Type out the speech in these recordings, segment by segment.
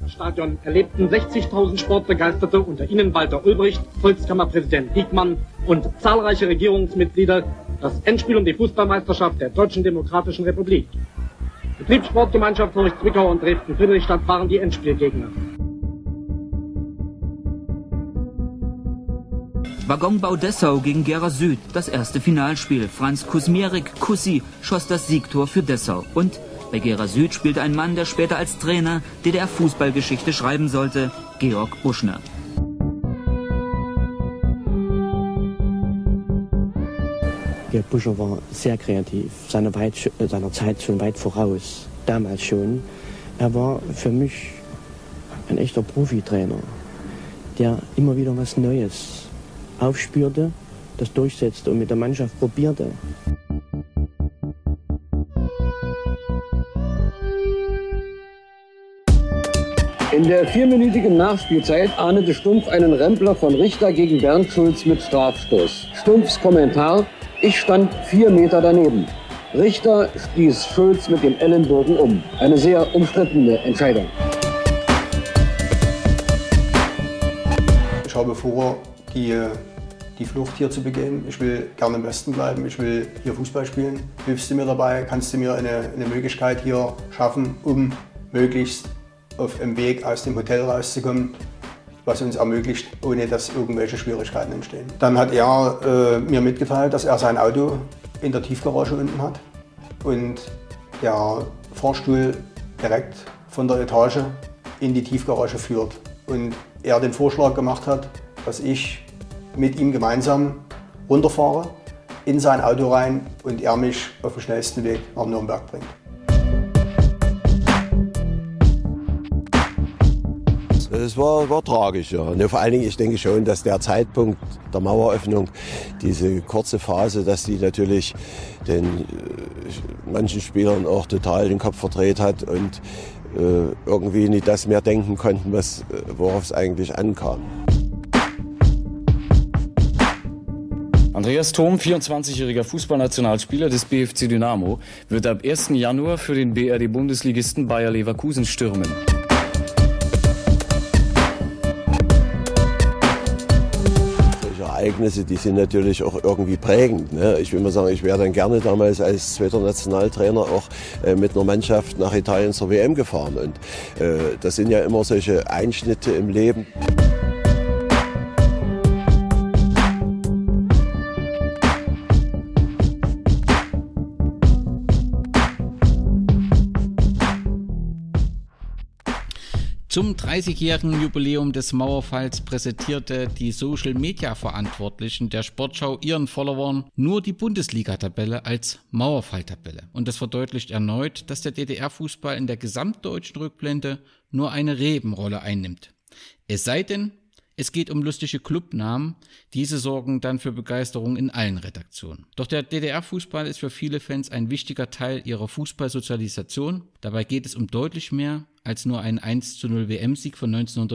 Stadion erlebten 60.000 Sportbegeisterte, unter ihnen Walter Ulbricht, Volkskammerpräsident Diekmann und zahlreiche Regierungsmitglieder, das Endspiel um die Fußballmeisterschaft der Deutschen Demokratischen Republik. Betriebssportgemeinschaft Horch Zwickau und Dresden-Friedrichstadt waren die Endspielgegner. Waggonbau Dessau gegen Gera Süd, das erste Finalspiel. Franz Kusmierik, Kussi, schoss das Siegtor für Dessau. Und bei Gera Süd spielte ein Mann, der später als Trainer DDR-Fußballgeschichte schreiben sollte, Georg Buschner. Georg Buschner war sehr kreativ, seiner Zeit schon weit voraus, damals schon. Er war für mich ein echter Profitrainer, der immer wieder was Neues aufspürte, das durchsetzte und mit der Mannschaft probierte. In der 4-minütigen Nachspielzeit ahndete Stumpf einen Rempler von Richter gegen Bernd Schulz mit Strafstoß. Stumpfs Kommentar: Ich stand 4 Meter daneben. Richter stieß Schulz mit dem Ellenbogen um. Eine sehr umstrittene Entscheidung. Ich habe vor, die Flucht hier zu begehen. Ich will gerne im Westen bleiben, ich will hier Fußball spielen. Hilfst du mir dabei? Kannst du mir eine Möglichkeit hier schaffen, um möglichst auf dem Weg aus dem Hotel rauszukommen, was uns ermöglicht, ohne dass irgendwelche Schwierigkeiten entstehen. Dann hat er mir mitgeteilt, dass er sein Auto in der Tiefgarage unten hat und der Fahrstuhl direkt von der Etage in die Tiefgarage führt. Und er den Vorschlag gemacht hat, dass ich mit ihm gemeinsam runterfahre, in sein Auto rein und er mich auf dem schnellsten Weg nach Nürnberg bringt. Es war tragisch, ja. Und vor allen Dingen, ich denke schon, dass der Zeitpunkt der Maueröffnung, diese kurze Phase, dass die natürlich den manchen Spielern auch total den Kopf verdreht hat und irgendwie nicht das mehr denken konnten, worauf es eigentlich ankam. Andreas Thom, 24-jähriger Fußballnationalspieler des BFC Dynamo, wird ab 1. Januar für den BRD-Bundesligisten Bayer Leverkusen stürmen. Solche Ereignisse, die sind natürlich auch irgendwie prägend, ne? Ich will mal sagen, ich wäre dann gerne damals als zweiter Nationaltrainer auch mit einer Mannschaft nach Italien zur WM gefahren. Und das sind ja immer solche Einschnitte im Leben. Zum 30-jährigen Jubiläum des Mauerfalls präsentierte die Social-Media-Verantwortlichen der Sportschau ihren Followern nur die Bundesliga-Tabelle als Mauerfall-Tabelle. Und das verdeutlicht erneut, dass der DDR-Fußball in der gesamtdeutschen Rückblende nur eine Nebenrolle einnimmt. Es sei denn, es geht um lustige Clubnamen, diese sorgen dann für Begeisterung in allen Redaktionen. Doch der DDR-Fußball ist für viele Fans ein wichtiger Teil ihrer Fußballsozialisation. Dabei geht es um deutlich mehr als nur einen 1:0 WM-Sieg von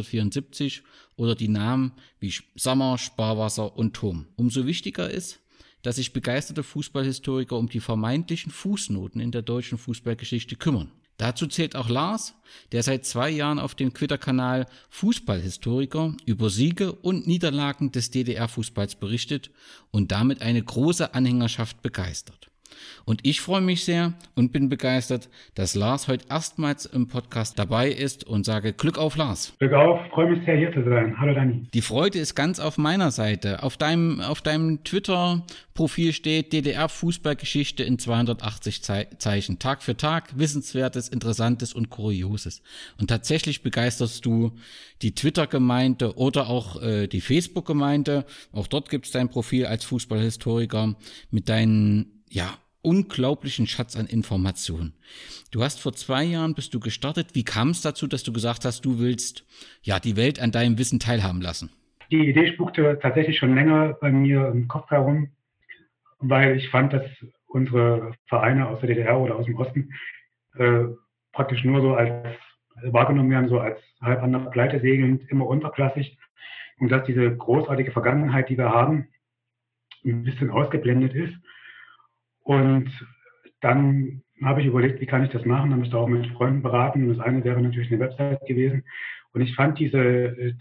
1974 oder die Namen wie Sammer, Sparwasser und Thom. Umso wichtiger ist, dass sich begeisterte Fußballhistoriker um die vermeintlichen Fußnoten in der deutschen Fußballgeschichte kümmern. Dazu zählt auch Lars, der seit 2 Jahren auf dem Twitter-Kanal Fußballhistoriker über Siege und Niederlagen des DDR-Fußballs berichtet und damit eine große Anhängerschaft begeistert. Und ich freue mich sehr und bin begeistert, dass Lars heute erstmals im Podcast dabei ist und sage Glück auf, Lars. Glück auf, freue mich sehr, hier zu sein. Hallo Dani. Die Freude ist ganz auf meiner Seite. Auf deinem Twitter-Profil steht DDR-Fußballgeschichte in 280 Zeichen. Tag für Tag, Wissenswertes, Interessantes und Kurioses. Und tatsächlich begeisterst du die Twitter-Gemeinde oder auch die Facebook-Gemeinde. Auch dort gibt es dein Profil als Fußballhistoriker mit deinen, unglaublichen Schatz an Informationen. Du hast vor 2 Jahren bist du gestartet. Wie kam es dazu, dass du gesagt hast, du willst die Welt an deinem Wissen teilhaben lassen? Die Idee spukte tatsächlich schon länger bei mir im Kopf herum, weil ich fand, dass unsere Vereine aus der DDR oder aus dem Osten praktisch nur so als wahrgenommen werden, so als halb an der Pleite segelnd, immer unterklassig, und dass diese großartige Vergangenheit, die wir haben, ein bisschen ausgeblendet ist. Und dann habe ich überlegt, wie kann ich das machen, habe mich da auch mit Freunden beraten und das eine wäre natürlich eine Website gewesen und ich fand den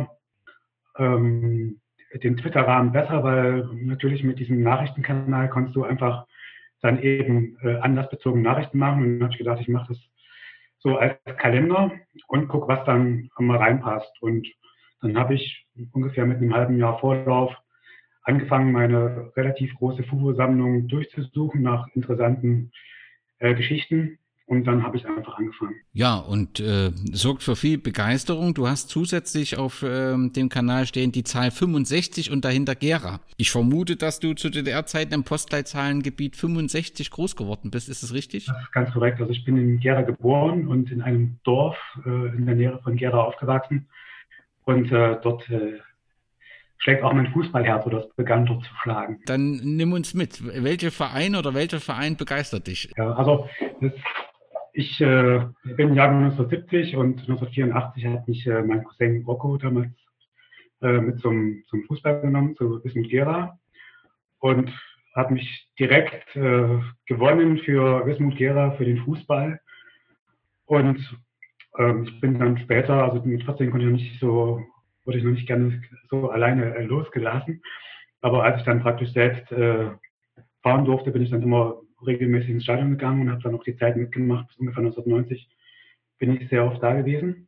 Twitter-Rahmen besser, weil natürlich mit diesem Nachrichtenkanal konntest du einfach dann eben anlassbezogene Nachrichten machen und dann habe ich gedacht, ich mache das so als Kalender und gucke, was dann mal reinpasst und dann habe ich ungefähr mit einem halben Jahr Vorlauf angefangen, meine relativ große Fubo-Sammlung durchzusuchen nach interessanten Geschichten und dann habe ich einfach angefangen. Ja, und sorgt für viel Begeisterung. Du hast zusätzlich auf dem Kanal stehen die Zahl 65 und dahinter Gera. Ich vermute, dass du zu DDR-Zeiten im Postleitzahlengebiet 65 groß geworden bist. Ist das richtig? Das ist ganz korrekt. Also ich bin in Gera geboren und in einem Dorf in der Nähe von Gera aufgewachsen und dort schlägt auch mein Fußballherz oder das begann dort zu schlagen. Dann nimm uns mit. Welcher Verein begeistert dich? Ja, also ich bin Jahrgang 1970 und 1984 hat mich mein Cousin Rocco damals mit zum Fußball genommen, zu Wismut Gera und hat mich direkt gewonnen für Wismut Gera, für den Fußball. Und ich bin dann später, also mit 14 wurde ich noch nicht gerne so alleine losgelassen. Aber als ich dann praktisch selbst fahren durfte, bin ich dann immer regelmäßig ins Stadion gegangen und habe dann auch die Zeit mitgemacht. Bis ungefähr 1990 bin ich sehr oft da gewesen.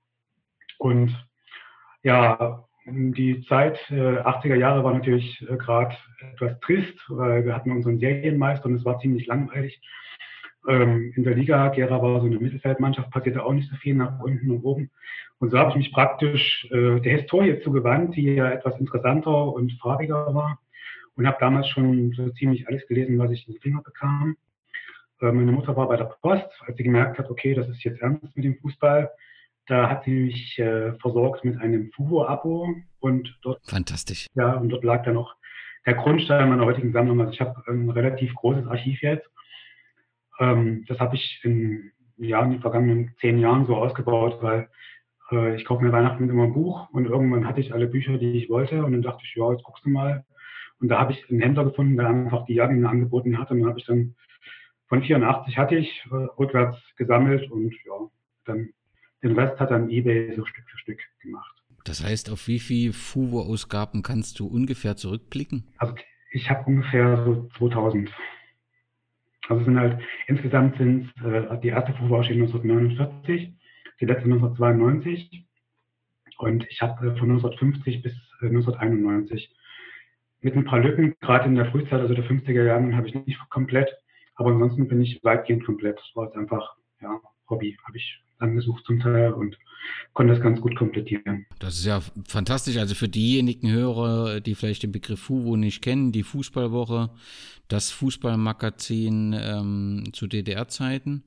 Und ja, die Zeit 80er Jahre war natürlich gerade etwas trist, weil wir hatten unseren Serienmeister und es war ziemlich langweilig. In der Liga, Gera war so eine Mittelfeldmannschaft, passierte auch nicht so viel nach unten und oben. Und so habe ich mich praktisch der Historie zugewandt, die ja etwas interessanter und farbiger war. Und habe damals schon so ziemlich alles gelesen, was ich in die Finger bekam. Meine Mutter war bei der Post, als sie gemerkt hat, okay, das ist jetzt ernst mit dem Fußball. Da hat sie mich versorgt mit einem Fubo-Abo. Und dort, fantastisch. Ja, und dort lag dann auch der Grundstein meiner heutigen Sammlung. Also ich habe ein relativ großes Archiv jetzt. Das habe ich in den vergangenen 10 Jahren so ausgebaut, weil ich kaufe mir Weihnachten immer ein Buch und irgendwann hatte ich alle Bücher, die ich wollte und dann dachte ich, ja, jetzt guckst du mal. Und da habe ich einen Händler gefunden, der einfach die Jahrgänge angeboten hat und dann habe ich dann von 84 hatte ich rückwärts gesammelt und ja, dann den Rest hat dann eBay so Stück für Stück gemacht. Das heißt, auf wie viele Fubo-Ausgaben kannst du ungefähr zurückblicken? Also ich habe ungefähr so 2000. Also es sind halt, insgesamt sind die erste Fubo-Ausstellung 1949, die letzte 1992 und ich habe von 1950 bis 1991 mit ein paar Lücken, gerade in der Frühzeit, also der 50er Jahren, habe ich nicht komplett, aber ansonsten bin ich weitgehend komplett. Das war jetzt einfach, ja, Hobby, habe ich dann gesucht zum Teil und konnte das ganz gut komplettieren. Das ist ja fantastisch, also für diejenigen Hörer, die vielleicht den Begriff Fubo nicht kennen, die Fußballwoche, das Fußballmagazin zu DDR-Zeiten,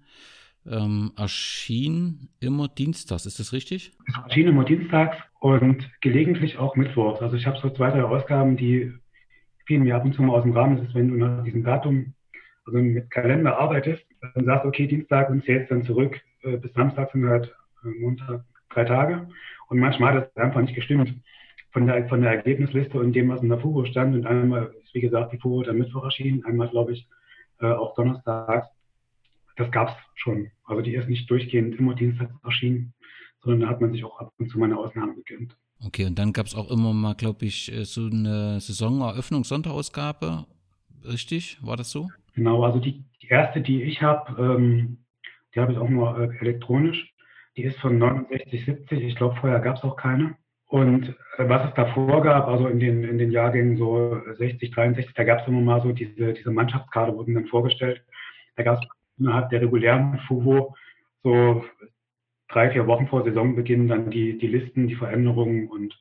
erschien immer dienstags, ist das richtig? Es erschien immer dienstags und gelegentlich auch mittwochs. Also ich habe so 2, 3 Ausgaben, die fielen mir ab und zu mal aus dem Rahmen. Das ist, wenn du nach diesem Datum, also mit Kalender arbeitest, dann sagst du, okay, Dienstag und zählst dann zurück, bis Samstag sind halt Montag 3 Tage. Und manchmal hat das einfach nicht gestimmt von der Ergebnisliste und dem, was in der Fubo stand. Und einmal ist, wie gesagt, die Fubo dann Mittwoch erschienen, einmal, glaube ich, auch donnerstags. Das gab es schon. Also die ist nicht durchgehend immer dienstags erschienen, sondern da hat man sich auch ab und zu mal eine Ausnahme gegönnt. Okay, und dann gab es auch immer mal, glaube ich, so eine Saisoneröffnungs-Sonderausgabe. Richtig? War das so? Genau, also die erste, die ich habe, die habe ich auch nur elektronisch. Die ist von 69, 70. Ich glaube, vorher gab es auch keine. Und was es davor gab, also in den Jahrgängen so 60, 63, da gab es immer mal so diese Mannschaftskarte wurden dann vorgestellt. Da gab es innerhalb der regulären Fubo so 3, 4 Wochen vor Saisonbeginn dann die Listen, die Veränderungen und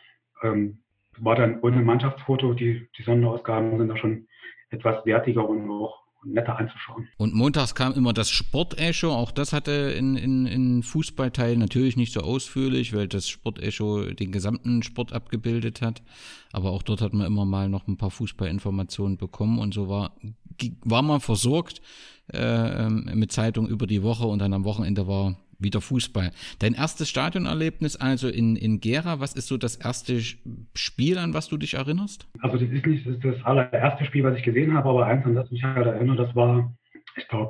war dann ohne Mannschaftsfoto. Die Sonderausgaben sind da schon etwas wertiger und auch netter anzuschauen. Und montags kam immer das Sport-Echo, auch das hatte in Fußballteilen natürlich nicht so ausführlich, weil das Sport-Echo den gesamten Sport abgebildet hat, aber auch dort hat man immer mal noch ein paar Fußballinformationen bekommen und so war man versorgt mit Zeitung über die Woche und dann am Wochenende war wieder Fußball. Dein erstes Stadionerlebnis also in Gera, was ist so das erste Spiel, an was du dich erinnerst? Also das ist nicht das allererste Spiel, was ich gesehen habe, aber eins, an das mich halt erinnere, das war, ich glaube,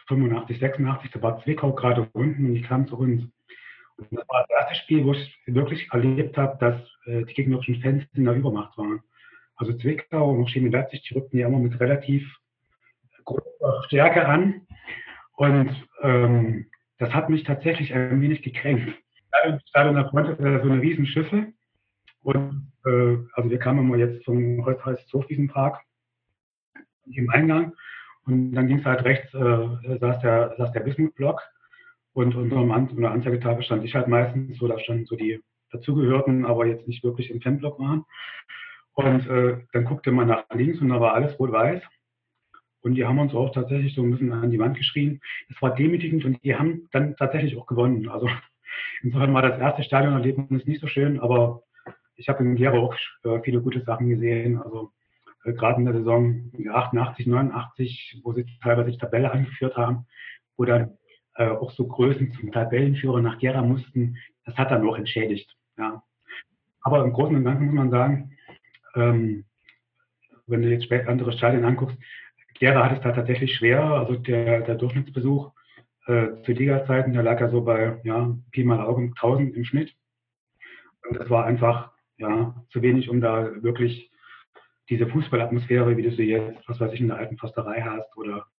85, 86, da war Zwickau gerade unten und die kamen zu uns. Und das war das erste Spiel, wo ich wirklich erlebt habe, dass die gegnerischen Fans in der Übermacht waren. Also Zwickau und Chemie Leipzig, die rückten ja immer mit relativ großer Stärke an. Und das hat mich tatsächlich ein wenig gekränkt. Stadion der Front ist so eine riesen Schiffe. Und also wir kamen immer jetzt zum Holzhofwiesenpark im Eingang. Und dann ging es halt rechts, saß der Bismut-Block. Und unter der Anzeigetafel stand ich halt meistens, so da standen so die dazugehörten, aber jetzt nicht wirklich im Fanblock waren. Und dann guckte man nach links und da war alles rot-weiß. Und die haben uns auch tatsächlich so ein bisschen an die Wand geschrien. Es war demütigend und die haben dann tatsächlich auch gewonnen. Also insofern war das erste Stadionerlebnis nicht so schön, aber ich habe in Gera auch viele gute Sachen gesehen. Also gerade in der Saison 88, 89, wo sie teilweise die Tabelle angeführt haben, wo dann auch so Größen zum Tabellenführer nach Gera mussten, das hat dann auch entschädigt. Ja. Aber im Großen und Ganzen muss man sagen, wenn du jetzt andere Stadien anguckst, Gera hat es da tatsächlich schwer. Also der Durchschnittsbesuch zu Liga-Zeiten, der lag ja so bei Pi mal Augen 1000 im Schnitt. Und das war einfach zu wenig, um da wirklich diese Fußballatmosphäre, wie du sie jetzt, was weiß ich, in der alten Försterei hast oder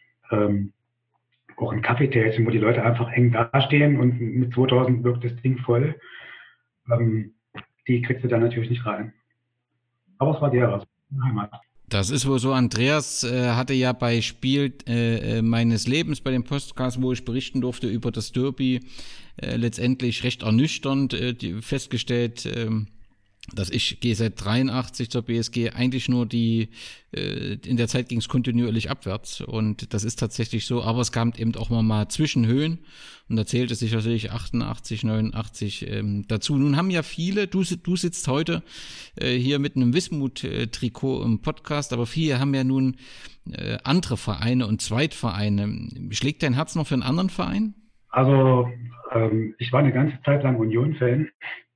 auch ein Kaffeetälchen, wo die Leute einfach eng dastehen und mit 2000 wirkt das Ding voll. Die kriegst du dann natürlich nicht rein. Aber es war Gera, Heimat. Das ist wohl so. Andreas hatte ja bei Spiel meines Lebens bei dem Podcast, wo ich berichten durfte über das Derby, letztendlich recht ernüchternd festgestellt, dass ich gehe seit 83 zur BSG, eigentlich nur in der Zeit ging es kontinuierlich abwärts und das ist tatsächlich so, aber es kam eben auch mal Zwischenhöhen und da zählte sich natürlich 88, 89 dazu. Nun haben ja viele, du sitzt heute hier mit einem Wismut-Trikot im Podcast, aber viele haben ja nun andere Vereine und Zweitvereine. Schlägt dein Herz noch für einen anderen Verein? Also ich war eine ganze Zeit lang Union-Fan.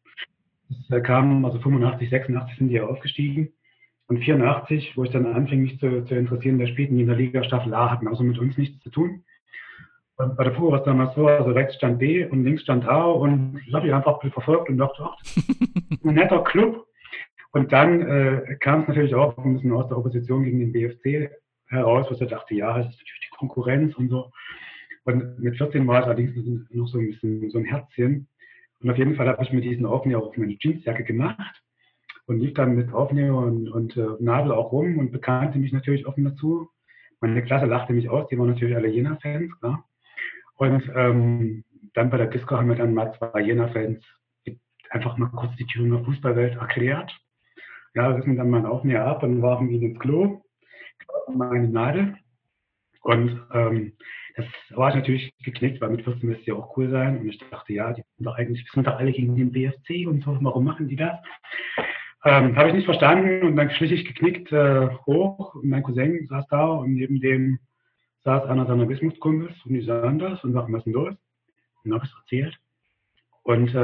Es kam, also 85, 86 sind die ja aufgestiegen. Und 84, wo ich dann anfing, mich zu interessieren, da spielten die in der Liga Staffel A, hatten also mit uns nichts zu tun. Und bei der FUR war es damals so, also rechts stand B und links stand A und ich habe die einfach verfolgt und dachte, ach, ein netter Club. Und dann kam es natürlich auch ein bisschen aus der Opposition gegen den BFC heraus, wo ich dachte, ja, das ist natürlich die Konkurrenz und so. Und mit 14 war es allerdings noch so ein bisschen so ein Herzchen. Und auf jeden Fall habe ich mir diesen Aufnäher auf meine Jeansjacke gemacht und lief dann mit Aufnäher und Nadel auch rum und bekannte mich natürlich offen dazu. Meine Klasse lachte mich aus, die waren natürlich alle Jena-Fans, klar. Und dann bei der Disco haben wir dann mal 2 Jena-Fans einfach mal kurz die Thüringer Fußballwelt erklärt. Ja, wir sind dann mal Aufnäher ab und warfen ihn ins Klo, meine Nadel. Und das war ich natürlich geknickt, weil mit 14 müsste ja auch cool sein. Und ich dachte, ja, die sind doch alle gegen den BFC und so, warum machen die das? Habe ich nicht verstanden und dann schlich ich geknickt hoch und mein Cousin saß da und neben dem saß einer seiner Wismut-Kumpels und die sahen das und sagten, was ist denn los? Und dann habe ich es erzählt. Und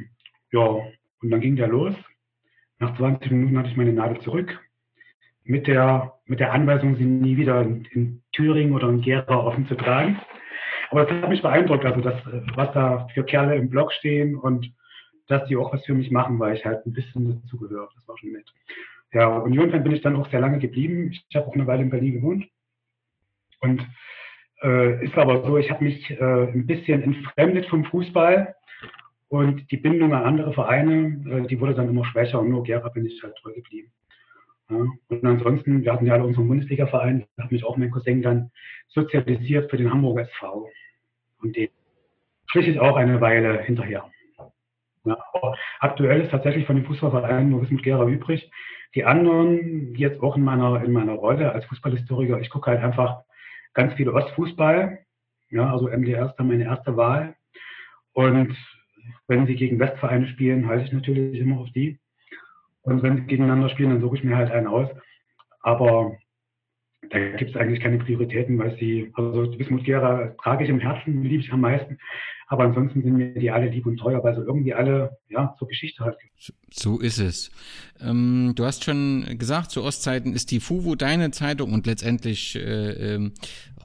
und dann ging der los. Nach 20 Minuten hatte ich meine Nadel zurück. Mit der Anweisung, sie nie wieder in Thüringen oder in Gera offen zu tragen. Aber das hat mich beeindruckt, also das, was da für Kerle im Block stehen und dass die auch was für mich machen, weil ich halt ein bisschen dazugehöre. Das war schon nett. Ja, Union-Fan bin ich dann auch sehr lange geblieben. Ich habe auch eine Weile in Berlin gewohnt. Und ist aber so, ich habe mich ein bisschen entfremdet vom Fußball und die Bindung an andere Vereine, die wurde dann immer schwächer und nur Gera bin ich halt treu geblieben. Ja, und ansonsten, wir hatten ja alle unseren Bundesliga-Verein, da hat mich auch mein Cousin dann sozialisiert für den Hamburger SV. Und den schlich ich auch eine Weile hinterher. Ja, aber aktuell ist tatsächlich von den Fußballvereinen nur Wismut Gera übrig. Die anderen, jetzt auch in meiner Rolle als Fußballhistoriker, ich gucke halt einfach ganz viel Ostfußball. Ja, also MDR ist dann meine erste Wahl. Und wenn sie gegen Westvereine spielen, halte ich natürlich immer auf die. Und wenn sie gegeneinander spielen, dann suche ich mir halt einen aus. Aber da gibt es eigentlich keine Prioritäten, weil also Wismut Gera trage ich im Herzen, liebe ich am meisten. Aber ansonsten sind mir die alle lieb und teuer, weil sie irgendwie alle zur Geschichte halt. So ist es. Du hast schon gesagt, zu Ostzeiten ist die FUVO deine Zeitung und letztendlich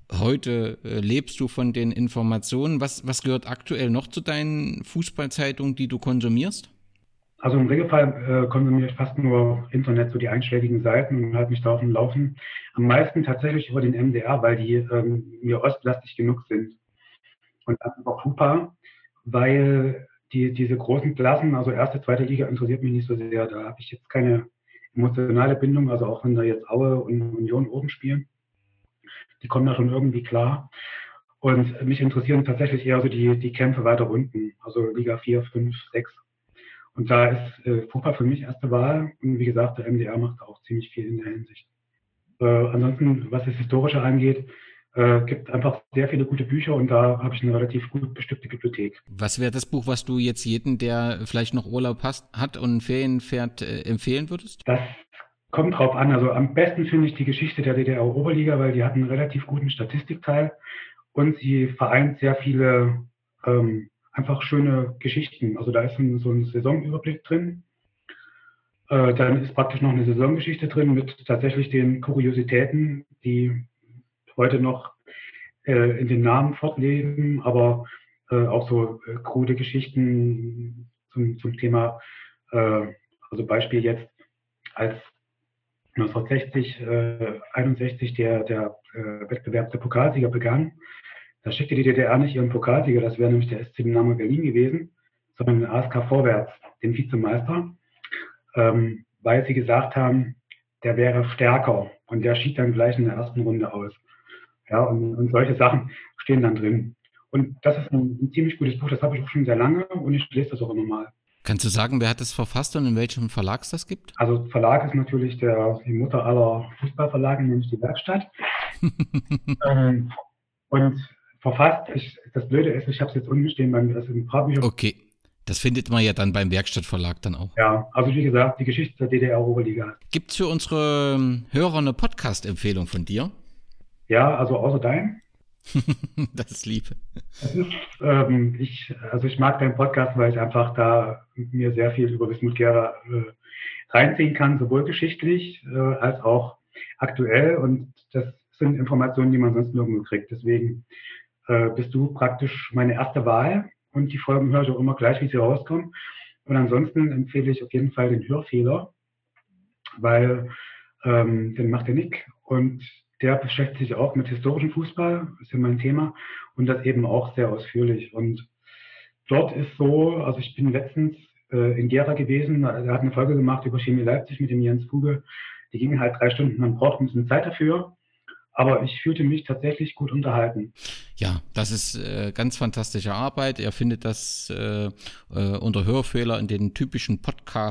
heute lebst du von den Informationen. Was gehört aktuell noch zu deinen Fußballzeitungen, die du konsumierst? Also im Regelfall konsumiere ich fast nur Internet, so die einschlägigen Seiten und halte mich da auf dem Laufen. Am meisten tatsächlich über den MDR, weil die mir ostlastig genug sind. Und das ist auch super, weil diese großen Klassen, also erste, zweite Liga, interessiert mich nicht so sehr. Da habe ich jetzt keine emotionale Bindung, also auch wenn da jetzt Aue und Union oben spielen. Die kommen da schon irgendwie klar. Und mich interessieren tatsächlich eher so die Kämpfe weiter unten, also Liga 4, 5, 6. Und da ist Fußball für mich erste Wahl. Und wie gesagt, der MDR macht auch ziemlich viel in der Hinsicht. Ansonsten, was das Historische angeht, gibt einfach sehr viele gute Bücher und da habe ich eine relativ gut bestückte Bibliothek. Was wäre das Buch, was du jetzt jedem, der vielleicht noch Urlaub hat und Ferien fährt, empfehlen würdest? Das kommt drauf an. Also am besten finde ich die Geschichte der DDR-Oberliga, weil die hat einen relativ guten Statistikteil und sie vereint sehr viele einfach schöne Geschichten. Also da ist so ein Saisonüberblick drin. Dann ist praktisch noch eine Saisongeschichte drin mit tatsächlich den Kuriositäten, die heute noch in den Namen fortleben, aber auch so krude Geschichten zum Thema, also Beispiel jetzt, als 1960, 61 der Wettbewerb der Pokalsieger begann, da schickte die DDR nicht ihren Pokalsieger, das wäre nämlich der SC Dynamo Berlin gewesen, sondern den ASK Vorwärts, den Vizemeister, weil sie gesagt haben, der wäre stärker und der schied dann gleich in der ersten Runde aus. Ja, und solche Sachen stehen dann drin. Und das ist ein ziemlich gutes Buch, das habe ich auch schon sehr lange und ich lese das auch immer mal. Kannst du sagen, wer hat das verfasst und in welchem Verlag es das gibt? Also Verlag ist natürlich die Mutter aller Fußballverlage, nämlich die Werkstatt. Und verfasst, das Blöde ist, ich habe es jetzt unten stehen, weil mir das in ein paar Büchern... Okay, das findet man ja dann beim Werkstattverlag dann auch. Ja, also wie gesagt, die Geschichte der DDR-Oberliga. Gibt es für unsere Hörer eine Podcast-Empfehlung von dir? Ja, also außer dein. Das ist lieb. Das ist, ich mag deinen Podcast, weil ich einfach da mir sehr viel über Wismut Gera reinziehen kann, sowohl geschichtlich als auch aktuell. Und das sind Informationen, die man sonst nirgendwo kriegt. Deswegen bist du praktisch meine erste Wahl. Und die Folgen höre ich auch immer gleich, wie sie rauskommen. Und ansonsten empfehle ich auf jeden Fall den Hörfehler, weil den macht der Nick und der beschäftigt sich auch mit historischem Fußball, ist ja mein Thema, und das eben auch sehr ausführlich. Und dort ist so, also ich bin letztens in Gera gewesen, er hat eine Folge gemacht über Chemie Leipzig mit dem Jens Fuge. Die ging halt 3 Stunden, man braucht ein bisschen Zeit dafür. Aber ich fühlte mich tatsächlich gut unterhalten. Ja, das ist ganz fantastische Arbeit. Er findet das unter Hörfehler in den typischen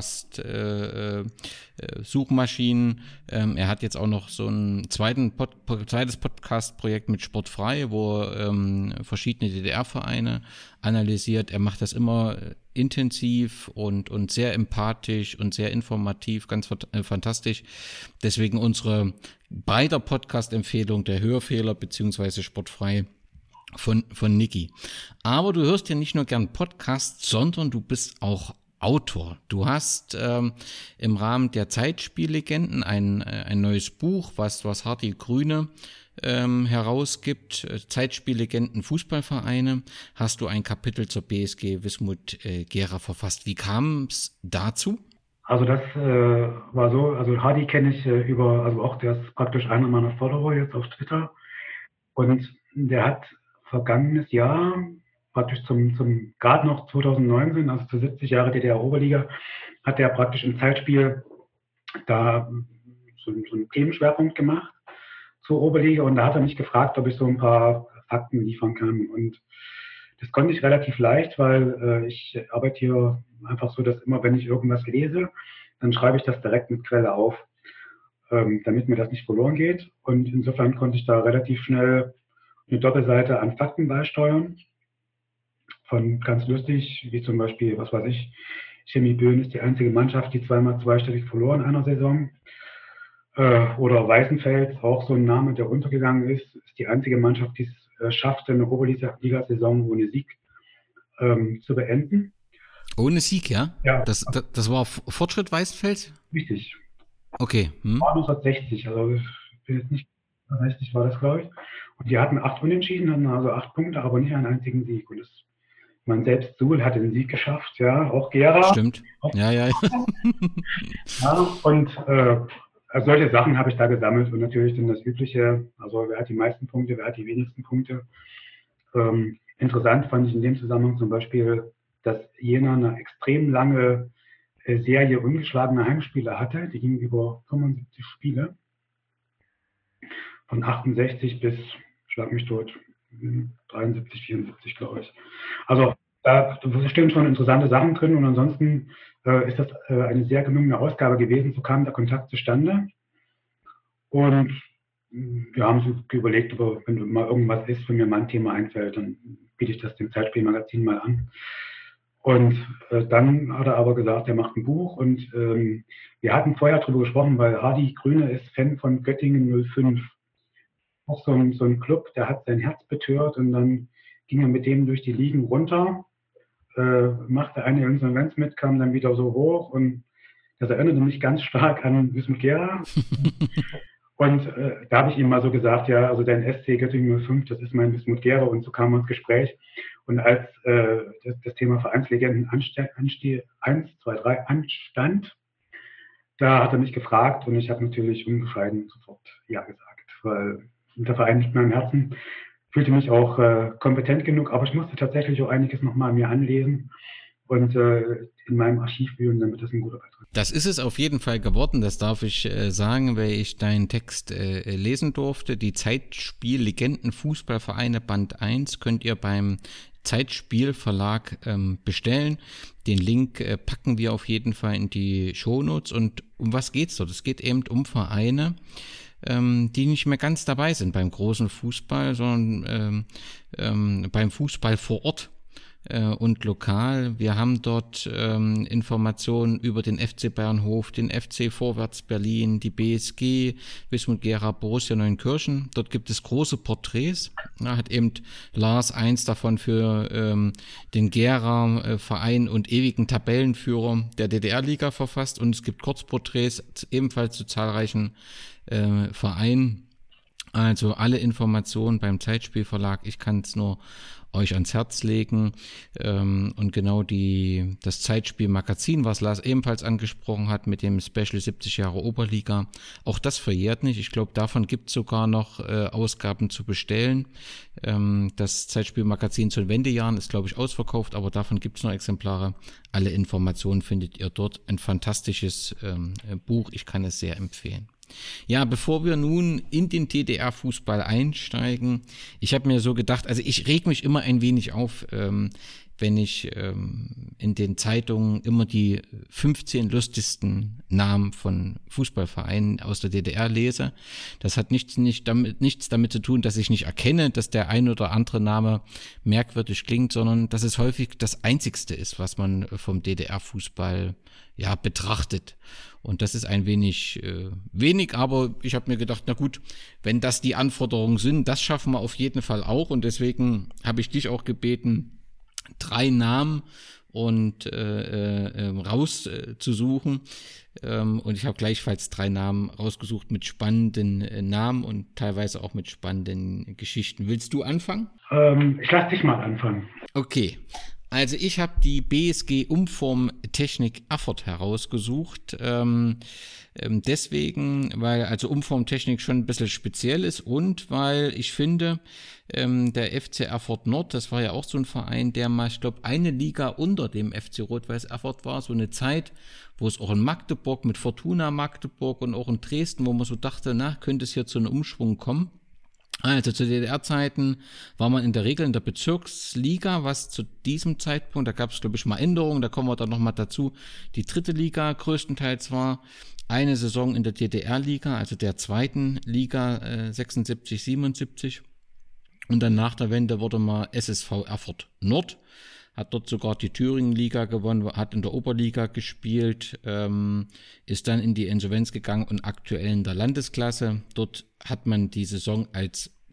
Podcast-Suchmaschinen. Er hat jetzt auch noch so ein zweites Podcast-Projekt mit Sportfrei, wo er verschiedene DDR-Vereine analysiert. Er macht das immer intensiv und sehr empathisch und sehr informativ, ganz fantastisch. Deswegen unsere beider Podcast-Empfehlung, der Hörfehler bzw. Sportfrei von Niki. Aber du hörst ja nicht nur gern Podcasts, sondern du bist auch Autor. Du hast im Rahmen der Zeitspiellegenden ein neues Buch, was Hardy Grüne herausgibt, Zeitspiellegenden Fußballvereine, hast du ein Kapitel zur BSG Wismut Gera verfasst. Wie kam es dazu? Also das war so, also Hardy kenne ich also auch, der ist praktisch einer meiner Follower jetzt auf Twitter und der hat vergangenes Jahr, praktisch zum gerade noch 2019, also zu 70 Jahre DDR-Oberliga, hat er praktisch im Zeitspiel da so einen Themenschwerpunkt gemacht zur Oberliga und da hat er mich gefragt, ob ich so ein paar Fakten liefern kann und das konnte ich relativ leicht, weil ich arbeite hier einfach so, dass immer, wenn ich irgendwas lese, dann schreibe ich das direkt mit Quelle auf, damit mir das nicht verloren geht und insofern konnte ich da relativ schnell eine Doppelseite an Fakten beisteuern, von ganz lustig, wie zum Beispiel, was weiß ich, Chemie Böen ist die einzige Mannschaft, die zweimal zweistellig verloren in einer Saison. Oder Weißenfels, auch so ein Name, der untergegangen ist, ist die einzige Mannschaft, die es schaffte, eine Oberliga-Saison ohne Sieg zu beenden. Ohne Sieg, ja? Ja. Das war Fortschritt Weißenfels? Richtig. Okay. War 1960, also ich bin jetzt nicht 60 war das, glaube ich. Und die hatten 8 Unentschieden, hatten also 8 Punkte, aber nicht einen einzigen Sieg. Und man selbst Suhl hat den Sieg geschafft, ja, auch Gera. Stimmt. Ja. Ja, und solche Sachen habe ich da gesammelt und natürlich dann das Übliche, also wer hat die meisten Punkte, wer hat die wenigsten Punkte. Interessant fand ich in dem Zusammenhang zum Beispiel, dass Jena eine extrem lange Serie ungeschlagener Heimspiele hatte, die ging über 75 Spiele, von 68 bis, schlag mich tot, 73, 74, glaube ich. Also da stehen schon interessante Sachen drin und ansonsten ist das eine sehr gelungene Ausgabe gewesen. So kam der Kontakt zustande und wir haben so überlegt, wenn mal irgendwas ist, wenn mir mal ein Thema einfällt, dann biete ich das dem Zeitspielmagazin mal an. Und dann hat er aber gesagt, er macht ein Buch und wir hatten vorher darüber gesprochen, weil Hardy Grüne ist Fan von Göttingen 05. Auch so ein Club, der hat sein Herz betört und dann ging er mit dem durch die Ligen runter, machte eine Insolvenz mit, kam dann wieder so hoch und das erinnerte mich ganz stark an Wismut Gera. Und da habe ich ihm mal so gesagt, ja, also dein SC Göttingen 05, das ist mein Wismut Gera und so kam ins Gespräch. Und als das Thema Vereinslegenden anstand, da hat er mich gefragt und ich habe natürlich unbescheiden sofort Ja gesagt, weil der Verein liegt mir am Herzen, fühlte mich auch kompetent genug, aber ich musste tatsächlich auch einiges nochmal mir anlesen und in meinem Archiv wühlen, damit das ein guter Beitrag ist. Das ist es auf jeden Fall geworden, das darf ich sagen, weil ich deinen Text lesen durfte. Die Zeitspiel-Legenden Fußballvereine Band 1 könnt ihr beim Zeitspiel-Verlag bestellen. Den Link packen wir auf jeden Fall in die Shownotes. Und um was geht's dort? Es geht eben um Vereine, die nicht mehr ganz dabei sind beim großen Fußball, sondern beim Fußball vor Ort und lokal. Wir haben dort Informationen über den FC Bernhof, den FC Vorwärts Berlin, die BSG, Wismut Gera, Borussia Neunkirchen. Dort gibt es große Porträts. Da hat eben Lars eins davon für den Gera Verein und ewigen Tabellenführer der DDR-Liga verfasst. Und es gibt Kurzporträts ebenfalls zu zahlreichen Vereinen. Also alle Informationen beim Zeitspielverlag. Ich kann es nur euch ans Herz legen und genau das Zeitspielmagazin, was Lars ebenfalls angesprochen hat mit dem Special 70 Jahre Oberliga, auch das verjährt nicht. Ich glaube, davon gibt es sogar noch Ausgaben zu bestellen. Das Zeitspielmagazin zu den Wendejahren ist, glaube ich, ausverkauft, aber davon gibt es noch Exemplare. Alle Informationen findet ihr dort. Ein fantastisches Buch, ich kann es sehr empfehlen. Ja, bevor wir nun in den DDR-Fußball einsteigen, ich habe mir so gedacht, also ich reg mich immer ein wenig auf, wenn ich in den Zeitungen immer die 15 lustigsten Namen von Fußballvereinen aus der DDR lese. Das hat nichts damit zu tun, dass ich nicht erkenne, dass der ein oder andere Name merkwürdig klingt, sondern dass es häufig das Einzigste ist, was man vom DDR-Fußball betrachtet. Und das ist ein wenig, aber ich habe mir gedacht, na gut, wenn das die Anforderungen sind, das schaffen wir auf jeden Fall auch. Und deswegen habe ich dich auch gebeten, 3 Namen und rauszusuchen. Und ich habe gleichfalls 3 Namen rausgesucht mit spannenden Namen und teilweise auch mit spannenden Geschichten. Willst du anfangen? Ich lasse dich mal anfangen. Okay. Also ich habe die BSG Umformtechnik Erfurt herausgesucht, deswegen, weil also Umformtechnik schon ein bisschen speziell ist und weil ich finde, der FC Erfurt Nord, das war ja auch so ein Verein, der mal, ich glaube, eine Liga unter dem FC Rot-Weiß Erfurt war, so eine Zeit, wo es auch in Magdeburg mit Fortuna Magdeburg und auch in Dresden, wo man so dachte, na, könnte es hier zu einem Umschwung kommen. Also zu DDR-Zeiten war man in der Regel in der Bezirksliga, was zu diesem Zeitpunkt, da gab es glaube ich mal Änderungen, da kommen wir dann nochmal dazu, die 3. Liga größtenteils war, eine Saison in der DDR-Liga, also der 2. Liga 76, 77 und dann nach der Wende wurde mal SSV Erfurt Nord, hat dort sogar die Thüringen-Liga gewonnen, hat in der Oberliga gespielt, ist dann in die Insolvenz gegangen und aktuell in der Landesklasse. Dort hat man die Saison als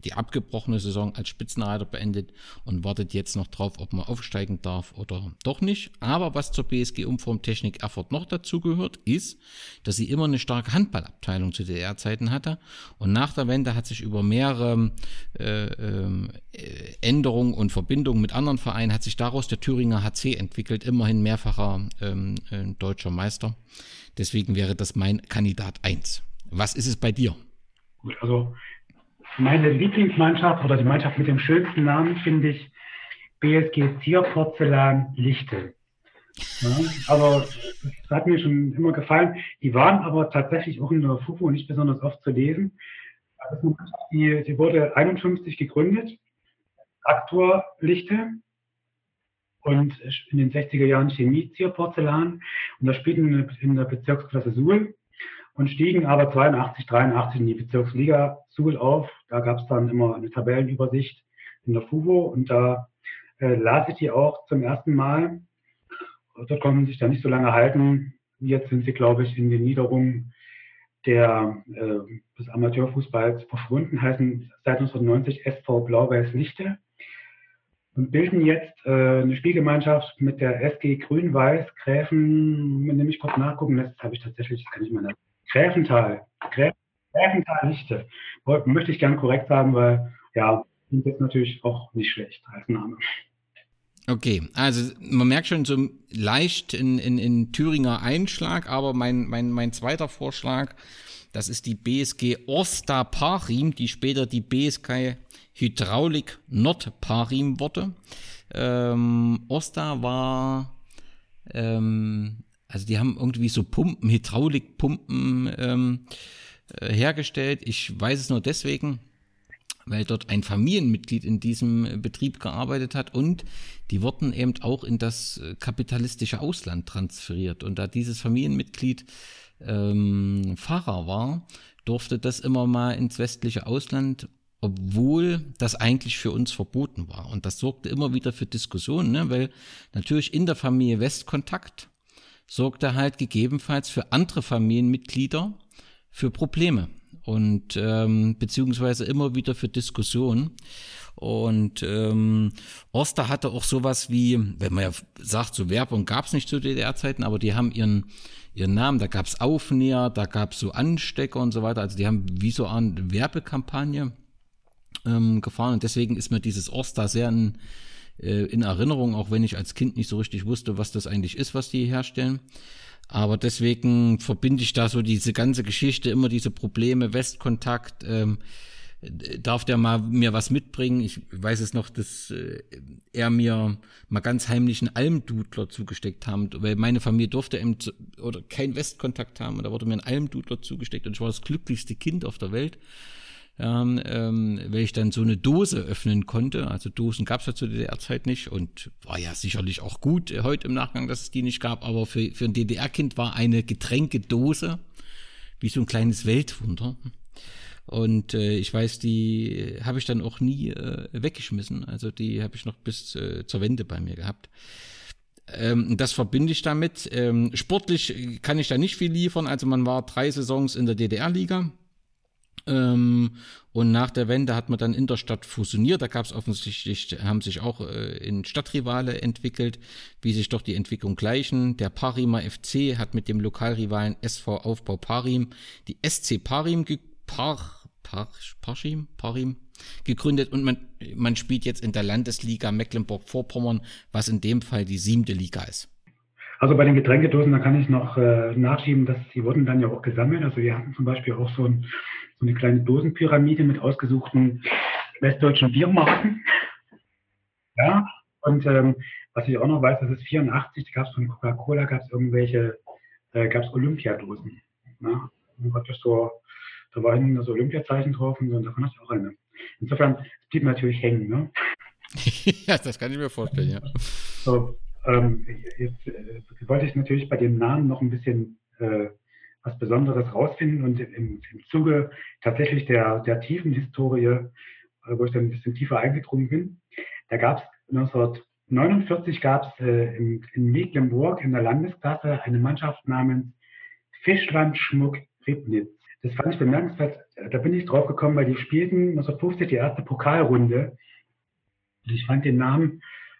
die abgebrochene Saison als Spitzenreiter beendet und wartet jetzt noch drauf, ob man aufsteigen darf oder doch nicht. Aber was zur BSG Umformtechnik Erfurt noch dazu gehört, ist, dass sie immer eine starke Handballabteilung zu DDR-Zeiten hatte. Und nach der Wende hat sich über mehrere Änderungen und Verbindungen mit anderen Vereinen hat sich daraus der Thüringer HC entwickelt, immerhin mehrfacher deutscher Meister. Deswegen wäre das mein Kandidat 1. Was ist es bei dir? Gut, also meine Lieblingsmannschaft oder die Mannschaft mit dem schönsten Namen finde ich BSG Zierporzellan Lichte. Ja, aber das hat mir schon immer gefallen. Die waren aber tatsächlich auch in der FUFO nicht besonders oft zu lesen. Das ist eine Mannschaft, die wurde 51 gegründet, Aktor Lichte und in den 60er Jahren Chemie Zierporzellan und da spielten in der Bezirksklasse Suhl und stiegen aber 82, 83 in die Bezirksliga Suhl auf. Da gab es dann immer eine Tabellenübersicht in der FUVO und da las ich die auch zum ersten Mal. Dort konnten sie sich dann nicht so lange halten. Jetzt sind sie, glaube ich, in den Niederungen des Amateurfußballs verschwunden, heißen seit 1990 SV Blau-Weiß Lichte und bilden jetzt eine Spielgemeinschaft mit der SG Grün-Weiß Gräfen, wenn ich kurz nachgucken lässt, habe ich tatsächlich, das kann ich mal sagen, Gräfental Lichte. Möchte ich gerne korrekt sagen, weil ja, klingt jetzt natürlich auch nicht schlecht als Name. Okay, also man merkt schon so leicht in Thüringer Einschlag, aber mein zweiter Vorschlag, das ist die BSG Orsta Parim, die später die BSG Hydraulik Nord Parim wurde. Orsta war, also die haben irgendwie so Pumpen, Hydraulikpumpen hergestellt. Ich weiß es nur deswegen, weil dort ein Familienmitglied in diesem Betrieb gearbeitet hat und die wurden eben auch in das kapitalistische Ausland transferiert. Und da dieses Familienmitglied Pfarrer war, durfte das immer mal ins westliche Ausland, obwohl das eigentlich für uns verboten war. Und das sorgte immer wieder für Diskussionen, ne? Weil natürlich in der Familie Westkontakt sorgte halt gegebenenfalls für andere Familienmitglieder für Probleme. Und beziehungsweise immer wieder für Diskussionen. Und Orsta hatte auch sowas wie, wenn man ja sagt, so Werbung gab es nicht zu DDR-Zeiten, aber die haben ihren Namen, da gab es Aufnäher, da gab es so Anstecker und so weiter, also die haben wie so eine Werbekampagne gefahren und deswegen ist mir dieses Orsta sehr in Erinnerung, auch wenn ich als Kind nicht so richtig wusste, was das eigentlich ist, was die herstellen. Aber deswegen verbinde ich da so diese ganze Geschichte, immer diese Probleme, Westkontakt, darf der mir was mitbringen? Ich weiß es noch, dass er mir mal ganz heimlich einen Almdudler zugesteckt haben, weil meine Familie durfte eben oder keinen Westkontakt haben und da wurde mir ein Almdudler zugesteckt und ich war das glücklichste Kind auf der Welt. Weil ich dann so eine Dose öffnen konnte. Also Dosen gab es ja zu DDR-Zeit nicht und war ja sicherlich auch gut heute im Nachgang, dass es die nicht gab, aber für ein DDR-Kind war eine Getränkedose wie so ein kleines Weltwunder. Und ich weiß, die habe ich dann auch nie weggeschmissen. Also die habe ich noch bis zur Wende bei mir gehabt. Das verbinde ich damit. Sportlich kann ich da nicht viel liefern. Also man war 3 Saisons in der DDR-Liga. Und nach der Wende hat man dann in der Stadt fusioniert. Da gab es offensichtlich, haben sich auch in Stadtrivale entwickelt, wie sich doch die Entwicklung gleichen. Der Parimer FC hat mit dem Lokalrivalen SV Aufbau Parim die SC Parim gegründet und man spielt jetzt in der Landesliga Mecklenburg-Vorpommern, was in dem Fall die 7. Liga ist. Also bei den Getränkedosen, da kann ich noch nachschieben, dass die wurden dann ja auch gesammelt. Also wir hatten zum Beispiel auch so eine kleine Dosenpyramide mit ausgesuchten westdeutschen Biermarken. Ja, und was ich auch noch weiß, das ist 84, da gab es von Coca-Cola, gab es Olympiadosen. Ja, und praktisch so, da war hinten das Olympiazeichen drauf und so, und davon hatte ich auch eine. Insofern, es blieb natürlich hängen, ne? Ja, das kann ich mir vorstellen, ja. So, jetzt wollte ich natürlich bei dem Namen noch ein bisschen was Besonderes rausfinden und im Zuge tatsächlich der tiefen Historie, wo ich dann ein bisschen tiefer eingedrungen bin, da gab es 1949 in Mecklenburg in der Landesklasse eine Mannschaft namens Fischlandschmuck Ribnitz. Das fand ich bemerkenswert. Da bin ich drauf gekommen, weil die spielten 1950 die erste Pokalrunde. Und ich fand den Namen,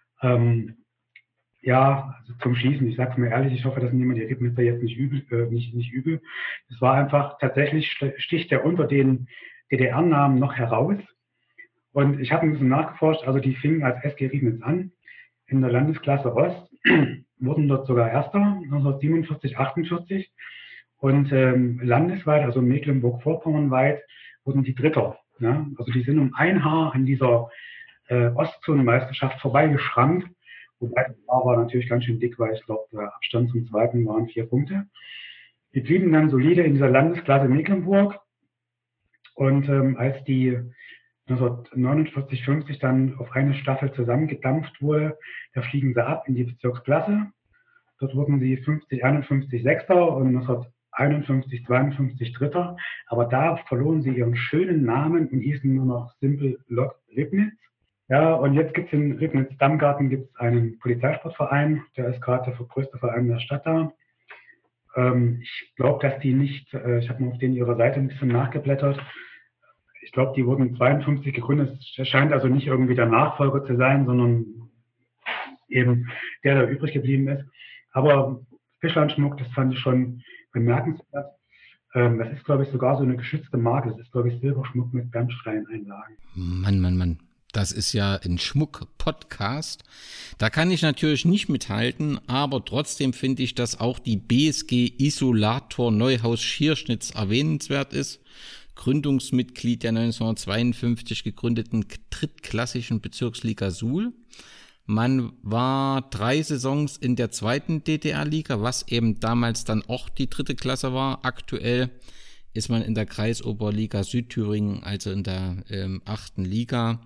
also zum Schießen, ich sage es mir ehrlich, ich hoffe, dass niemand die Ergebnisse jetzt nicht übel. Es war einfach, tatsächlich sticht der unter den DDR-Namen noch heraus. Und ich habe ein bisschen nachgeforscht, also die fingen als SG Riebnitz an, in der Landesklasse Ost, wurden dort sogar Erster, 1947, 48. Und landesweit, also Mecklenburg-Vorpommern-weit, wurden die Dritter. Ja? Also die sind um ein Haar an dieser Ostzonenmeisterschaft vorbeigeschrammt. Wobei das Haar war natürlich ganz schön dick, weil ich glaube, der Abstand zum Zweiten waren 4 Punkte. Die blieben dann solide in dieser Landesklasse Mecklenburg. Und als die 1949, 50 dann auf eine Staffel zusammengedampft wurde, da fliegen sie ab in die Bezirksklasse. Dort wurden sie 50, 51 Sechster und 1951, 52 Dritter. Aber da verloren sie ihren schönen Namen und hießen nur noch Simpel Lok Ribnitz. Ja, und jetzt gibt es in Ribnitz-Dammgarten gibt's einen Polizeisportverein, der ist gerade der größte Verein der Stadt da. Ich glaube, dass die nicht, ich habe mal auf denen ihrer Seite ein bisschen nachgeblättert, ich glaube, die wurden 52 gegründet. Es scheint also nicht irgendwie der Nachfolger zu sein, sondern eben der übrig geblieben ist. Aber Fischlandschmuck, das fand ich schon bemerkenswert. Das ist, glaube ich, sogar so eine geschützte Marke. Das ist, glaube ich, Silberschmuck mit Bernsteineinlagen. Mann. Das ist ja ein Schmuck-Podcast. Da kann ich natürlich nicht mithalten, aber trotzdem finde ich, dass auch die BSG Isolator Neuhaus Schierschnitz erwähnenswert ist. Gründungsmitglied der 1952 gegründeten drittklassischen Bezirksliga Suhl. Man war 3 Saisons in der 2. DDR-Liga, was eben damals dann auch die 3. Klasse war. Aktuell ist man in der Kreisoberliga Südthüringen, also in der 8. Liga.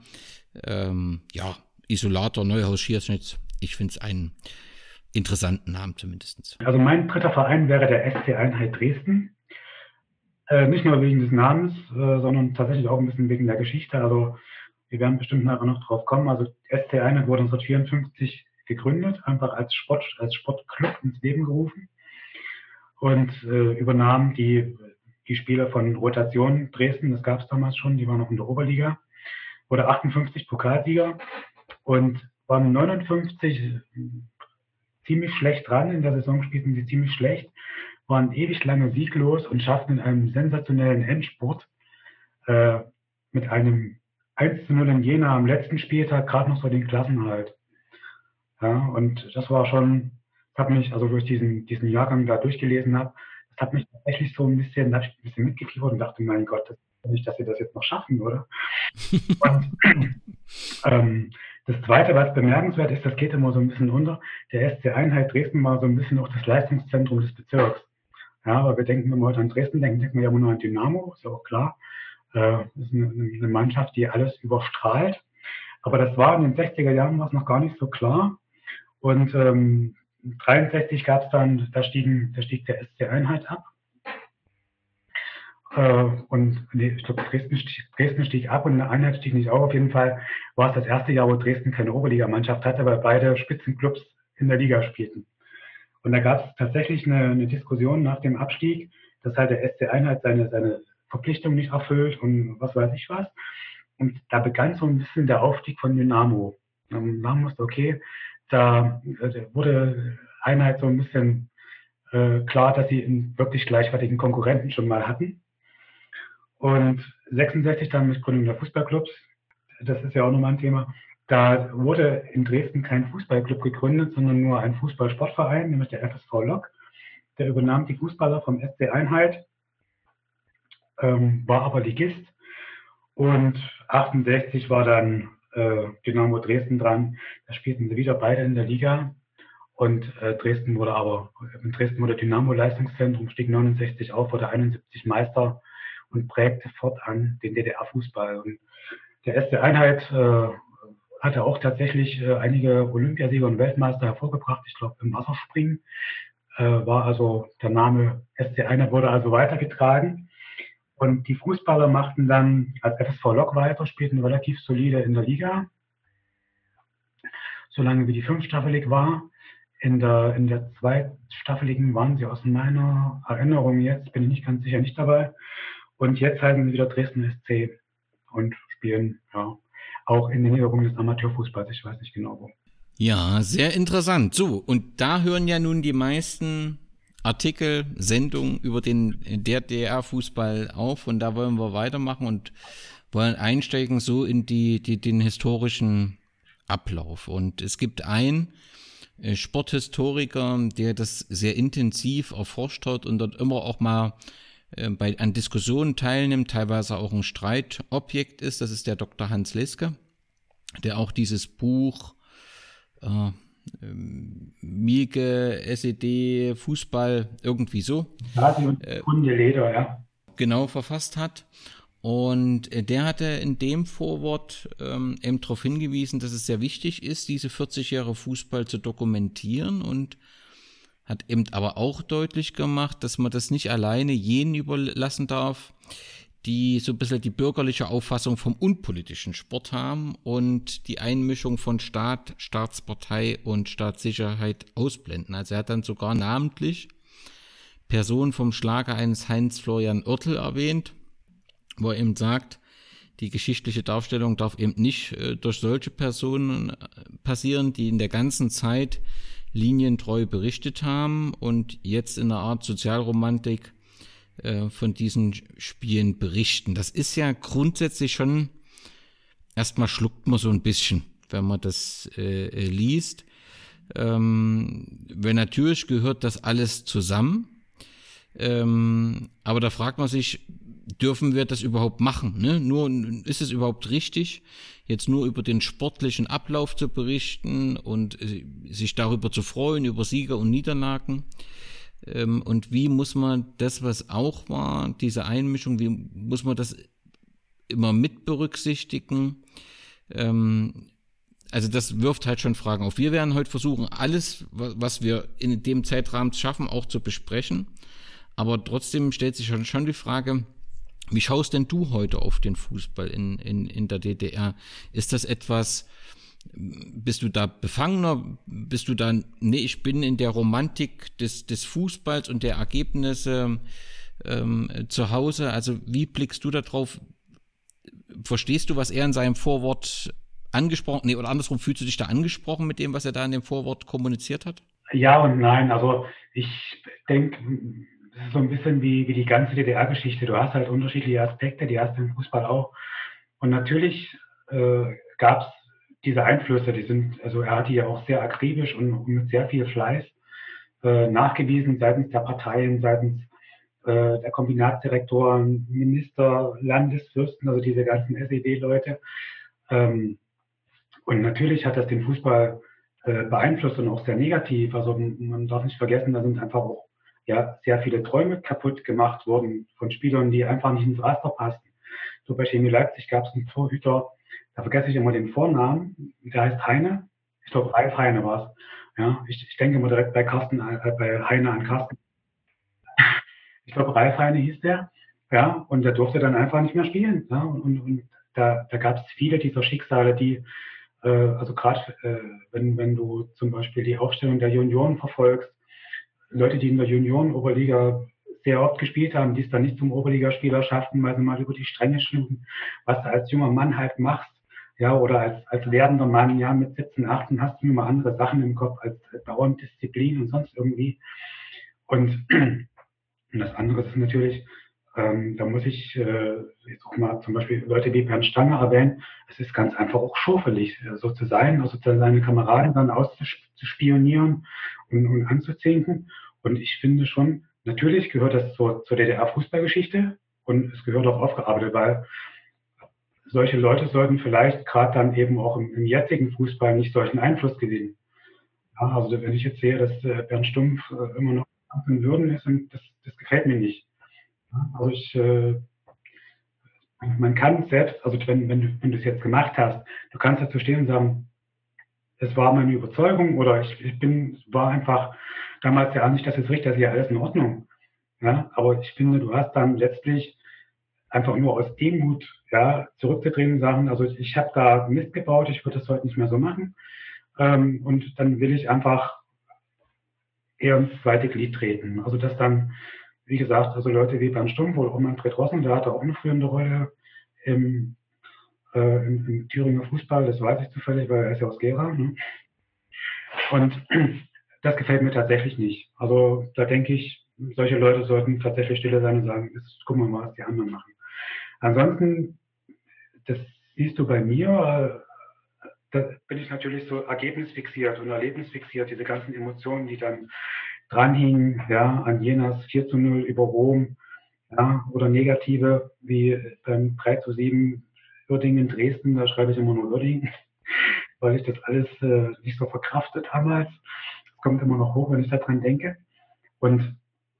Isolator Neuhaus Schierschnitz. Ich finde es einen interessanten Namen zumindest. Also mein dritter Verein wäre der SC Einheit Dresden. Nicht nur wegen des Namens, sondern tatsächlich auch ein bisschen wegen der Geschichte. Also wir werden bestimmt nachher noch drauf kommen. Also SC Einheit wurde 1954 gegründet, einfach als Sportclub ins Leben gerufen und übernahm die Spieler von Rotation Dresden, das gab es damals schon, die waren noch in der Oberliga, wurde 58 Pokalsieger und waren 59 ziemlich schlecht dran. In der Saison spielten sie ziemlich schlecht, waren ewig lange sieglos und schafften in einem sensationellen Endspurt mit einem 1:0 in Jena am letzten Spieltag gerade noch so den Klassenerhalt. Ja, und das war schon, habe mich, also durch diesen Jahrgang da durchgelesen habe, das hat mich tatsächlich so ein bisschen mitgefiebert und dachte, mein Gott, das ist nicht, dass sie das jetzt noch schaffen, oder? Und das Zweite, was bemerkenswert ist, das geht immer so ein bisschen unter, der SC Einheit Dresden war so ein bisschen auch das Leistungszentrum des Bezirks. Ja, weil wir denken, wenn wir heute an Dresden denken, denken wir ja immer nur an Dynamo, ist ja auch klar. Das ist eine Mannschaft, die alles überstrahlt. Aber das war in den 60er Jahren war es noch gar nicht so klar. Und 63 gab es dann, da stieg der SC Einheit ab. Ich glaube, Dresden stieg ab und eine Einheit stieg nicht auf. Auf jeden Fall war es das erste Jahr, wo Dresden keine Oberligamannschaft hatte, weil beide Spitzenclubs in der Liga spielten. Und da gab es tatsächlich eine Diskussion nach dem Abstieg, dass halt der SC Einheit seine Verpflichtung nicht erfüllt und was weiß ich was. Und da begann so ein bisschen der Aufstieg von Dynamo. Man sagen musste, okay, da wurde Einheit so ein bisschen klar, dass sie einen wirklich gleichwertigen Konkurrenten schon mal hatten. Und 66 dann mit Gründung der Fußballclubs, das ist ja auch nochmal ein Thema, da wurde in Dresden kein Fußballclub gegründet, sondern nur ein Fußballsportverein, nämlich der FSV Lok. Der übernahm die Fußballer vom SC Einheit, war aber Ligist. Und 68 war dann Dynamo Dresden dran. Da spielten sie wieder beide in der Liga. Und Dresden wurde Dynamo Leistungszentrum, stieg 69 auf, wurde 71 Meister und prägte fortan den DDR-Fußball. Und der SC Einheit hatte auch tatsächlich einige Olympiasieger und Weltmeister hervorgebracht. Ich glaube, im Wasserspringen war also der Name SC Einheit wurde also weitergetragen. Und die Fußballer machten dann als FSV Lok weiter, spielten relativ solide in der Liga, solange wie die 5-staffelig war. in der zweitstaffeligen waren sie aus meiner Erinnerung jetzt, bin ich nicht ganz sicher, nicht dabei. Und jetzt heißen sie wieder Dresden SC und spielen ja auch in den Niederungen des Amateurfußballs, ich weiß nicht genau wo. Ja, sehr interessant. So, und da hören ja nun die meisten Artikel, Sendungen über der DDR-Fußball auf und da wollen wir weitermachen und wollen einsteigen so in den historischen Ablauf. Und es gibt einen Sporthistoriker, der das sehr intensiv erforscht hat und dort immer auch mal an Diskussionen teilnimmt, teilweise auch ein Streitobjekt ist. Das ist der Dr. Hans Leske, der auch dieses Buch Mieke, SED, Fußball, irgendwie so. Hundeleder, ja. Genau verfasst hat. Und der hatte in dem Vorwort eben darauf hingewiesen, dass es sehr wichtig ist, diese 40 Jahre Fußball zu dokumentieren und hat eben aber auch deutlich gemacht, dass man das nicht alleine jenen überlassen darf, die so ein bisschen die bürgerliche Auffassung vom unpolitischen Sport haben und die Einmischung von Staat, Staatspartei und Staatssicherheit ausblenden. Also er hat dann sogar namentlich Personen vom Schlage eines Heinz-Florian Oertel erwähnt, wo er eben sagt, die geschichtliche Darstellung darf eben nicht durch solche Personen passieren, die in der ganzen Zeit linientreu berichtet haben und jetzt in einer Art Sozialromantik von diesen Spielen berichten. Das ist ja grundsätzlich schon, erstmal schluckt man so ein bisschen, wenn man das liest. Weil natürlich gehört das alles zusammen, aber da fragt man sich, dürfen wir das überhaupt machen? Ne? Ist es überhaupt richtig, jetzt nur über den sportlichen Ablauf zu berichten und sich darüber zu freuen, über Siege und Niederlagen? Und wie muss man das, was auch war, diese Einmischung, wie muss man das immer mit berücksichtigen? Also das wirft halt schon Fragen auf. Wir werden heute versuchen, alles, was wir in dem Zeitrahmen schaffen, auch zu besprechen. Aber trotzdem stellt sich schon die Frage, wie schaust denn du heute auf den Fußball in der DDR? Ist das etwas, bist du da befangener? Bist du da, nee, ich bin in der Romantik des Fußballs und der Ergebnisse zu Hause? Also wie blickst du da drauf? Verstehst du, was er in seinem Vorwort angesprochen, oder andersrum, fühlst du dich da angesprochen mit dem, was er da in dem Vorwort kommuniziert hat? Ja und nein, also ich denke, das ist so ein bisschen wie die ganze DDR-Geschichte. Du hast halt unterschiedliche Aspekte, die hast du im Fußball auch. Und natürlich gab es diese Einflüsse, also er hat die ja auch sehr akribisch und mit sehr viel Fleiß nachgewiesen, seitens der Parteien, seitens der Kombinatsdirektoren, Minister, Landesfürsten, also diese ganzen SED-Leute. Und natürlich hat das den Fußball beeinflusst und auch sehr negativ. Also man darf nicht vergessen, da sind einfach auch sehr viele Träume kaputt gemacht worden von Spielern, die einfach nicht ins Raster passten. So bei Chemie Leipzig gab es einen Torhüter, da vergesse ich immer den Vornamen, der heißt Heine. Ich glaube, Ralf Heine war es. Ja, ich denke immer direkt bei Heine an Carsten. Ich glaube, Ralf Heine hieß der. Ja, und der durfte dann einfach nicht mehr spielen. Ja, und da gab es viele dieser Schicksale, die, also gerade wenn du zum Beispiel die Aufstellung der Junioren verfolgst, Leute, die in der Junioren-Oberliga sehr oft gespielt haben, die es dann nicht zum Oberligaspieler schafften, weil sie mal über die Stränge schlugen, was du als junger Mann halt machst, ja, oder als werdender Mann, ja, mit 17, 18 hast du immer andere Sachen im Kopf als dauernd Disziplin und sonst irgendwie. Und das andere ist natürlich, da muss ich jetzt auch mal zum Beispiel Leute wie Bernd Stange erwähnen, es ist ganz einfach auch schofelig, so zu sein, also seine Kameraden dann auszuspionieren und anzuzinken. Und ich finde schon, natürlich gehört das zur DDR-Fußballgeschichte und es gehört auch aufgearbeitet, weil solche Leute sollten vielleicht gerade dann eben auch im jetzigen Fußball nicht solchen Einfluss gewinnen. Ja, also wenn ich jetzt sehe, dass Bernd Stumpf immer noch in Würden ist, das gefällt mir nicht. Also man kann selbst, also wenn du es jetzt gemacht hast, du kannst dazu stehen und sagen, es war meine Überzeugung oder war einfach damals der Ansicht, das ist richtig, das ist ja alles in Ordnung. Ja, aber ich finde, du hast dann letztlich einfach nur aus Demut zurückzutreten und sagen, also ich habe da Mist gebaut, ich würde das heute nicht mehr so machen. Und dann will ich einfach eher ins zweite Glied treten. Also dass dann, wie gesagt, also Leute wie Bernd Stumpf oder auch Manfred Rossen, der hatte auch eine führende Rolle im Thüringer Fußball, das weiß ich zufällig, weil er ist ja aus Gera. Ne? Und das gefällt mir tatsächlich nicht. Also da denke ich, solche Leute sollten tatsächlich stille sein und sagen, jetzt gucken wir mal, was die anderen machen. Ansonsten, das siehst du bei mir, da bin ich natürlich so ergebnisfixiert und erlebnisfixiert, diese ganzen Emotionen, die dann dranhingen, ja, an Jenas 4:0 über Rom, ja, oder negative, wie beim 3:7 Uerdingen, Dresden, da schreibe ich immer nur Uerdingen, weil ich das alles nicht so verkraftet damals. Das kommt immer noch hoch, wenn ich daran denke. Und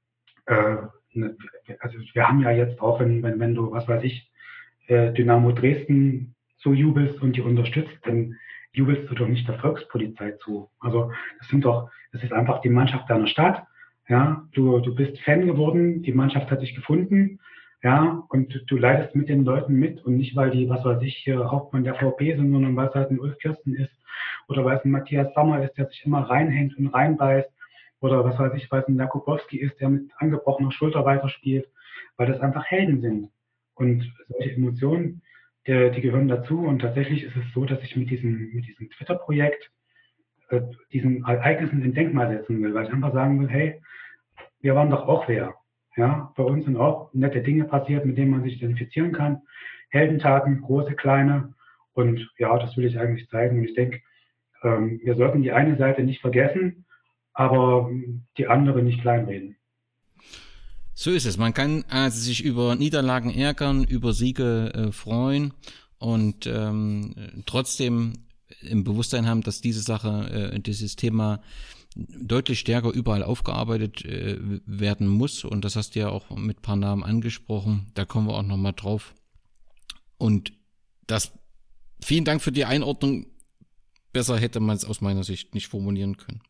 also wir haben ja jetzt auch, wenn du, was weiß ich, Dynamo Dresden so jubelst und die unterstützt, dann jubelst du doch nicht der Volkspolizei zu. Also das ist einfach die Mannschaft deiner Stadt. Ja, du bist Fan geworden, die Mannschaft hat dich gefunden, ja, und du leidest mit den Leuten mit und nicht, weil die, was weiß ich, Hauptmann der VP sind, sondern weil es halt ein Ulf Kirsten ist oder weil es ein Matthias Sammer ist, der sich immer reinhängt und reinbeißt oder was weiß ich, weil es ein Jakubowski ist, der mit angebrochener Schulter weiterspielt, weil das einfach Helden sind. Und solche Emotionen, die gehören dazu und tatsächlich ist es so, dass ich mit diesem Twitter-Projekt diesen Ereignissen ein Denkmal setzen will, weil ich einfach sagen will, hey, wir waren doch auch wer. Ja, bei uns sind auch nette Dinge passiert, mit denen man sich identifizieren kann. Heldentaten, große, kleine. Und ja, das will ich eigentlich zeigen. Und ich denke, wir sollten die eine Seite nicht vergessen, aber die andere nicht kleinreden. So ist es. Man kann also sich über Niederlagen ärgern, über Siege freuen und trotzdem im Bewusstsein haben, dass diese Sache, dieses Thema deutlich stärker überall aufgearbeitet werden muss. Und das hast du ja auch mit ein paar Namen angesprochen. Da kommen wir auch nochmal drauf. Und vielen Dank für die Einordnung. Besser hätte man es aus meiner Sicht nicht formulieren können.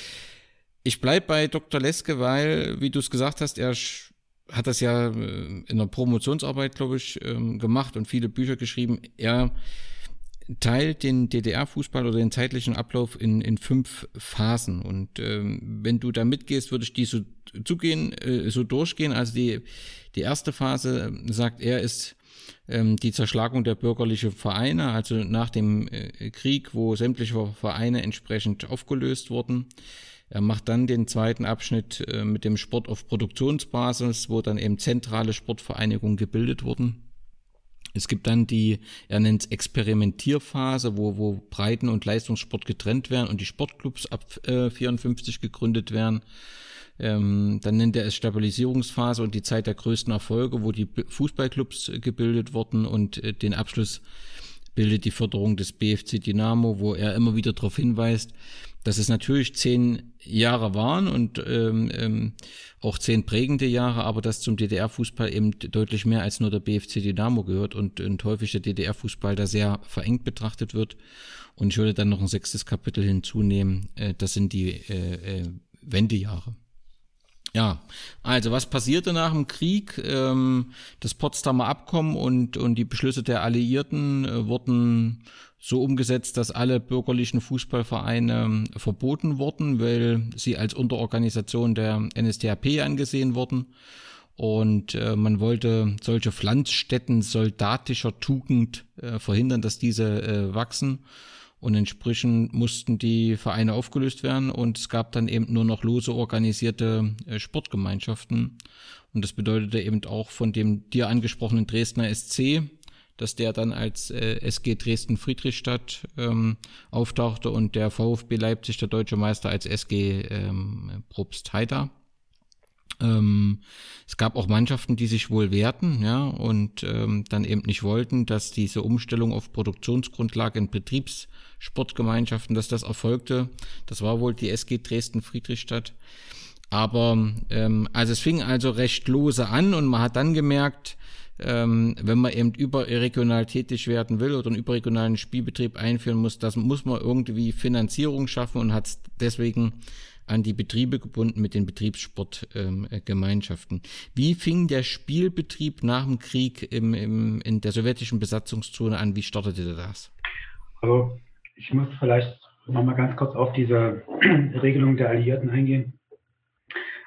Ich bleibe bei Dr. Leske, weil, wie du es gesagt hast, er hat das ja in einer Promotionsarbeit, glaube ich, gemacht und viele Bücher geschrieben. Er teilt den DDR-Fußball oder den zeitlichen Ablauf in 5 Phasen. Und wenn du da mitgehst, würde ich die so durchgehen. Also die erste Phase, sagt er, ist die Zerschlagung der bürgerlichen Vereine, also nach dem Krieg, wo sämtliche Vereine entsprechend aufgelöst wurden. Er macht dann den zweiten Abschnitt mit dem Sport auf Produktionsbasis, wo dann eben zentrale Sportvereinigungen gebildet wurden. Es gibt dann er nennt es Experimentierphase, wo Breiten- und Leistungssport getrennt werden und die Sportclubs ab 54 gegründet werden. Dann nennt er es Stabilisierungsphase und die Zeit der größten Erfolge, wo die Fußballclubs gebildet wurden, und den Abschluss bildet die Förderung des BFC Dynamo, wo er immer wieder darauf hinweist, dass es natürlich 10 Jahre waren und auch 10 prägende Jahre, aber dass zum DDR-Fußball eben deutlich mehr als nur der BFC Dynamo gehört und häufig der DDR-Fußball da sehr verengt betrachtet wird. Und ich würde dann noch ein 6. Kapitel hinzunehmen, das sind die Wendejahre. Ja, also was passierte nach dem Krieg? Das Potsdamer Abkommen und die Beschlüsse der Alliierten wurden so umgesetzt, dass alle bürgerlichen Fußballvereine verboten wurden, weil sie als Unterorganisation der NSDAP angesehen wurden. Und man wollte solche Pflanzstätten soldatischer Tugend verhindern, dass diese wachsen. Und entsprechend mussten die Vereine aufgelöst werden und es gab dann eben nur noch lose organisierte Sportgemeinschaften. Und das bedeutete eben auch von dem dir angesprochenen Dresdner SC, dass der dann als SG Dresden-Friedrichstadt auftauchte und der VfB Leipzig, der deutsche Meister, als SG Probstheida. Es gab auch Mannschaften, die sich wohl wehrten, ja, und dann eben nicht wollten, dass diese Umstellung auf Produktionsgrundlage in Betriebssportgemeinschaften, dass das erfolgte. Das war wohl die SG Dresden-Friedrichstadt. Aber also es fing also recht lose an und man hat dann gemerkt, wenn man eben überregional tätig werden will oder einen überregionalen Spielbetrieb einführen muss, das muss man irgendwie Finanzierung schaffen und hat es deswegen an die Betriebe gebunden mit den Betriebssportgemeinschaften. Wie fing der Spielbetrieb nach dem Krieg in der sowjetischen Besatzungszone an? Wie startete das? Also ich muss vielleicht nochmal ganz kurz auf diese Regelung der Alliierten eingehen.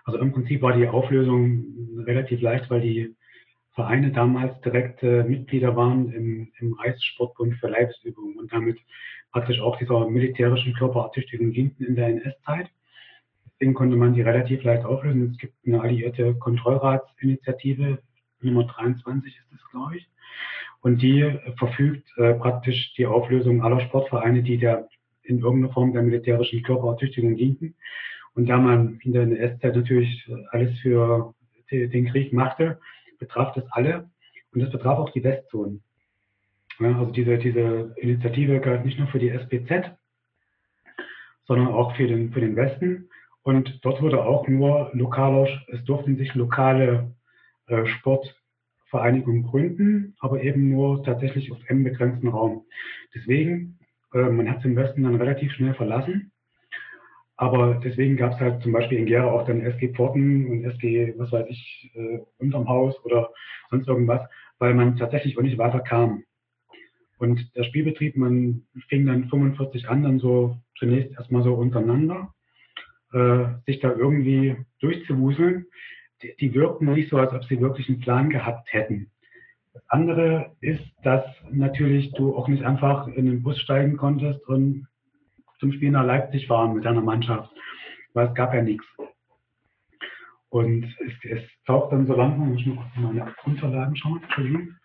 Also im Prinzip war die Auflösung relativ leicht, weil die Vereine damals direkt Mitglieder waren im Reichssportbund für Leibesübungen und damit praktisch auch dieser militärischen Körperertüchtigung dienten in der NS-Zeit. Deswegen konnte man die relativ leicht auflösen. Es gibt eine alliierte Kontrollratsinitiative, Nummer 23 ist es, glaube ich. Und die verfügt praktisch die Auflösung aller Sportvereine, die in irgendeiner Form der militärischen Körperertüchtigung dienten. Und da man in der NS-Zeit natürlich alles für den Krieg machte, betraf das alle. Und das betraf auch die Westzonen. Ja, also diese Initiative galt nicht nur für die SBZ, sondern auch für den Westen. Und dort wurde auch nur es durften sich lokale Sportvereinigungen gründen, aber eben nur tatsächlich auf eng begrenzten Raum. Deswegen, man hat es im Westen dann relativ schnell verlassen. Aber deswegen gab es halt zum Beispiel in Gera auch dann SG Pforten und SG, was weiß ich, unterm Haus oder sonst irgendwas, weil man tatsächlich auch nicht weiter kam. Und der Spielbetrieb, man fing dann 45 an, dann so zunächst erstmal so untereinander, sich da irgendwie durchzuwuseln. Die wirkten nicht so, als ob sie wirklich einen Plan gehabt hätten. Das andere ist, dass natürlich du auch nicht einfach in den Bus steigen konntest und zum Spiel nach Leipzig fahren mit deiner Mannschaft, weil es gab ja nichts. Und es taucht dann so langsam, muss ich mal kurz meine Unterlagen schauen, Entschuldigung.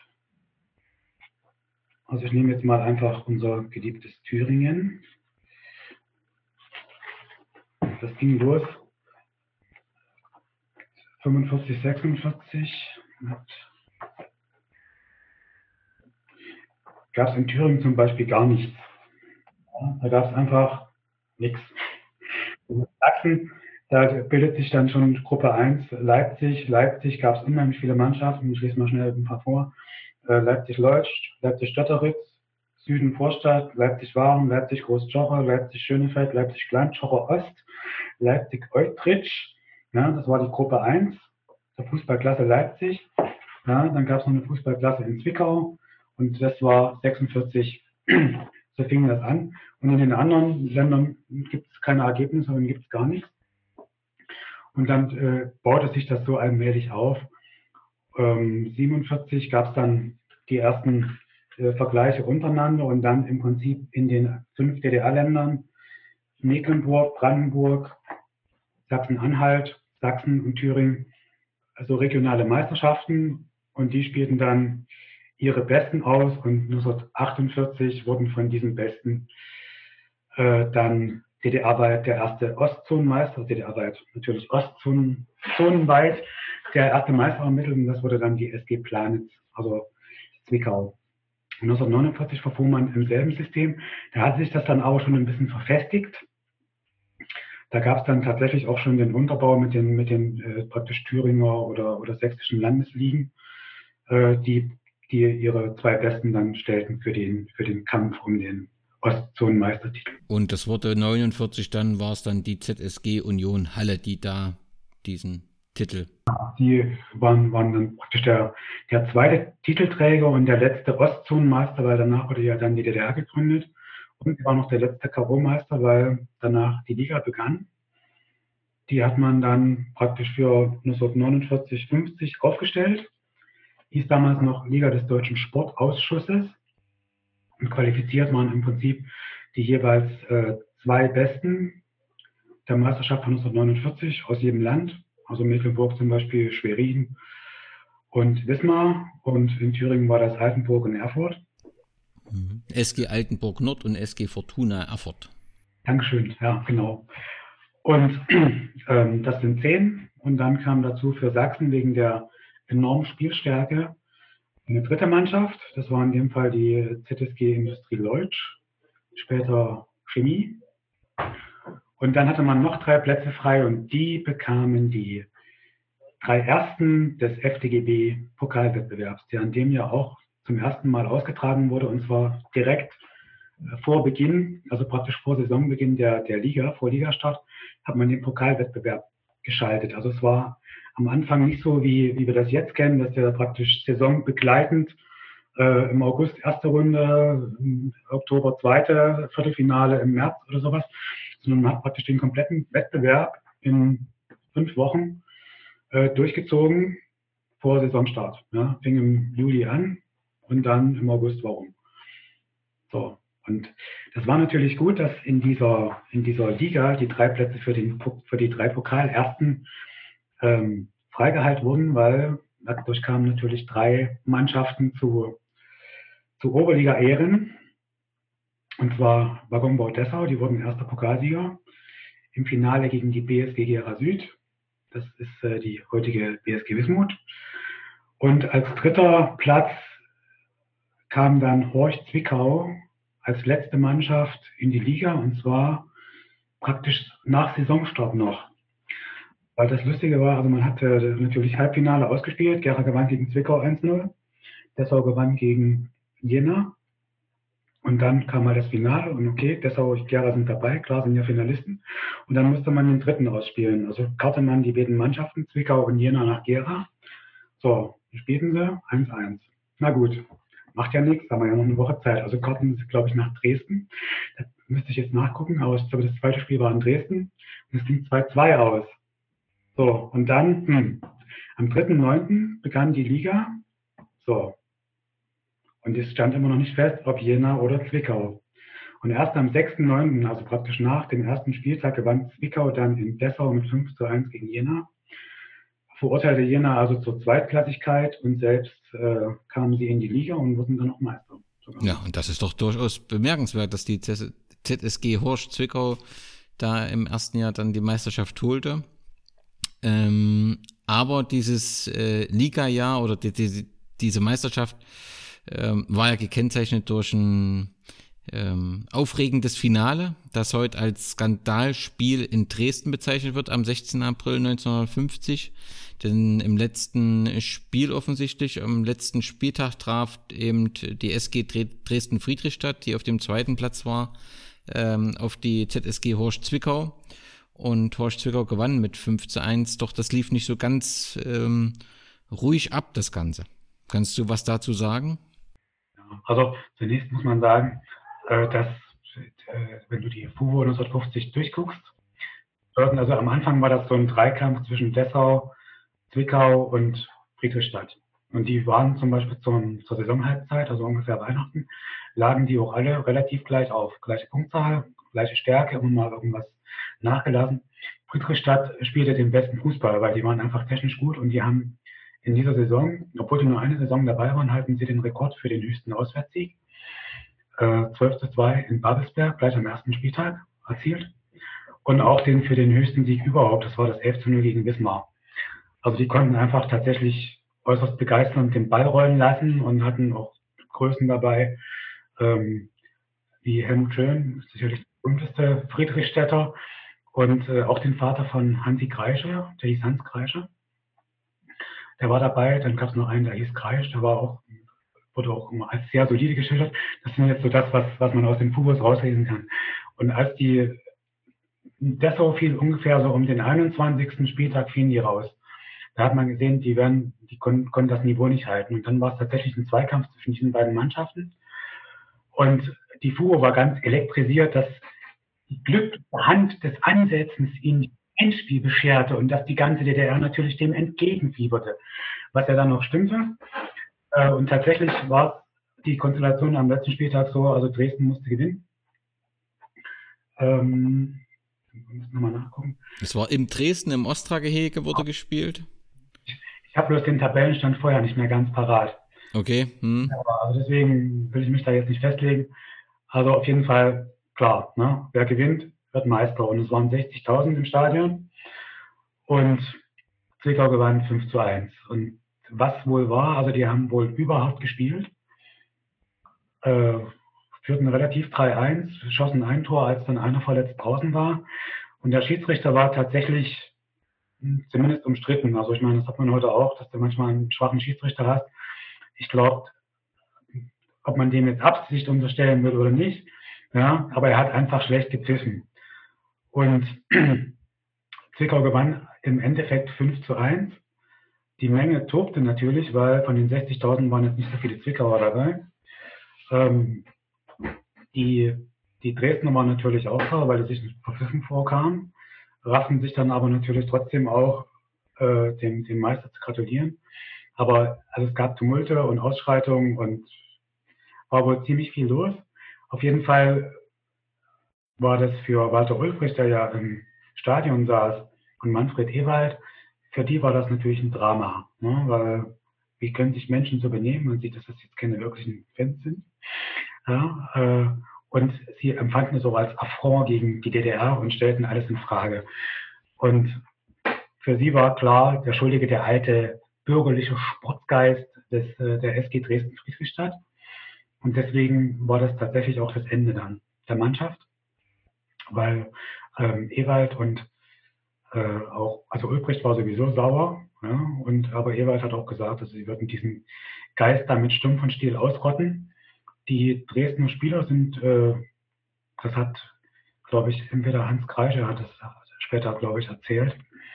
Also ich nehme jetzt mal einfach unser geliebtes Thüringen. Das ging los 45, 46. Gab es in Thüringen zum Beispiel gar nichts. Da gab es einfach nichts. In Sachsen, da bildet sich dann schon Gruppe 1 Leipzig. Leipzig gab es unheimlich viele Mannschaften. Ich lese mal schnell ein paar vor. Leipzig-Leutsch, Leipzig-Stötteritz, Süden-Vorstadt, Leipzig-Waren, Leipzig-Großjoche, Leipzig-Schönefeld, Leipzig-Kleinjoche-Ost, Leipzig-Eutrich. Ja, das war die Gruppe 1 der Fußballklasse Leipzig. Ja, dann gab es noch eine Fußballklasse in Zwickau und das war 46. So fing das an. Und in den anderen Ländern gibt es keine Ergebnisse und gibt es gar nichts. Und dann baute sich das so allmählich auf. 47 gab es dann die ersten Vergleiche untereinander und dann im Prinzip in den 5 DDR-Ländern, Mecklenburg, Brandenburg, Sachsen-Anhalt, Sachsen und Thüringen, also regionale Meisterschaften und die spielten dann ihre Besten aus und 1948 wurden von diesen Besten dann DDR-weit der erste Ostzonenmeister, DDR-weit natürlich Ostzonenweit, der erste Meister ermittelt und das wurde dann die SG Planitz, also Zwickau. 1949 verfuhr man im selben System, da hat sich das dann aber schon ein bisschen verfestigt. Da gab es dann tatsächlich auch schon den Unterbau mit den praktisch Thüringer oder sächsischen Landesligen, die ihre 2 Besten dann stellten für den Kampf um den Ostzonenmeistertitel. Und das wurde 49, dann war es dann die ZSG Union Halle, die da diesen Titel. Die waren dann praktisch der zweite Titelträger und der letzte Ostzonenmeister, weil danach wurde ja dann die DDR gegründet. Und sie war noch der letzte K.O.-Meister, weil danach die Liga begann. Die hat man dann praktisch für 1949, 50 aufgestellt. Hieß damals noch Liga des Deutschen Sportausschusses. Und qualifiziert waren im Prinzip die jeweils 2 Besten der Meisterschaft von 1949 aus jedem Land. Also Mecklenburg zum Beispiel, Schwerin und Wismar. Und in Thüringen war das Altenburg und Erfurt. SG Altenburg Nord und SG Fortuna Erfurt. Dankeschön, ja, genau. Und das sind 10. Und dann kam dazu für Sachsen wegen der enormen Spielstärke eine 3. Mannschaft. Das war in dem Fall die ZSG Industrie Leutsch, später Chemie. Und dann hatte man noch 3 Plätze frei und die bekamen die 3 Ersten des FDGB-Pokalwettbewerbs, der an dem Jahr auch zum ersten Mal ausgetragen wurde und zwar direkt vor Beginn, also praktisch vor Saisonbeginn der Liga, vor Ligastart, hat man den Pokalwettbewerb geschaltet. Also es war am Anfang nicht so, wie wir das jetzt kennen, dass der praktisch saisonbegleitend im August erste Runde, im Oktober zweite, Viertelfinale im März oder sowas, sondern man hat praktisch den kompletten Wettbewerb in 5 Wochen durchgezogen vor Saisonstart. Ja. Fing im Juli an und dann im August warum. So. Und das war natürlich gut, dass in dieser Liga die 3 Plätze für die 3 Pokalersten freigehalten wurden, weil dadurch kamen natürlich 3 Mannschaften zu Oberliga-Ehren. Und zwar Waggonbau Dessau, die wurden erster Pokalsieger im Finale gegen die BSG Gera Süd. Das ist die heutige BSG Wismut. Und als 3. Platz kam dann Horch Zwickau als letzte Mannschaft in die Liga, und zwar praktisch nach Saisonstart noch. Weil das Lustige war, also man hatte natürlich Halbfinale ausgespielt. Gera gewann gegen Zwickau 1-0. Dessau gewann gegen Jena. Und dann kam mal das Finale und okay, Dessau und Gera sind dabei, klar, sind ja Finalisten. Und dann musste man den 3. ausspielen. Also karte man die beiden Mannschaften, Zwickau und Jena, nach Gera. So, spielten sie 1-1. Na gut, macht ja nichts, haben wir ja noch eine Woche Zeit. Also karten sie, glaube ich, nach Dresden. Da müsste ich jetzt nachgucken, aber ich glaube, das zweite Spiel war in Dresden. Und es ging 2-2 aus. So, und dann, am 3.9. begann die Liga. So. Und es stand immer noch nicht fest, ob Jena oder Zwickau. Und erst am 6.9., also praktisch nach dem ersten Spieltag, gewann Zwickau dann in Dessau mit 5-1 gegen Jena. Verurteilte Jena also zur Zweitklassigkeit und selbst kamen sie in die Liga und wurden dann noch Meister. Sogar. Ja, und das ist doch durchaus bemerkenswert, dass die ZSG Horch Zwickau da im ersten Jahr dann die Meisterschaft holte. Aber dieses Liga-Jahr oder diese Meisterschaft war ja gekennzeichnet durch ein aufregendes Finale, das heute als Skandalspiel in Dresden bezeichnet wird, am 16. April 1950. Denn im letzten Spiel offensichtlich, am letzten Spieltag traf eben die SG Dresden-Friedrichstadt, die auf dem 2. Platz war, auf die ZSG Horch Zwickau. Und Horch Zwickau gewann mit 5-1, doch das lief nicht so ganz ruhig ab, das Ganze. Kannst du was dazu sagen? Also zunächst muss man sagen, dass wenn du die FUVO 1950 durchguckst, also am Anfang war das so ein Dreikampf zwischen Dessau, Zwickau und Friedrichstadt. Und die waren zum Beispiel zur Saisonhalbzeit, also ungefähr Weihnachten, lagen die auch alle relativ gleich auf. Gleiche Punktzahl, gleiche Stärke, immer mal irgendwas nachgelassen. Friedrichstadt spielte den besten Fußball, weil die waren einfach technisch gut und die haben in dieser Saison, obwohl die nur eine Saison dabei waren, halten sie den Rekord für den höchsten Auswärtssieg. 12-2 in Babelsberg, gleich am ersten Spieltag erzielt. Und auch für den höchsten Sieg überhaupt, das war das 11-0 gegen Wismar. Also die konnten einfach tatsächlich äußerst begeisternd den Ball rollen lassen und hatten auch Größen dabei, wie Helmut Schön, sicherlich der berühmteste Friedrichstädter, und auch den Vater von Hansi Kreischer, der hieß Hans Kreischer. Der war dabei, dann gab es noch einen, der hieß Kreisch, der wurde auch immer als sehr solide geschildert. Das ist jetzt so das, was man aus den FUVOs rauslesen kann. Und als die Dessau fiel ungefähr so um den 21. Spieltag fielen die raus. Da hat man gesehen, die konnten das Niveau nicht halten. Und dann war es tatsächlich ein Zweikampf zwischen diesen beiden Mannschaften. Und die FUVO war ganz elektrisiert, dass die glückliche Hand des Ansetzens ihnen die Endspiel bescherte und dass die ganze DDR natürlich dem entgegenfieberte, was ja dann noch stimmte. Und tatsächlich war die Konstellation am letzten Spieltag so, also Dresden musste gewinnen. Wir müssen nochmal nachgucken. Es war in Dresden, im Ostra-Gehege wurde gespielt. Ich habe bloß den Tabellenstand vorher nicht mehr ganz parat. Okay. Aber also deswegen will ich mich da jetzt nicht festlegen. Also auf jeden Fall klar, ne? Wer gewinnt, wird Meister. Und es waren 60.000 im Stadion. Und Zwickau gewann 5-1. Und was wohl war, also die haben wohl überhaupt gespielt, führten relativ 3-1, schossen ein Tor, als dann einer verletzt draußen war. Und der Schiedsrichter war tatsächlich zumindest umstritten. Also ich meine, das hat man heute auch, dass du manchmal einen schwachen Schiedsrichter hast. Ich glaube, ob man dem jetzt Absicht unterstellen will oder nicht, ja, aber er hat einfach schlecht gepfiffen. Und Zwickau gewann im Endeffekt 5-1. Die Menge tobte natürlich, weil von den 60.000 waren jetzt nicht so viele Zwickauer dabei. Die Dresdner waren natürlich auch da, weil es sich nicht verpfiffen vorkam. raffen sich dann aber natürlich trotzdem auch, dem Meister zu gratulieren. Aber also es gab Tumulte und Ausschreitungen und war wohl ziemlich viel los. Auf jeden Fall war das für Walter Ulbricht, der ja im Stadion saß, und Manfred Ewald, für die war das natürlich ein Drama, ne? Weil wie können sich Menschen so benehmen? Man sieht, dass das jetzt keine wirklichen Fans sind. Ja, und sie empfanden es auch als Affront gegen die DDR und stellten alles in Frage. Und für sie war klar, der Schuldige der alte bürgerliche Sportgeist der SG Dresden-Friedrichstadt. Und deswegen war das tatsächlich auch das Ende dann der Mannschaft, weil Ewald und also Ulbricht war sowieso sauer, ja, aber Ewald hat auch gesagt, dass sie würden diesen Geist damit Stumpf und Stiel ausrotten. Die Dresdner Spieler sind, das hat, glaube ich, entweder Hans Kreischer hat es später, glaube ich, erzählt,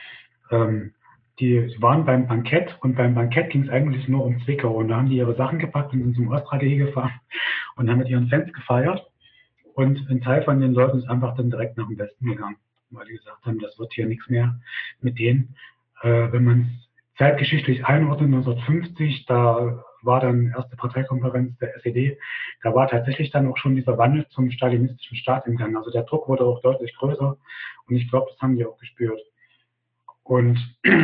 die waren beim Bankett und beim Bankett ging es eigentlich nur um Zwickau und da haben die ihre Sachen gepackt und sind zum Ostragehege gefahren und haben mit ihren Fans gefeiert und ein Teil von den Leuten ist einfach dann direkt nach dem Westen gegangen, weil die gesagt haben, das wird hier nichts mehr mit denen. Wenn man es zeitgeschichtlich einordnet, 1950, da war dann erste Parteikonferenz der SED, da war tatsächlich dann auch schon dieser Wandel zum stalinistischen Staat im Gang. Also der Druck wurde auch deutlich größer und ich glaube, das haben die auch gespürt. Und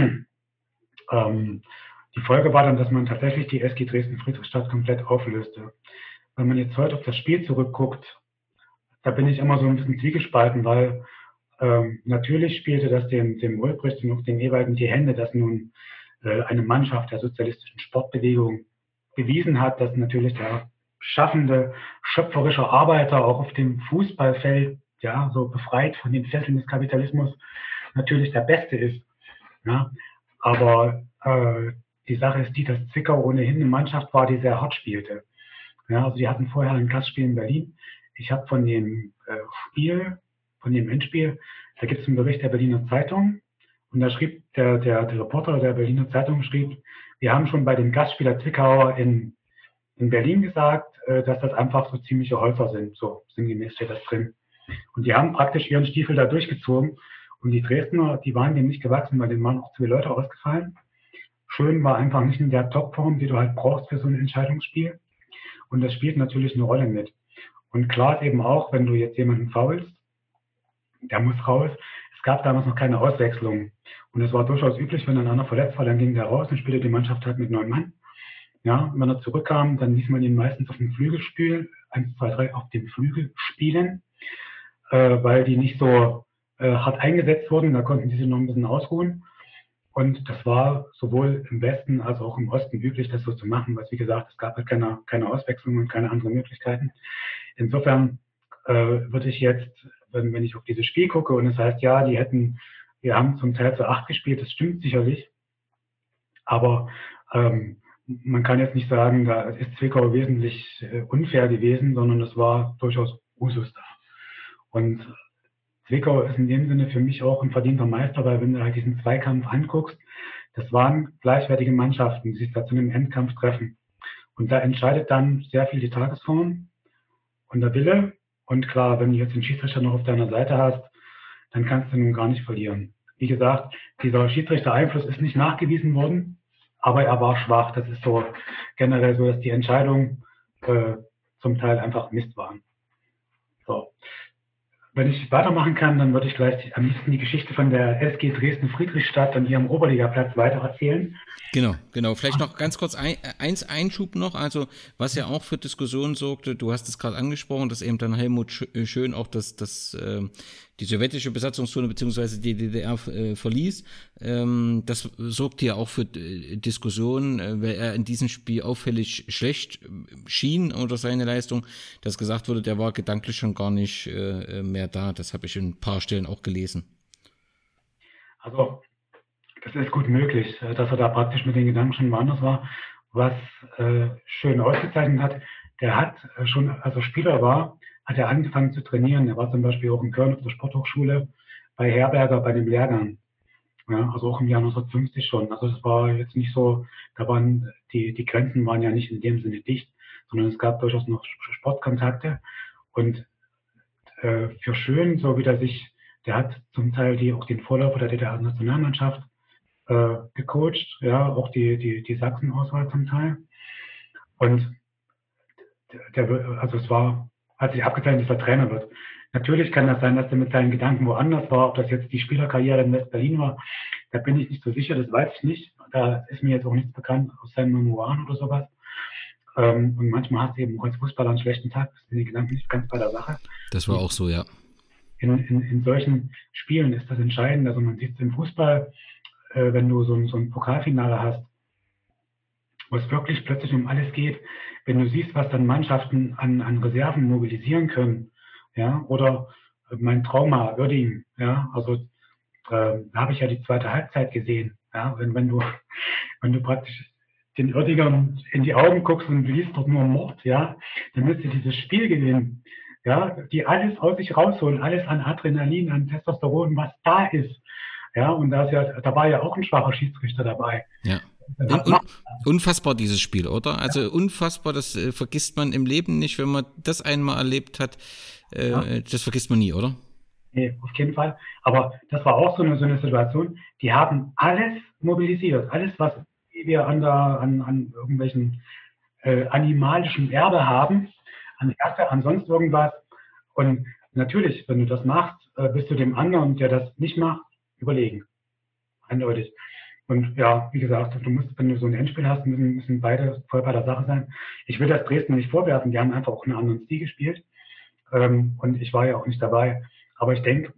die Folge war dann, dass man tatsächlich die SG Dresden-Friedrichstadt komplett auflöste. Wenn man jetzt heute auf das Spiel zurückguckt, da bin ich immer so ein bisschen zwiegespalten, weil natürlich spielte das dem Ulbricht und auch dem Ewald in die Hände, dass nun eine Mannschaft der sozialistischen Sportbewegung bewiesen hat, dass natürlich der schaffende, schöpferische Arbeiter auch auf dem Fußballfeld, ja, so befreit von den Fesseln des Kapitalismus, natürlich der Beste ist. Ja. Aber die Sache ist die, dass Zwickau ohnehin eine Mannschaft war, die sehr hart spielte. Ja, also die hatten vorher ein Gastspiel in Berlin. Ich habe von dem Endspiel, da gibt es einen Bericht der Berliner Zeitung und da schrieb der Reporter der Berliner Zeitung schrieb, wir haben schon bei dem Gastspieler Zwickauer in Berlin gesagt, dass das einfach so ziemliche Holzer sind, so sinngemäß steht das drin. Und die haben praktisch ihren Stiefel da durchgezogen und die Dresdner, die waren dem nicht gewachsen, weil denen waren auch 2 Leute ausgefallen. Schön war einfach nicht in der Topform, die du halt brauchst für so ein Entscheidungsspiel und das spielt natürlich eine Rolle mit. Und klar ist eben auch, wenn du jetzt jemanden faulst, der muss raus. Es gab damals noch keine Auswechslung. Und es war durchaus üblich, wenn dann einer verletzt war, dann ging der raus und spielte die Mannschaft halt mit 9 Mann. Ja, und wenn er zurückkam, dann ließ man ihn meistens auf dem Flügel spielen, 1, 2, 3 auf dem Flügel spielen, weil die nicht so hart eingesetzt wurden. Da konnten die sich noch ein bisschen ausruhen. Und das war sowohl im Westen als auch im Osten üblich, das so zu machen, weil, wie gesagt, es gab halt keine Auswechslung und keine anderen Möglichkeiten. Insofern würde ich jetzt, wenn ich auf dieses Spiel gucke und es heißt, ja, wir haben zum Teil zu 8 gespielt, das stimmt sicherlich, aber man kann jetzt nicht sagen, da ist Zwickau wesentlich unfair gewesen, sondern es war durchaus Usus da. Und Zwickau ist in dem Sinne für mich auch ein verdienter Meister, weil wenn du halt diesen Zweikampf anguckst, das waren gleichwertige Mannschaften, die sich da zu einem Endkampf treffen. Und da entscheidet dann sehr viel die Tagesform und der Wille. Und klar, wenn du jetzt den Schiedsrichter noch auf deiner Seite hast, dann kannst du nun gar nicht verlieren. Wie gesagt, dieser Schiedsrichter-Einfluss ist nicht nachgewiesen worden, aber er war schwach. Das ist so generell so, dass die Entscheidungen zum Teil einfach Mist waren. So. Wenn ich weitermachen kann, dann würde ich gleich am liebsten die Geschichte von der SG Dresden-Friedrichstadt an ihrem Oberligaplatz weitererzählen. Genau. Vielleicht noch ganz kurz Einschub noch, also was ja auch für Diskussionen sorgte, du hast es gerade angesprochen, dass eben dann Helmut Schön auch die sowjetische Besatzungszone bzw. die DDR verließ. Das sorgte ja auch für Diskussionen, weil er in diesem Spiel auffällig schlecht schien oder seine Leistung, dass gesagt wurde, der war gedanklich schon gar nicht mehr da. Das habe ich in ein paar Stellen auch gelesen. Also das ist gut möglich, dass er da praktisch mit den Gedanken schon woanders war. Was Schön ausgezeichnet hat, der hat schon, also Spieler war, hat er angefangen zu trainieren. Er war zum Beispiel auch in Köln auf der Sporthochschule bei Herberger bei dem Lehrgang. Ja, also auch im Jahr 1950 schon. Also das war jetzt nicht so, da waren die Grenzen waren ja nicht in dem Sinne dicht, sondern es gab durchaus noch Sportkontakte. Und für Schön, so wie er sich Der hat zum Teil auch den Vorläufer der DDR-Nationalmannschaft gecoacht, ja, auch die Sachsen-Auswahl zum Teil. Und es hat sich abgezeichnet, dass er Trainer wird. Natürlich kann das sein, dass er mit seinen Gedanken woanders war, ob das jetzt die Spielerkarriere in West-Berlin war, da bin ich nicht so sicher, das weiß ich nicht. Da ist mir jetzt auch nichts bekannt aus seinen Memoiren oder sowas. Und manchmal hast du eben als Fußballer einen schlechten Tag, bist du die Gedanken nicht ganz bei der Sache. Das war auch so, ja. In solchen Spielen ist das entscheidend. Also man sieht es im Fußball, wenn du so ein Pokalfinale hast, wo es wirklich plötzlich um alles geht, wenn du siehst, was dann Mannschaften an Reserven mobilisieren können, ja, oder mein Trauma, Uerdingen, ja, also da habe ich ja die zweite Halbzeit gesehen, ja, wenn du praktisch den Uerdingern in die Augen guckst und liest dort nur Mord, ja, dann wirst du dieses Spiel gewinnen, ja, die alles aus sich rausholen, alles an Adrenalin, an Testosteron, was da ist, ja, und da war ja auch ein schwacher Schiedsrichter dabei. Ja. Unfassbar dieses Spiel, oder? Also unfassbar, das vergisst man im Leben nicht, wenn man das einmal erlebt hat. Das vergisst man nie, oder? Nee, auf jeden Fall. Aber das war auch so eine Situation, die haben alles mobilisiert. Alles, was wir an irgendwelchen animalischen Erbe haben, an Härte, an sonst irgendwas. Und natürlich, wenn du das machst, bist du dem anderen, der das nicht macht, überlegen. Eindeutig. Und ja, wie gesagt, wenn du so ein Endspiel hast, müssen beide voll bei der Sache sein. Ich will das Dresden nicht vorwerfen, die haben einfach auch einen anderen Stil gespielt. Und ich war ja auch nicht dabei. Aber ich denke,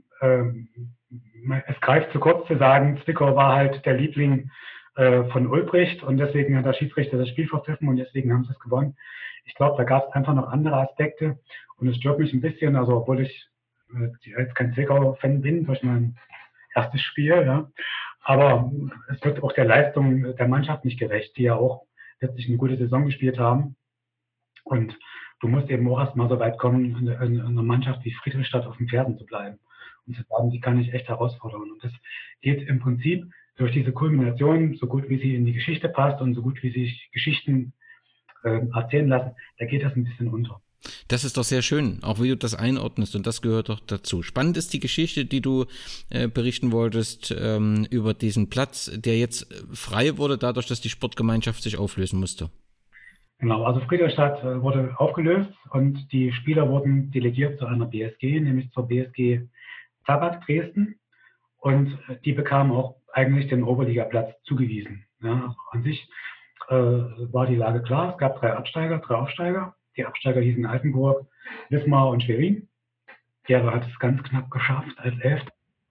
es greift zu kurz zu sagen, Zwickau war halt der Liebling von Ulbricht und deswegen hat der Schiedsrichter das Spiel verpfiffen und deswegen haben sie es gewonnen. Ich glaube, da gab es einfach noch andere Aspekte und es stört mich ein bisschen, also obwohl ich jetzt kein Zwickau-Fan bin durch mein erstes Spiel, ja. Aber es wird auch der Leistung der Mannschaft nicht gerecht, die ja auch letztlich eine gute Saison gespielt haben. Und du musst eben auch erst mal so weit kommen, in einer Mannschaft wie Friedrichstadt auf den Fersen zu bleiben. Und zu sagen, die kann ich echt herausfordern. Und das geht im Prinzip durch diese Kulmination, so gut wie sie in die Geschichte passt und so gut wie sich Geschichten erzählen lassen, da geht das ein bisschen unter. Das ist doch sehr schön, auch wie du das einordnest und das gehört doch dazu. Spannend ist die Geschichte, die du berichten wolltest über diesen Platz, der jetzt frei wurde, dadurch, dass die Sportgemeinschaft sich auflösen musste. Genau, also Friedrichstadt wurde aufgelöst und die Spieler wurden delegiert zu einer BSG, nämlich zur BSG Tabak Dresden und die bekamen auch eigentlich den Oberligaplatz zugewiesen. Ja, an sich war die Lage klar, es gab 3 Aufsteiger. Die Absteiger hießen Altenburg, Wismar und Schwerin. Gera hat es ganz knapp geschafft als 11.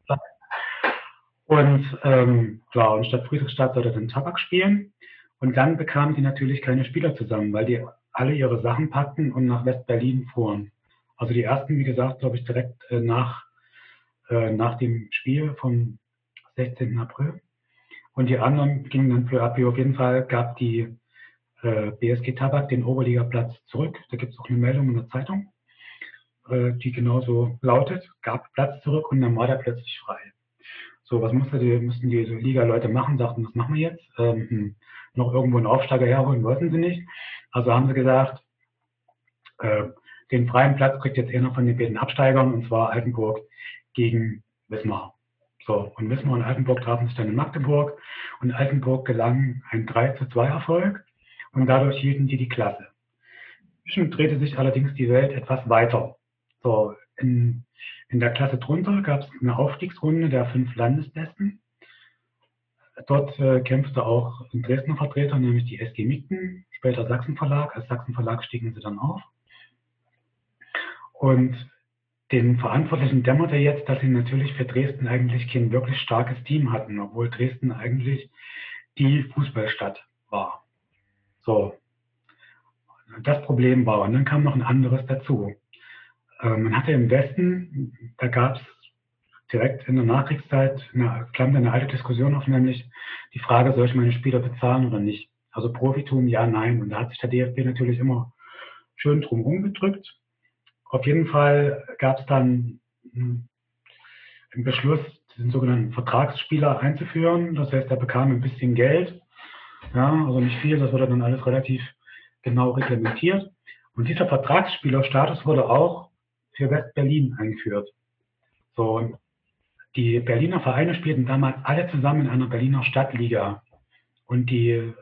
Und klar, und Stadt Friedrichstadt sollte dann Tabak spielen. Und dann bekamen die natürlich keine Spieler zusammen, weil die alle ihre Sachen packten und nach West-Berlin fuhren. Also die ersten, wie gesagt, glaube ich, direkt nach dem Spiel vom 16. April. Und die anderen gingen dann für ab. Auf jeden Fall gab die BSG Tabak den Oberligaplatz zurück. Da gibt es auch eine Meldung in der Zeitung, die genauso lautet, gab Platz zurück und dann war der plötzlich frei. So, was mussten die Liga-Leute machen? Sagten, was machen wir jetzt? Noch irgendwo einen Aufsteiger herholen wollten sie nicht. Also haben sie gesagt, den freien Platz kriegt jetzt einer von den beiden Absteigern, und zwar Altenburg gegen Wismar. So, und Wismar und Altenburg trafen sich dann in Magdeburg und Altenburg gelang ein 3:2 Erfolg. Und dadurch hielten die Klasse. Inzwischen drehte sich allerdings die Welt etwas weiter. So, in der Klasse drunter gab es eine Aufstiegsrunde der 5 Landesbesten. Dort kämpfte auch ein Dresdner Vertreter, nämlich die SG Migden, später Sachsenverlag. Als Sachsenverlag stiegen sie dann auf. Und den Verantwortlichen dämmerte jetzt, dass sie natürlich für Dresden eigentlich kein wirklich starkes Team hatten, obwohl Dresden eigentlich die Fußballstadt war. So, das Problem war, und dann kam noch ein anderes dazu. Man hatte im Westen, da gab es direkt in der Nachkriegszeit, flammte eine alte Diskussion auf, nämlich die Frage, soll ich meine Spieler bezahlen oder nicht? Also Profitum, ja, nein. Und da hat sich der DFB natürlich immer schön drum rumgedrückt. Auf jeden Fall gab es dann einen Beschluss, den sogenannten Vertragsspieler einzuführen. Das heißt, er bekam ein bisschen Geld. Ja, also nicht viel, das wurde dann alles relativ genau reglementiert. Und dieser Vertragsspielerstatus wurde auch für West-Berlin eingeführt. So, und die Berliner Vereine spielten damals alle zusammen in einer Berliner Stadtliga. Und die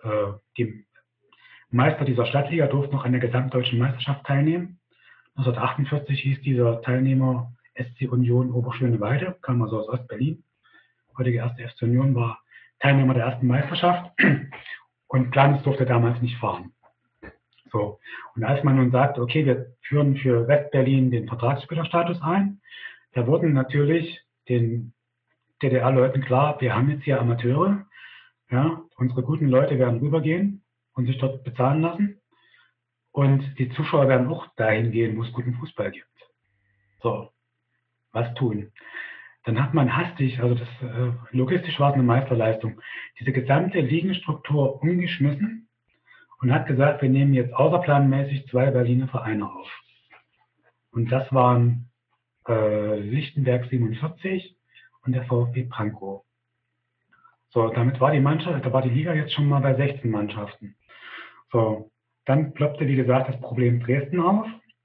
Meister dieser Stadtliga durften noch an der gesamtdeutschen Meisterschaft teilnehmen. 1948 hieß dieser Teilnehmer SC Union Oberschöneweide, kam also aus Ostberlin. Heutige erste FC Union war Teilnehmer der ersten Meisterschaft und Planitz durfte damals nicht fahren. So. Und als man nun sagt, okay, wir führen für Westberlin den Vertragsspielerstatus ein, da wurden natürlich den DDR-Leuten klar, wir haben jetzt hier Amateure, ja, unsere guten Leute werden rübergehen und sich dort bezahlen lassen und die Zuschauer werden auch dahin gehen, wo es guten Fußball gibt. So, was tun? Dann hat man hastig, also logistisch war es eine Meisterleistung, diese gesamte Ligenstruktur umgeschmissen und hat gesagt, wir nehmen jetzt außerplanmäßig 2 Berliner Vereine auf. Und das waren Lichtenberg 47 und der VfB Pankow. So, damit war die Liga jetzt schon mal bei 16 Mannschaften. So, dann ploppte, wie gesagt, das Problem Dresden auf.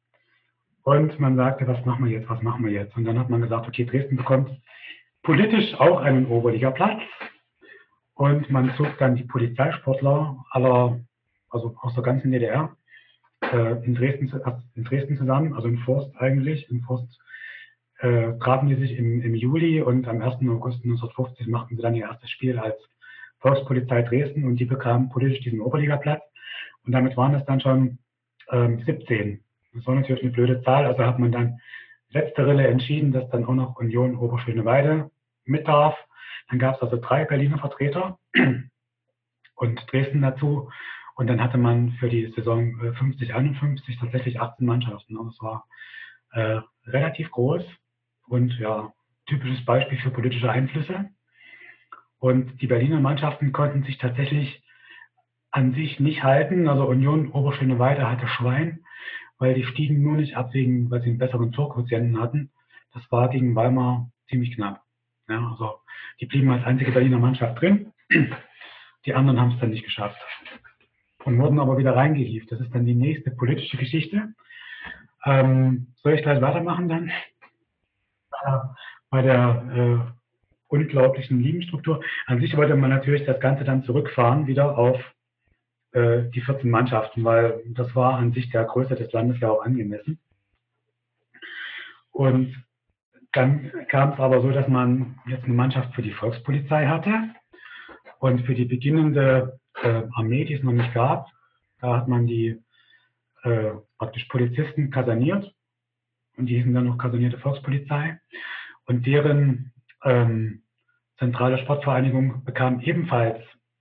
Und man sagte, was machen wir jetzt? Und dann hat man gesagt, okay, Dresden bekommt politisch auch einen Oberligaplatz. Und man zog dann die Polizeisportler also aus der ganzen DDR, in Dresden zusammen, also in Forst eigentlich. In Forst trafen die sich im Juli und am 1. August 1950 machten sie dann ihr erstes Spiel als Volkspolizei Dresden und die bekamen politisch diesen Oberligaplatz. Und damit waren es dann schon 17. Das war natürlich eine blöde Zahl, also hat man dann letzte Rille entschieden, dass dann auch noch Union Oberschöneweide mit darf. Dann gab es also 3 Berliner Vertreter und Dresden dazu. Und dann hatte man für die Saison 50-51 tatsächlich 18 Mannschaften. Und das war relativ groß und ja, typisches Beispiel für politische Einflüsse. Und die Berliner Mannschaften konnten sich tatsächlich an sich nicht halten. Also Union Oberschöneweide hatte Schwein, weil die stiegen nur nicht ab, weil sie einen besseren Torquotienten hatten. Das war gegen Weimar ziemlich knapp. Ja, also die blieben als einzige Berliner Mannschaft drin. Die anderen haben es dann nicht geschafft und wurden aber wieder reingehievt. Das ist dann die nächste politische Geschichte. Soll ich gleich weitermachen dann? Bei der unglaublichen Ligenstruktur. An sich wollte man natürlich das Ganze dann zurückfahren, wieder auf die 14 Mannschaften, weil das war an sich der Größe des Landes ja auch angemessen. Und dann kam es aber so, dass man jetzt eine Mannschaft für die Volkspolizei hatte und für die beginnende Armee, die es noch nicht gab, da hat man die praktisch Polizisten kaserniert und die hießen dann noch kasernierte Volkspolizei und deren zentrale Sportvereinigung bekam ebenfalls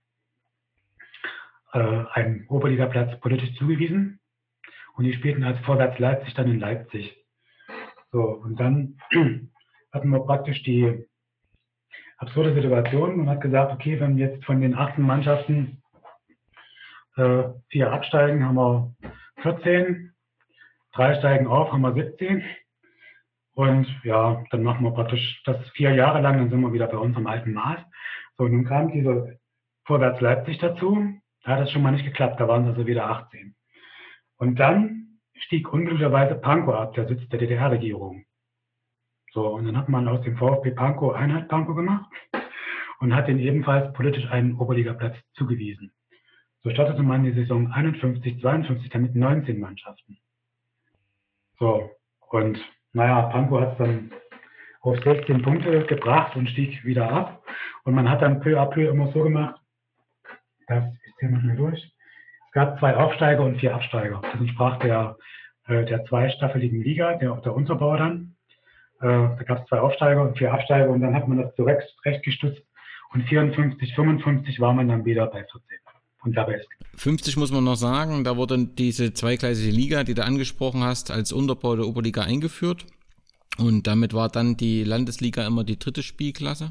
einen Oberligaplatz politisch zugewiesen und die spielten als Vorwärts Leipzig dann in Leipzig. So, und dann hatten wir praktisch die absurde Situation und hat gesagt, okay, wenn jetzt von den 18 Mannschaften 4 absteigen, haben wir 14, 3 steigen auf, haben wir 17 und ja, dann machen wir praktisch das 4 Jahre lang, dann sind wir wieder bei unserem alten Maß. So, nun kam diese Vorwärts Leipzig dazu. Da hat es schon mal nicht geklappt, da waren es also wieder 18. Und dann stieg unglücklicherweise Pankow ab, der Sitz der DDR-Regierung. So, und dann hat man aus dem VfB Pankow Einheit Pankow gemacht und hat den ebenfalls politisch einen Oberligaplatz zugewiesen. So startete man die Saison 51-52 damit 19 Mannschaften. So, und naja, Pankow hat es dann auf 16 Punkte gebracht und stieg wieder ab. Und man hat dann peu à peu immer so gemacht, das ist hier nicht mehr durch. Es gab 2 Aufsteiger und 4 Absteiger. Das entsprach der 2-staffeligen Liga, der Unterbau dann. Da gab es 2 Aufsteiger und 4 Absteiger und dann hat man das zurechtgestutzt und 54, 55 war man dann wieder bei 14. Und dabei ist 50 muss man noch sagen, da wurde diese zweigleisige Liga, die du angesprochen hast, als Unterbau der Oberliga eingeführt und damit war dann die Landesliga immer die 3. Spielklasse.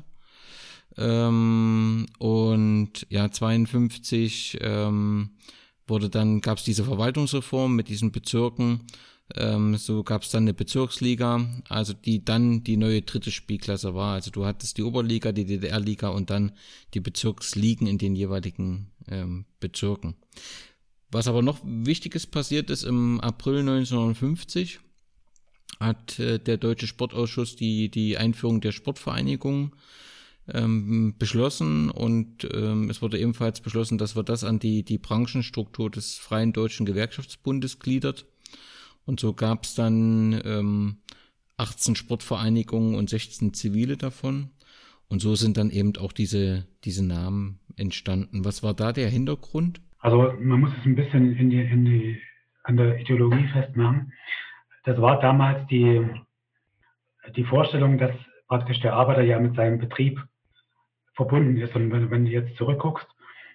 Und ja, 52 gab es diese Verwaltungsreform mit diesen Bezirken, so gab es dann eine Bezirksliga, also die dann die neue 3. Spielklasse war. Also du hattest die Oberliga, die DDR-Liga und dann die Bezirksligen in den jeweiligen Bezirken. Was aber noch Wichtiges passiert ist im April 1950, hat der Deutsche Sportausschuss die Einführung der Sportvereinigung beschlossen und es wurde ebenfalls beschlossen, dass wir das an die Branchenstruktur des Freien Deutschen Gewerkschaftsbundes gliedert. Und so gab es dann 18 Sportvereinigungen und 16 zivile davon. Und so sind dann eben auch diese Namen entstanden. Was war da der Hintergrund? Also man muss es ein bisschen an der Ideologie festmachen. Das war damals die Vorstellung, dass praktisch der Arbeiter ja mit seinem Betrieb verbunden ist. Und wenn du jetzt zurückguckst,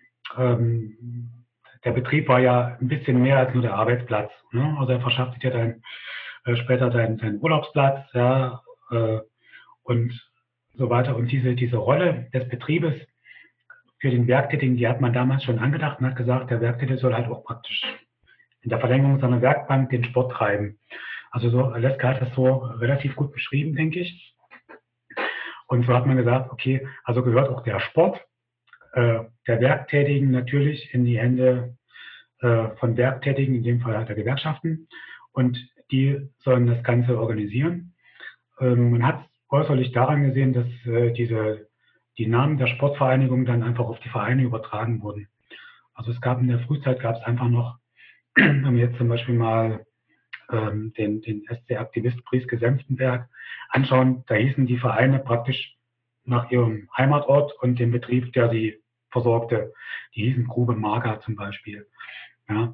der Betrieb war ja ein bisschen mehr als nur der Arbeitsplatz. Ne? Also er verschafft dir dann später deinen Urlaubsplatz, ja, und so weiter. Und diese Rolle des Betriebes für den Werktätigen, die hat man damals schon angedacht und hat gesagt, der Werktätige soll halt auch praktisch in der Verlängerung seiner Werkbank den Sport treiben. Also so, Leska hat das so relativ gut beschrieben, denke ich. Und so hat man gesagt, okay, also gehört auch der Sport der Werktätigen natürlich in die Hände von Werktätigen, in dem Fall der Gewerkschaften. Und die sollen das Ganze organisieren. Man hat äußerlich daran gesehen, dass die Namen der Sportvereinigung dann einfach auf die Vereine übertragen wurden. Also es gab in der Frühzeit einfach noch, wenn wir jetzt zum Beispiel mal den SC Aktivist Prieske Senftenberg anschauen, da hießen die Vereine praktisch nach ihrem Heimatort und dem Betrieb, der sie versorgte. Die hießen Grube Mager zum Beispiel. Ja.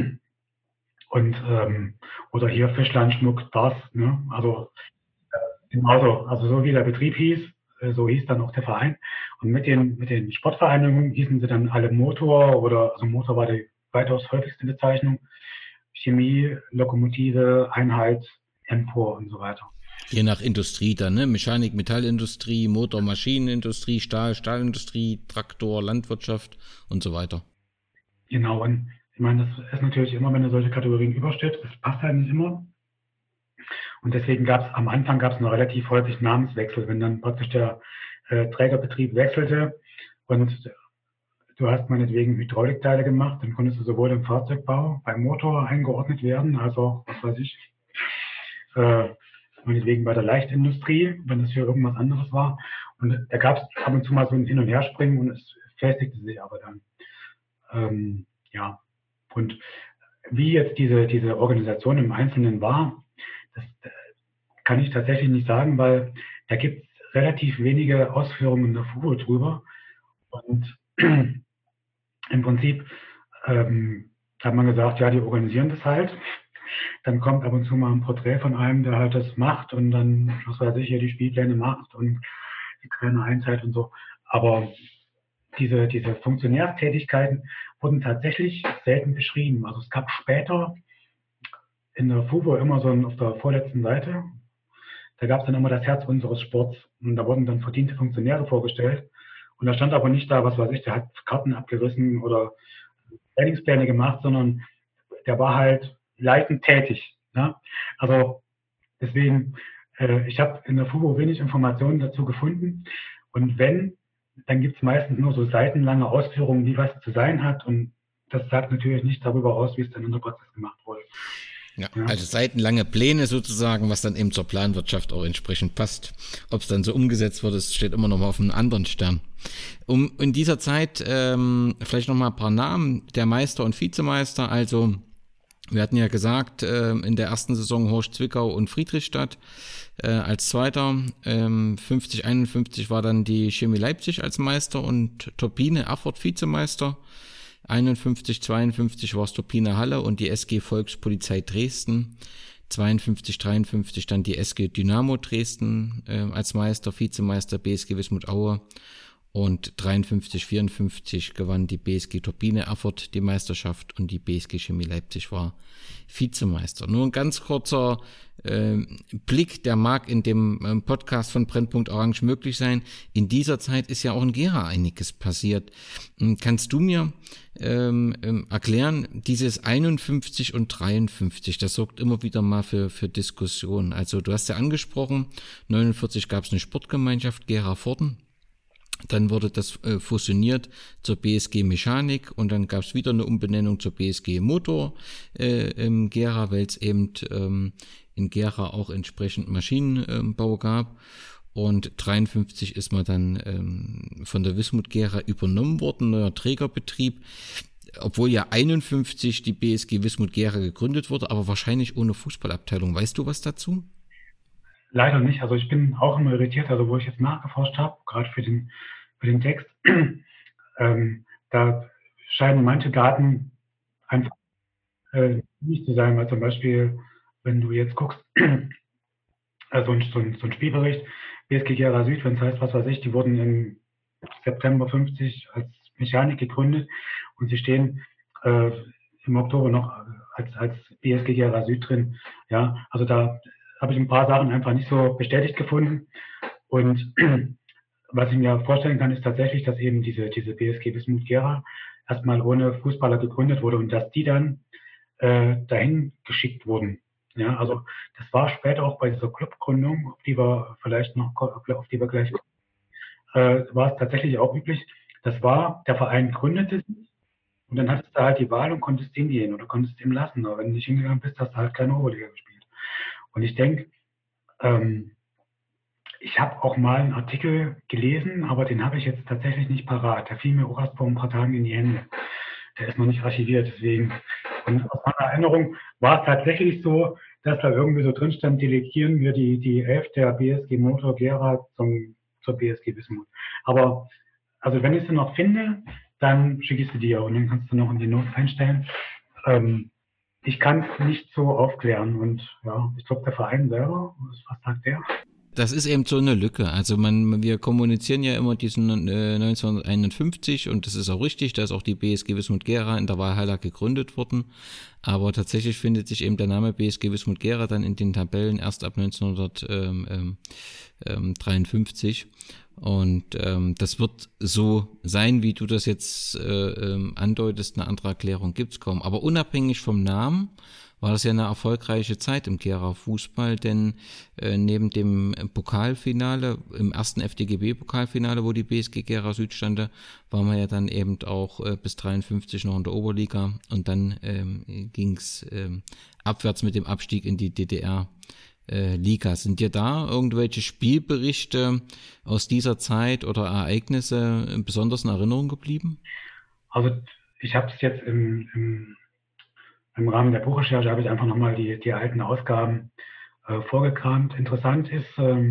Und oder hier Fischlandschmuck, das, ne? Also genauso, also so wie der Betrieb hieß, so hieß dann auch der Verein. Und mit den Sportvereinigungen hießen sie dann alle Motor, also Motor war die weitaus häufigste Bezeichnung, Chemie, Lokomotive, Einheit, Empor und so weiter. Je nach Industrie dann, ne? Mechanik, Metallindustrie, Motor, Maschinenindustrie, Stahlindustrie, Traktor, Landwirtschaft und so weiter. Genau, und ich meine, das ist natürlich immer, wenn du solche Kategorien übersteht, das passt halt nicht immer. Und deswegen am Anfang gab es noch relativ häufig Namenswechsel, wenn dann praktisch der Trägerbetrieb wechselte und du hast meinetwegen Hydraulikteile gemacht, dann konntest du sowohl im Fahrzeugbau beim Motor eingeordnet werden, als auch, was weiß ich, meinetwegen bei der Leichtindustrie, wenn das für irgendwas anderes war. Und da gab es ab und zu mal so ein Hin- und Herspringen und es festigte sich aber dann. Ja. Und wie jetzt diese Organisation im Einzelnen war, das kann ich tatsächlich nicht sagen, weil da gibt es relativ wenige Ausführungen in der FUBO drüber. Und im Prinzip hat man gesagt, ja, die organisieren das halt. Dann kommt ab und zu mal ein Porträt von einem, der halt das macht und dann, was weiß ich, hier die Spielpläne macht und die Trainer einteilt und so. Aber diese Funktionärstätigkeiten wurden tatsächlich selten beschrieben. Also es gab später in der FUBO immer so auf der vorletzten Seite, da gab es dann immer das Herz unseres Sports und da wurden dann verdiente Funktionäre vorgestellt. Und da stand aber nicht da, was weiß ich, der hat Karten abgerissen oder Trainingspläne gemacht, sondern der war halt leitend tätig. Ne? Also deswegen, ich habe in der FUBO wenig Informationen dazu gefunden. Und wenn, dann gibt es meistens nur so seitenlange Ausführungen, wie was zu sein hat. Und das sagt natürlich nichts darüber aus, wie es dann in der Praxis gemacht wurde. Ja, also seitenlange Pläne sozusagen, was dann eben zur Planwirtschaft auch entsprechend passt. Ob es dann so umgesetzt wird, das steht immer noch mal auf einem anderen Stern. In dieser Zeit vielleicht noch mal ein paar Namen, der Meister und Vizemeister. Also wir hatten ja gesagt, in der ersten Saison Horst Zwickau und Friedrichstadt als Zweiter. 50-51 war dann die Chemie Leipzig als Meister und Turbine Erfurt Vizemeister. 51-52 war es Turbine Halle und die SG Volkspolizei Dresden. 52-53 dann die SG Dynamo Dresden als Meister, Vizemeister BSG Wismut Aue. Und 53-54 gewann die BSG Turbine Erfurt die Meisterschaft und die BSG Chemie Leipzig war Vizemeister. Nur ein ganz kurzer Blick, der mag in dem Podcast von Brennpunkt Orange möglich sein. In dieser Zeit ist ja auch in Gera einiges passiert. Kannst du mir erklären, dieses 51 und 53, das sorgt immer wieder mal für Diskussionen. Also du hast ja angesprochen, 49 gab es eine Sportgemeinschaft Gera-Vorden. Dann wurde das fusioniert zur BSG Mechanik und dann gab es wieder eine Umbenennung zur BSG Motor im Gera, weil es eben in Gera auch entsprechend Maschinenbau gab. Und 53 ist man dann von der Wismut Gera übernommen worden, neuer Trägerbetrieb, obwohl ja 51 die BSG Wismut Gera gegründet wurde, aber wahrscheinlich ohne Fußballabteilung. Weißt du was dazu? Leider nicht. Also ich bin auch immer irritiert, also wo ich jetzt nachgeforscht habe, gerade für den Text, da scheinen manche Daten einfach nicht zu sein, weil zum Beispiel, wenn du jetzt guckst, so ein Spielbericht, BSG Gera Süd, wenn es heißt, was weiß ich, die wurden im September 50 als Mechanik gegründet und sie stehen im Oktober noch als BSG Gera Süd drin. Ja, also da habe ich ein paar Sachen einfach nicht so bestätigt gefunden. Und was ich mir vorstellen kann, ist tatsächlich, dass eben diese BSG Wismut Gera erstmal ohne Fußballer gegründet wurde und dass die dann dahin geschickt wurden. Ja, also das war später auch bei dieser Clubgründung, auf die wir gleich war es tatsächlich auch üblich. Das war, der Verein gründete sich und dann hattest du halt die Wahl und konntest hingehen oder konntest ihm lassen. Aber wenn du nicht hingegangen bist, hast du halt keine Oberliga gespielt. Und ich denke, ich habe auch mal einen Artikel gelesen, aber den habe ich jetzt tatsächlich nicht parat. Der fiel mir auch erst vor ein paar Tagen in die Hände. Der ist noch nicht archiviert, deswegen. Und aus meiner Erinnerung war es tatsächlich so, dass da irgendwie so drin stand, delegieren wir die 11 der BSG Motor Gera zur BSG Wismut. Aber also wenn ich sie noch finde, dann schicke ich sie dir und dann kannst du noch in die Notes einstellen. Ich kann es nicht so aufklären und ja, ich glaube, der Verein selber, was sagt der? Das ist eben so eine Lücke. Also wir kommunizieren ja immer diesen 1951 und das ist auch richtig, da ist auch die BSG Wismut Gera in der Walhalla gegründet worden. Aber tatsächlich findet sich eben der Name BSG Wismut Gera dann in den Tabellen erst ab 1953. Und das wird so sein, wie du das jetzt andeutest, eine andere Erklärung gibt's kaum. Aber unabhängig vom Namen war das ja eine erfolgreiche Zeit im Gera Fußball, denn neben dem Pokalfinale, im ersten FDGB-Pokalfinale, wo die BSG Gera Süd stand, war man ja dann eben auch bis 53 noch in der Oberliga und dann ging's abwärts mit dem Abstieg in die DDR-Liga. Sind dir da irgendwelche Spielberichte aus dieser Zeit oder Ereignisse besonders in Erinnerung geblieben? Also ich habe es jetzt im Rahmen der Buchrecherche habe ich einfach nochmal die alten Ausgaben vorgekramt. Interessant ist,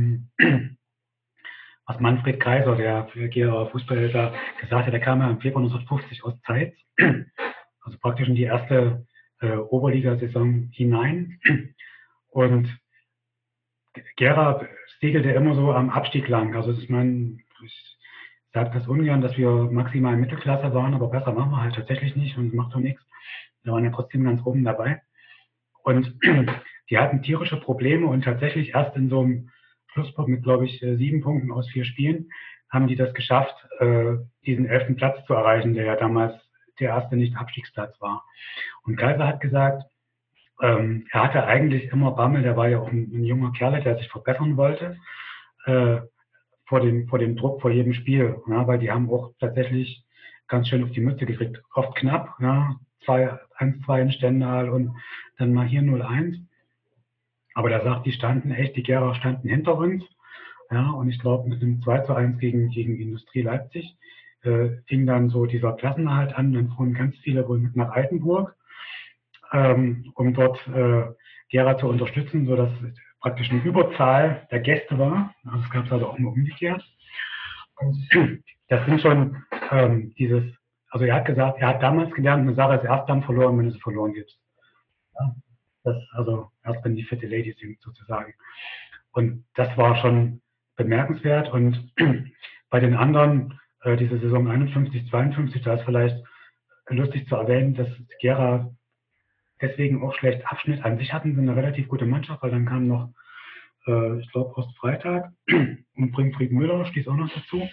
was Manfred Kaiser, der für Gera Fußballhelfer, gesagt hat. Der kam ja im Februar 1950 aus Zeitz, also praktisch in die erste Oberligasaison hinein. Und Gera segelte immer so am Abstieg lang. Also ich sage das ungern, dass wir maximal Mittelklasse waren, aber besser machen wir halt tatsächlich nicht und macht doch nichts. Wir waren ja trotzdem ganz oben dabei. Und die hatten tierische Probleme und tatsächlich erst in so einem Schlusspunkt mit, glaube ich, 7 Punkten aus 4 Spielen haben die das geschafft, diesen 11. Platz zu erreichen, der ja damals der erste Nicht-Abstiegsplatz war. Und Kaiser hat gesagt, er hatte eigentlich immer Bammel, der war ja auch ein junger Kerl, der sich verbessern wollte, vor dem Druck vor jedem Spiel. Ja, weil die haben auch tatsächlich ganz schön auf die Mütze gekriegt. Oft knapp, ja, 1-2 in Stendal und dann mal hier 0-1. Aber der sagt, die Gera standen hinter uns. Ja, und ich glaube, mit dem 2-1 gegen Industrie Leipzig fing dann so dieser Klassenerhalt an. Dann fuhren ganz viele wohl mit nach Altenburg, um dort Gera zu unterstützen, sodass praktisch eine Überzahl der Gäste war. Also das gab es also auch immer umgekehrt. Und das sind schon also er hat gesagt, er hat damals gelernt, eine Sache ist erst dann verloren, wenn du sie verloren gibst. Ja, also erst wenn die fette Lady singt sozusagen. Und das war schon bemerkenswert. Und bei den anderen, diese Saison 51, 52, da ist vielleicht lustig zu erwähnen, dass Gera deswegen auch schlecht Abschnitt. An sich hatten sie eine relativ gute Mannschaft, weil dann kam noch, ich glaube, Ostfreitag und Bringfried Müller stieß auch noch dazu.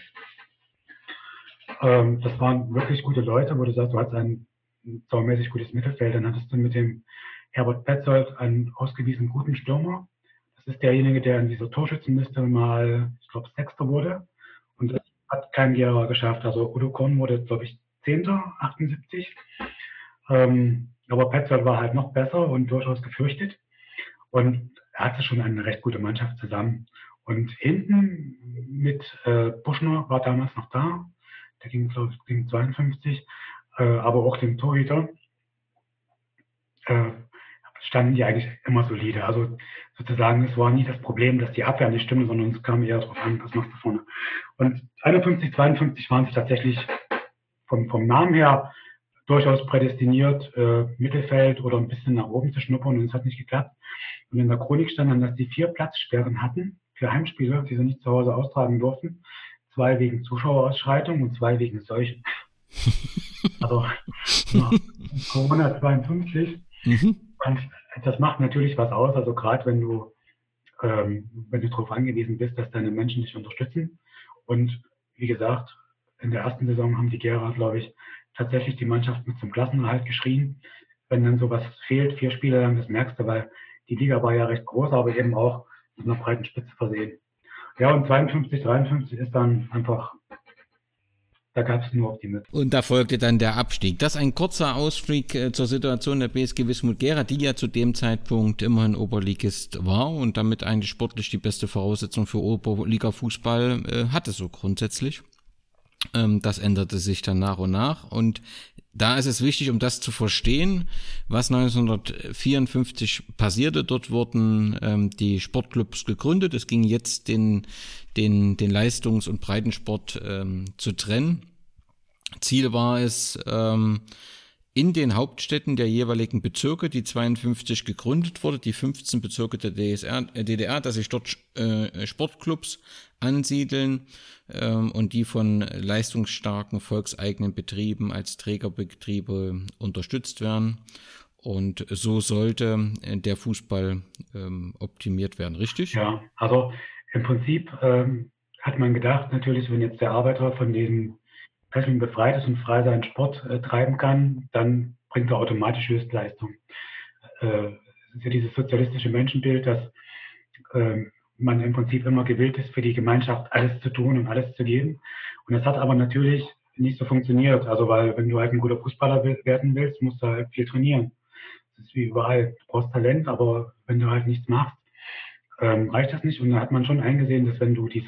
Das waren wirklich gute Leute, wo du sagst, du hast ein saumäßig gutes Mittelfeld. Dann hattest du mit dem Herbert Petzold einen ausgewiesen guten Stürmer. Das ist derjenige, der in dieser Torschützenliste mal, ich glaube, 6. wurde. Und das hat kein Gera geschafft. Also Udo Korn wurde, glaube ich, 10. 78. Aber Petzold war halt noch besser und durchaus gefürchtet. Und hatte schon eine recht gute Mannschaft zusammen. Und hinten mit Buschner war damals noch da, der ging, glaube ich, ging 52, aber auch dem Torhüter standen die eigentlich immer solide. Also sozusagen, es war nie das Problem, dass die Abwehr nicht stimmte, sondern es kam eher darauf an, was machst du vorne. Und 51, 52 waren sie tatsächlich vom Namen her durchaus prädestiniert, Mittelfeld oder ein bisschen nach oben zu schnuppern, und es hat nicht geklappt. Und in der Chronik stand dann, dass die 4 Platzsperren hatten für Heimspiele, die sie nicht zu Hause austragen durften. 2 wegen Zuschauerausschreitung und 2 wegen Seuchen. Also Corona 52. Und das macht natürlich was aus, also gerade wenn du darauf angewiesen bist, dass deine Menschen dich unterstützen. Und wie gesagt, in der ersten Saison haben die Gera, glaube ich, tatsächlich die Mannschaft mit zum Klassenerhalt geschrien. Wenn dann sowas fehlt, 4 Spiele lang, das merkst du, weil die Liga war ja recht groß, aber eben auch mit einer breiten Spitze versehen. Ja, und 52, 53 ist dann einfach, da gab es nur Optimismus. Und da folgte dann der Abstieg. Das ist ein kurzer Ausflug zur Situation der BSG Wismut Gera, die ja zu dem Zeitpunkt immerhin Oberligist war und damit eigentlich sportlich die beste Voraussetzung für Oberliga-Fußball hatte, so grundsätzlich. Das änderte sich dann nach und nach, und da ist es wichtig, um das zu verstehen, was 1954 passierte. Dort wurden die Sportclubs gegründet. Es ging jetzt den Leistungs- und Breitensport zu trennen. Ziel war es, in den Hauptstädten der jeweiligen Bezirke, die 52 gegründet wurde, die 15 Bezirke der DDR, dass sich dort Sportclubs ansiedeln und die von leistungsstarken volkseigenen Betrieben als Trägerbetriebe unterstützt werden. Und so sollte der Fußball optimiert werden, richtig? Ja, also im Prinzip hat man gedacht, natürlich, wenn jetzt der Arbeiter von diesem Fesseln befreit ist und frei seinen Sport treiben kann, dann bringt er automatisch Höchstleistung. Es ist ja dieses sozialistische Menschenbild, dass man im Prinzip immer gewillt ist, für die Gemeinschaft alles zu tun und alles zu geben. Und das hat aber natürlich nicht so funktioniert. Also weil wenn du halt ein guter Fußballer werden willst, musst du halt viel trainieren. Das ist wie überall. Du brauchst Talent, aber wenn du halt nichts machst, reicht das nicht. Und da hat man schon eingesehen, dass wenn du die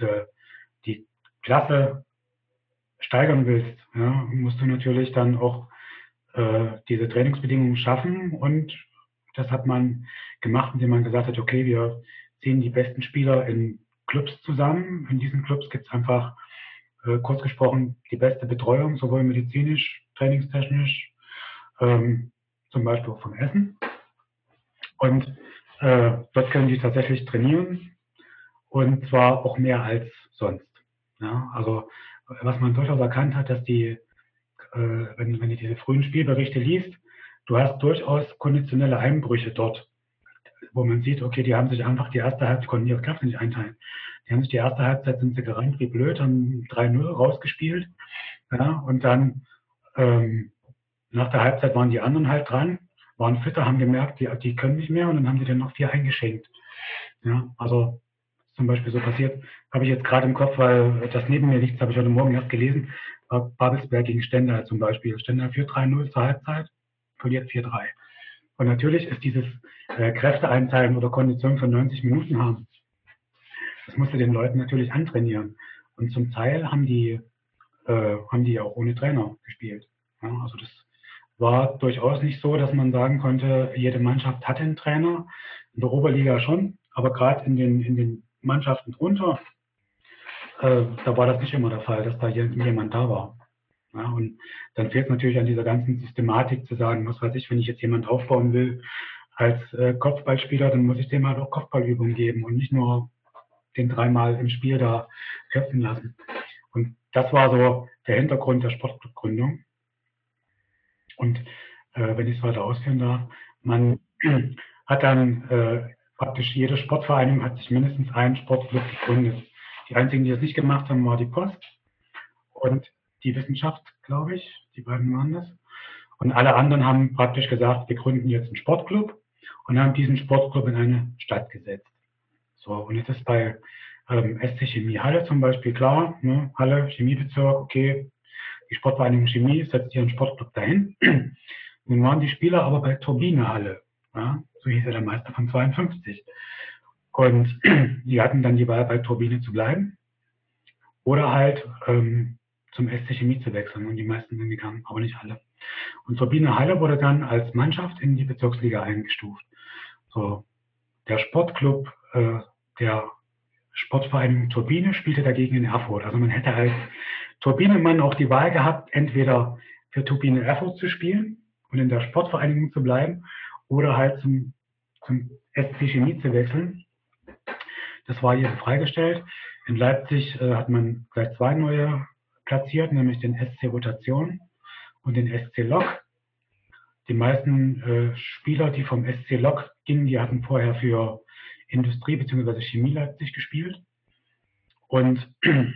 Klasse steigern willst, ja, musst du natürlich dann auch diese Trainingsbedingungen schaffen. Und das hat man gemacht, indem man gesagt hat, okay, wir ziehen die besten Spieler in Clubs zusammen. In diesen Clubs gibt es einfach, kurz gesprochen, die beste Betreuung, sowohl medizinisch, trainingstechnisch, zum Beispiel auch vom Essen. Und dort können die tatsächlich trainieren, und zwar auch mehr als sonst. Ja, also was man durchaus erkannt hat, dass die, wenn du diese frühen Spielberichte liest, du hast durchaus konditionelle Einbrüche dort, wo man sieht, okay, die haben sich einfach die erste Halbzeit, konnten ihre Kräfte nicht einteilen. Die haben sich die erste Halbzeit, sind sie gerannt wie blöd, haben 3-0 rausgespielt. Ja, und dann nach der Halbzeit waren die anderen halt dran, waren fitter, haben gemerkt, die können nicht mehr, und dann haben sie dann noch 4 eingeschenkt. Ja, also zum Beispiel so passiert, habe ich jetzt gerade im Kopf, weil das neben mir liegt, das habe ich heute Morgen erst gelesen, Babelsberg gegen Stendal zum Beispiel. Stendal führt 3-0 zur Halbzeit, verliert 4-3. Und natürlich ist dieses Kräfteeinteilen oder Kondition von 90 Minuten haben, das musst du den Leuten natürlich antrainieren. Und zum Teil haben die auch ohne Trainer gespielt. Ja, also das war durchaus nicht so, dass man sagen konnte, jede Mannschaft hatte einen Trainer. In der Oberliga schon, aber gerade in den Mannschaften drunter, da war das nicht immer der Fall, dass da jemand da war. Ja, und dann fehlt es natürlich an dieser ganzen Systematik zu sagen, was weiß ich, wenn ich jetzt jemand aufbauen will als Kopfballspieler, dann muss ich dem halt auch Kopfballübungen geben und nicht nur den 3-mal im Spiel da köpfen lassen. Und das war so der Hintergrund der Sportclubgründung. Und wenn ich es weiter ausführen darf, man hat dann praktisch jede Sportvereinigung hat sich mindestens einen Sportclub gegründet. Die einzigen, die das nicht gemacht haben, war die Post und die Wissenschaft, glaube ich. Die beiden waren das. Und alle anderen haben praktisch gesagt, wir gründen jetzt einen Sportclub und haben diesen Sportclub in eine Stadt gesetzt. So, und jetzt ist bei SC Chemie Halle zum Beispiel klar, ne? Halle, Chemiebezirk, okay, die Sportvereinigung Chemie setzt ihren Sportclub dahin. Nun waren die Spieler aber bei Turbine Halle, ja? So hieß ja der Meister von 52. Und die hatten dann die Wahl, bei Turbine zu bleiben oder halt zum SC Chemie zu wechseln. Und die meisten sind gegangen, aber nicht alle. Und Turbine Halle wurde dann als Mannschaft in die Bezirksliga eingestuft. So, der Sportclub der Sportvereinigung Turbine spielte dagegen in Erfurt. Also man hätte als Turbinemann auch die Wahl gehabt, entweder für Turbine Erfurt zu spielen und in der Sportvereinigung zu bleiben oder halt zum SC Chemie zu wechseln. Das war hier freigestellt. In Leipzig hat man gleich 2 neue platziert, nämlich den SC Rotation und den SC Lok. Die meisten Spieler, die vom SC Lok gingen, die hatten vorher für Industrie bzw. Chemie Leipzig gespielt. Und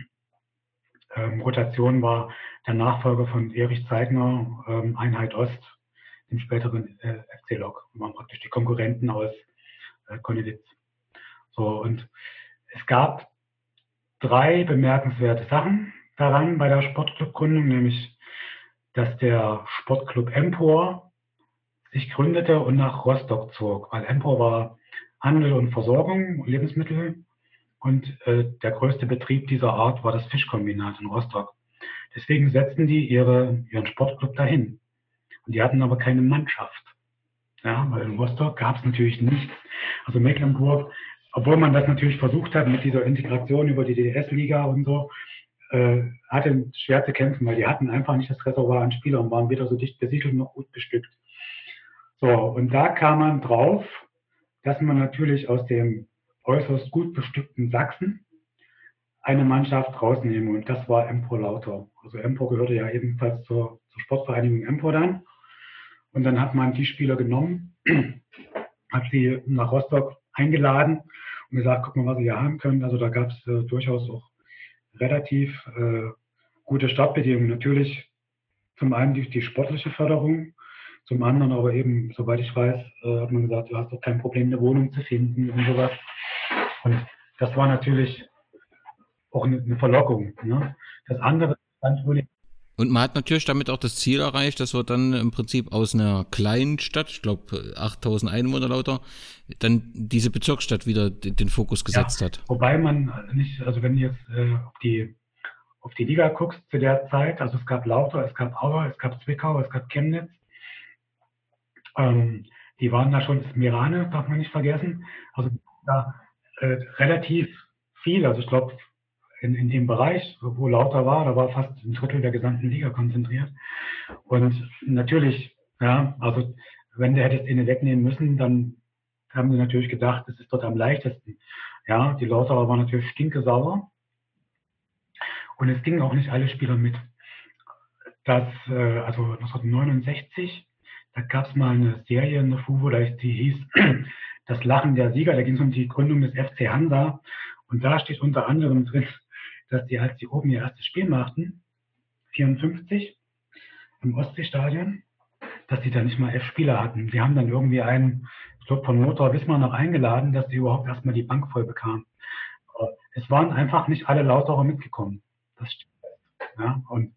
Rotation war der Nachfolger von Erich Zeigner, Einheit Ost, dem späteren FC Lok. Das waren praktisch die Konkurrenten aus Konnewitz. So, und es gab 3 bemerkenswerte Sachen daran bei der Sportclubgründung, nämlich, dass der Sportclub Empor sich gründete und nach Rostock zog, weil Empor war Handel und Versorgung, Lebensmittel, und der größte Betrieb dieser Art war das Fischkombinat in Rostock. Deswegen setzten die ihren Sportclub dahin. Und die hatten aber keine Mannschaft. Ja, weil in Rostock gab es natürlich nichts. Also Mecklenburg, obwohl man das natürlich versucht hat mit dieser Integration über die DDS-Liga und so, hatte schwer zu kämpfen, weil die hatten einfach nicht das Reservoir an Spielern und waren weder so dicht besiedelt noch gut bestückt. So, und da kam man drauf, dass man natürlich aus dem äußerst gut bestückten Sachsen eine Mannschaft rausnehmen, und das war Empor Lauter. Also Empor gehörte ja ebenfalls zur Sportvereinigung Empor dann, und dann hat man die Spieler genommen, hat sie nach Rostock eingeladen und gesagt, guck mal, was sie hier haben können. Also da gab es durchaus auch relativ gute Startbedingungen. Natürlich zum einen die sportliche Förderung, zum anderen aber eben, soweit ich weiß, hat man gesagt, du hast doch kein Problem, eine Wohnung zu finden und sowas. Und das war natürlich auch eine Verlockung. Ne? Das andere und man hat natürlich damit auch das Ziel erreicht, dass wir dann im Prinzip aus einer kleinen Stadt, ich glaube 8000 Einwohner lauter, dann diese Bezirksstadt wieder den Fokus gesetzt hat. Wobei man nicht, also wenn du jetzt auf die Liga guckst zu der Zeit, also es gab Lauter, es gab Auer, es gab Zwickau, es gab Chemnitz, die waren da schon, Mirane darf man nicht vergessen, also da relativ viel, also ich glaube in dem Bereich, wo Lauter war, da war fast ein Drittel der gesamten Liga konzentriert. Und natürlich, ja, also wenn du hättest eine wegnehmen müssen, dann haben sie natürlich gedacht, das ist dort am leichtesten. Ja, die Lauterer waren natürlich stinkesauer. Und es gingen auch nicht alle Spieler mit. Also 1969, da gab es mal eine Serie in der FUVO, die hieß Das Lachen der Sieger. Da ging es um die Gründung des FC Hansa. Und da steht unter anderem drin, dass die, als die oben ihr erstes Spiel machten, 54 im Ostseestadion, dass die da nicht mal 11 Spieler hatten. Die haben dann irgendwie einen, ich glaube von Lothar Wismar noch eingeladen, dass die überhaupt erstmal die Bank voll bekamen. Es waren einfach nicht alle Lauterer mitgekommen. Das stimmt. Ja, und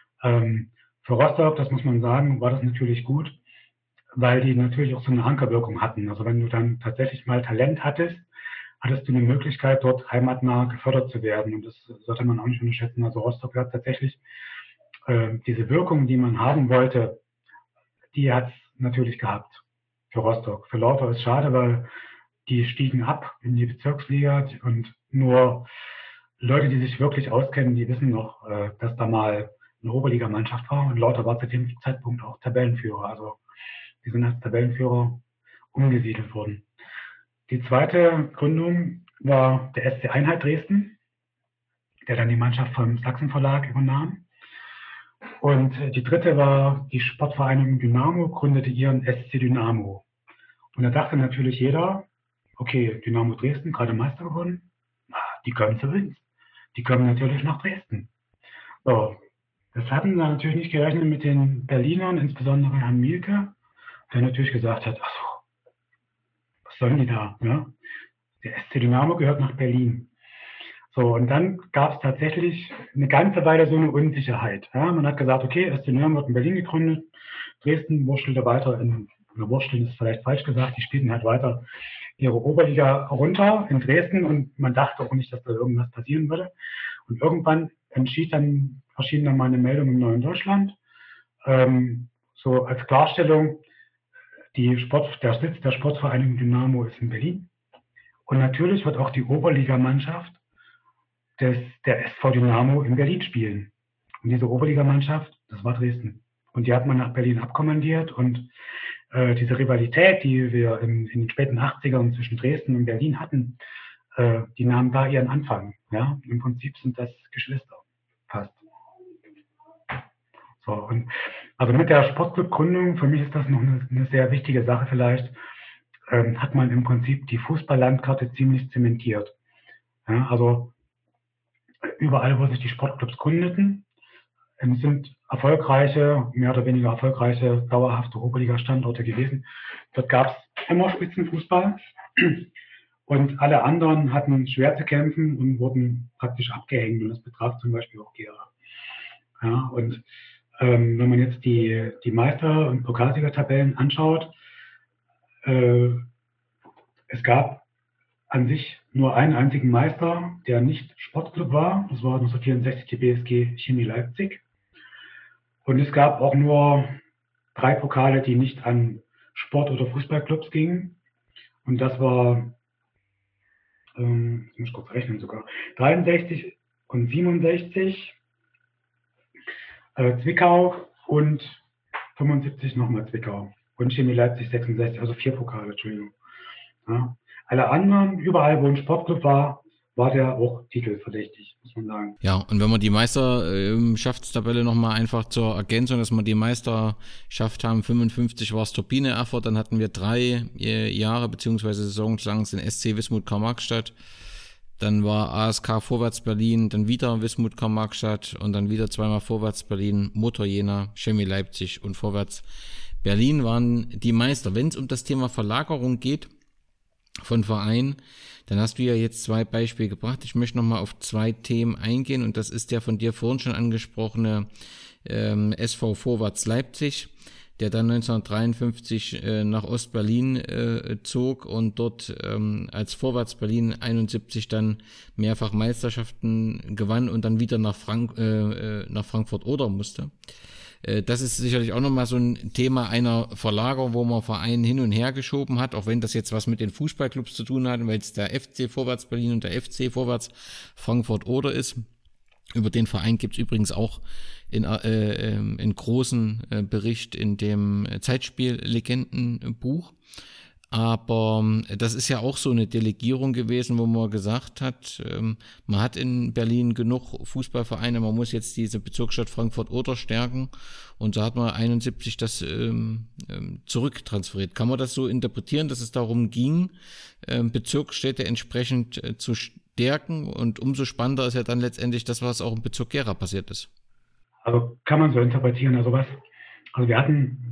für Rostock, das muss man sagen, war das natürlich gut, weil die natürlich auch so eine Ankerwirkung hatten. Also wenn du dann tatsächlich mal Talent hattest du eine Möglichkeit, dort heimatnah gefördert zu werden. Und das sollte man auch nicht unterschätzen. Also Rostock hat tatsächlich diese Wirkung, die man haben wollte, die hat es natürlich gehabt für Rostock. Für Lauter ist schade, weil die stiegen ab in die Bezirksliga und nur Leute, die sich wirklich auskennen, die wissen noch, dass da mal eine Oberligamannschaft war, und Lauter war zu dem Zeitpunkt auch Tabellenführer. Also die sind als Tabellenführer umgesiedelt worden. Die zweite Gründung war der SC Einheit Dresden, der dann die Mannschaft vom Sachsen-Verlag übernahm. Und die dritte war die Sportvereinigung Dynamo, gründete ihren SC Dynamo. Und da dachte natürlich jeder, okay, Dynamo Dresden, gerade Meister geworden, die kommen zu uns. Die kommen natürlich nach Dresden. So, das hatten wir natürlich nicht gerechnet mit den Berlinern, insbesondere Herrn Mielke, der natürlich gesagt hat, ach so, was sollen die da? Ja? Der SC Dynamo gehört nach Berlin. So, und dann gab es tatsächlich eine ganze Weile so eine Unsicherheit. Ja? Man hat gesagt, okay, SC Dynamo wird in Berlin gegründet, Dresden wurstelte weiter oder wurschteln ist vielleicht falsch gesagt, die spielten halt weiter ihre Oberliga runter in Dresden und man dachte auch nicht, dass da irgendwas passieren würde. Und irgendwann erschien dann mal eine Meldung im Neuen Deutschland, so als Klarstellung, der Sitz der Sportvereinigung Dynamo ist in Berlin. Und natürlich wird auch die Oberligamannschaft der SV Dynamo in Berlin spielen. Und diese Oberligamannschaft, das war Dresden. Und die hat man nach Berlin abkommandiert. Und diese Rivalität, die wir in den späten 80ern zwischen Dresden und Berlin hatten, die nahm da ihren Anfang. Ja? Im Prinzip sind das Geschwister, fast. So, und also mit der Sportclub-Gründung, für mich ist das noch eine sehr wichtige Sache vielleicht, hat man im Prinzip die Fußballlandkarte ziemlich zementiert. Ja, also überall, wo sich die Sportclubs gründeten, sind mehr oder weniger erfolgreiche, dauerhafte Oberliga-Standorte gewesen. Dort gab es immer Spitzenfußball und alle anderen hatten schwer zu kämpfen und wurden praktisch abgehängt. Und das betraf zum Beispiel auch Gera. Ja, und wenn man jetzt die Meister- und Pokalsiegertabellen anschaut, es gab an sich nur einen einzigen Meister, der nicht Sportclub war. Das war 1964 die BSG Chemie Leipzig. Und es gab auch nur 3 Pokale, die nicht an Sport- oder Fußballclubs gingen. Und das war, jetzt muss ich kurz rechnen sogar, 63 und 67, Zwickau und 75 nochmal Zwickau. Und Chemie Leipzig 66, also 4 Pokale, Entschuldigung. Ja. Alle anderen, überall wo ein Sportclub war der auch titelverdächtig, muss man sagen. Ja, und wenn wir die Meisterschaftstabelle nochmal einfach zur Ergänzung, dass wir die Meisterschaft haben, 55 war es Turbine Erfurt, dann hatten wir 3 Jahre bzw. Saisons lang den SC Wismut Karl-Marx-Stadt, dann war ASK Vorwärts Berlin, dann wieder Wismut Karl-Marx-Stadt und dann wieder zweimal Vorwärts Berlin, Motor Jena, Chemie Leipzig und Vorwärts Berlin waren die Meister. Wenn es um das Thema Verlagerung geht von Vereinen, dann hast du ja jetzt 2 Beispiele gebracht. Ich möchte nochmal auf 2 Themen eingehen und das ist der von dir vorhin schon angesprochene SV Vorwärts Leipzig, der dann 1953 nach Ostberlin zog und dort als Vorwärts Berlin 71 dann mehrfach Meisterschaften gewann und dann wieder nach Frankfurt-Oder musste. Das ist sicherlich auch nochmal so ein Thema einer Verlagerung, wo man Vereine hin und her geschoben hat, auch wenn das jetzt was mit den Fußballclubs zu tun hat, weil es der FC Vorwärts Berlin und der FC Vorwärts Frankfurt-Oder ist. Über den Verein gibt es übrigens auch in großen Bericht in dem Zeitspiel-Legenden-Buch. Aber das ist ja auch so eine Delegierung gewesen, wo man gesagt hat, man hat in Berlin genug Fußballvereine, man muss jetzt diese Bezirksstadt Frankfurt-Oder stärken und so hat man 71 das zurücktransferiert. Kann man das so interpretieren, dass es darum ging, Bezirksstädte entsprechend zu stärken und umso spannender ist ja dann letztendlich das, was auch im Bezirk Gera passiert ist? Also kann man so interpretieren. Also wir hatten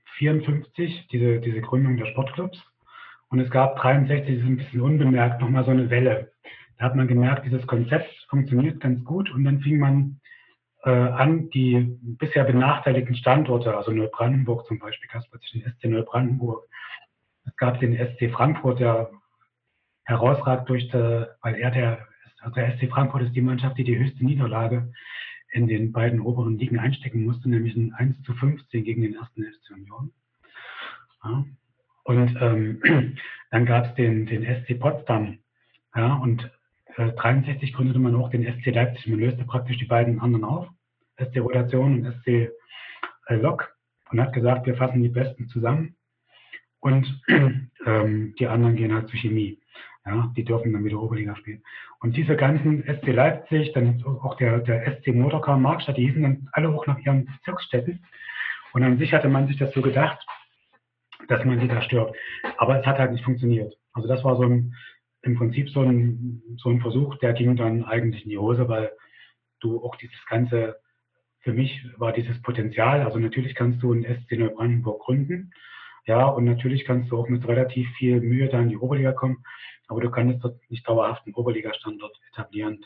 54 diese Gründung der Sportclubs und es gab 63, das ist ein bisschen unbemerkt, nochmal so eine Welle. Da hat man gemerkt, dieses Konzept funktioniert ganz gut und dann fing man an, die bisher benachteiligten Standorte, also Neubrandenburg zum Beispiel, gab es plötzlich den SC Neubrandenburg. Es gab den SC Frankfurt, der herausragt weil der SC Frankfurt ist die Mannschaft, die höchste Niederlage in den beiden oberen Ligen einstecken musste, nämlich ein 1:15 gegen den 1. FC Union. Ja. Und dann gab es den SC Potsdam. Ja, und 63 gründete man auch den SC Leipzig. Man löste praktisch die beiden anderen auf, SC Rotation und SC Lok, und hat gesagt, wir fassen die Besten zusammen und die anderen gehen halt zur Chemie. Ja, die dürfen dann wieder Oberliga spielen. Und diese ganzen SC Leipzig, dann auch der SC Motor Karl-Marx-Stadt, die hießen dann alle hoch nach ihren Bezirksstädten. Und an sich hatte man sich das so gedacht, dass man die da stört. Aber es hat halt nicht funktioniert. Also das war im Prinzip so ein Versuch, der ging dann eigentlich in die Hose, weil du auch dieses ganze, für mich war dieses Potenzial, also natürlich kannst du einen SC Neubrandenburg gründen, ja, und natürlich kannst du auch mit relativ viel Mühe da in die Oberliga kommen, aber du kannst dort nicht dauerhaft einen Oberligastandort etablieren.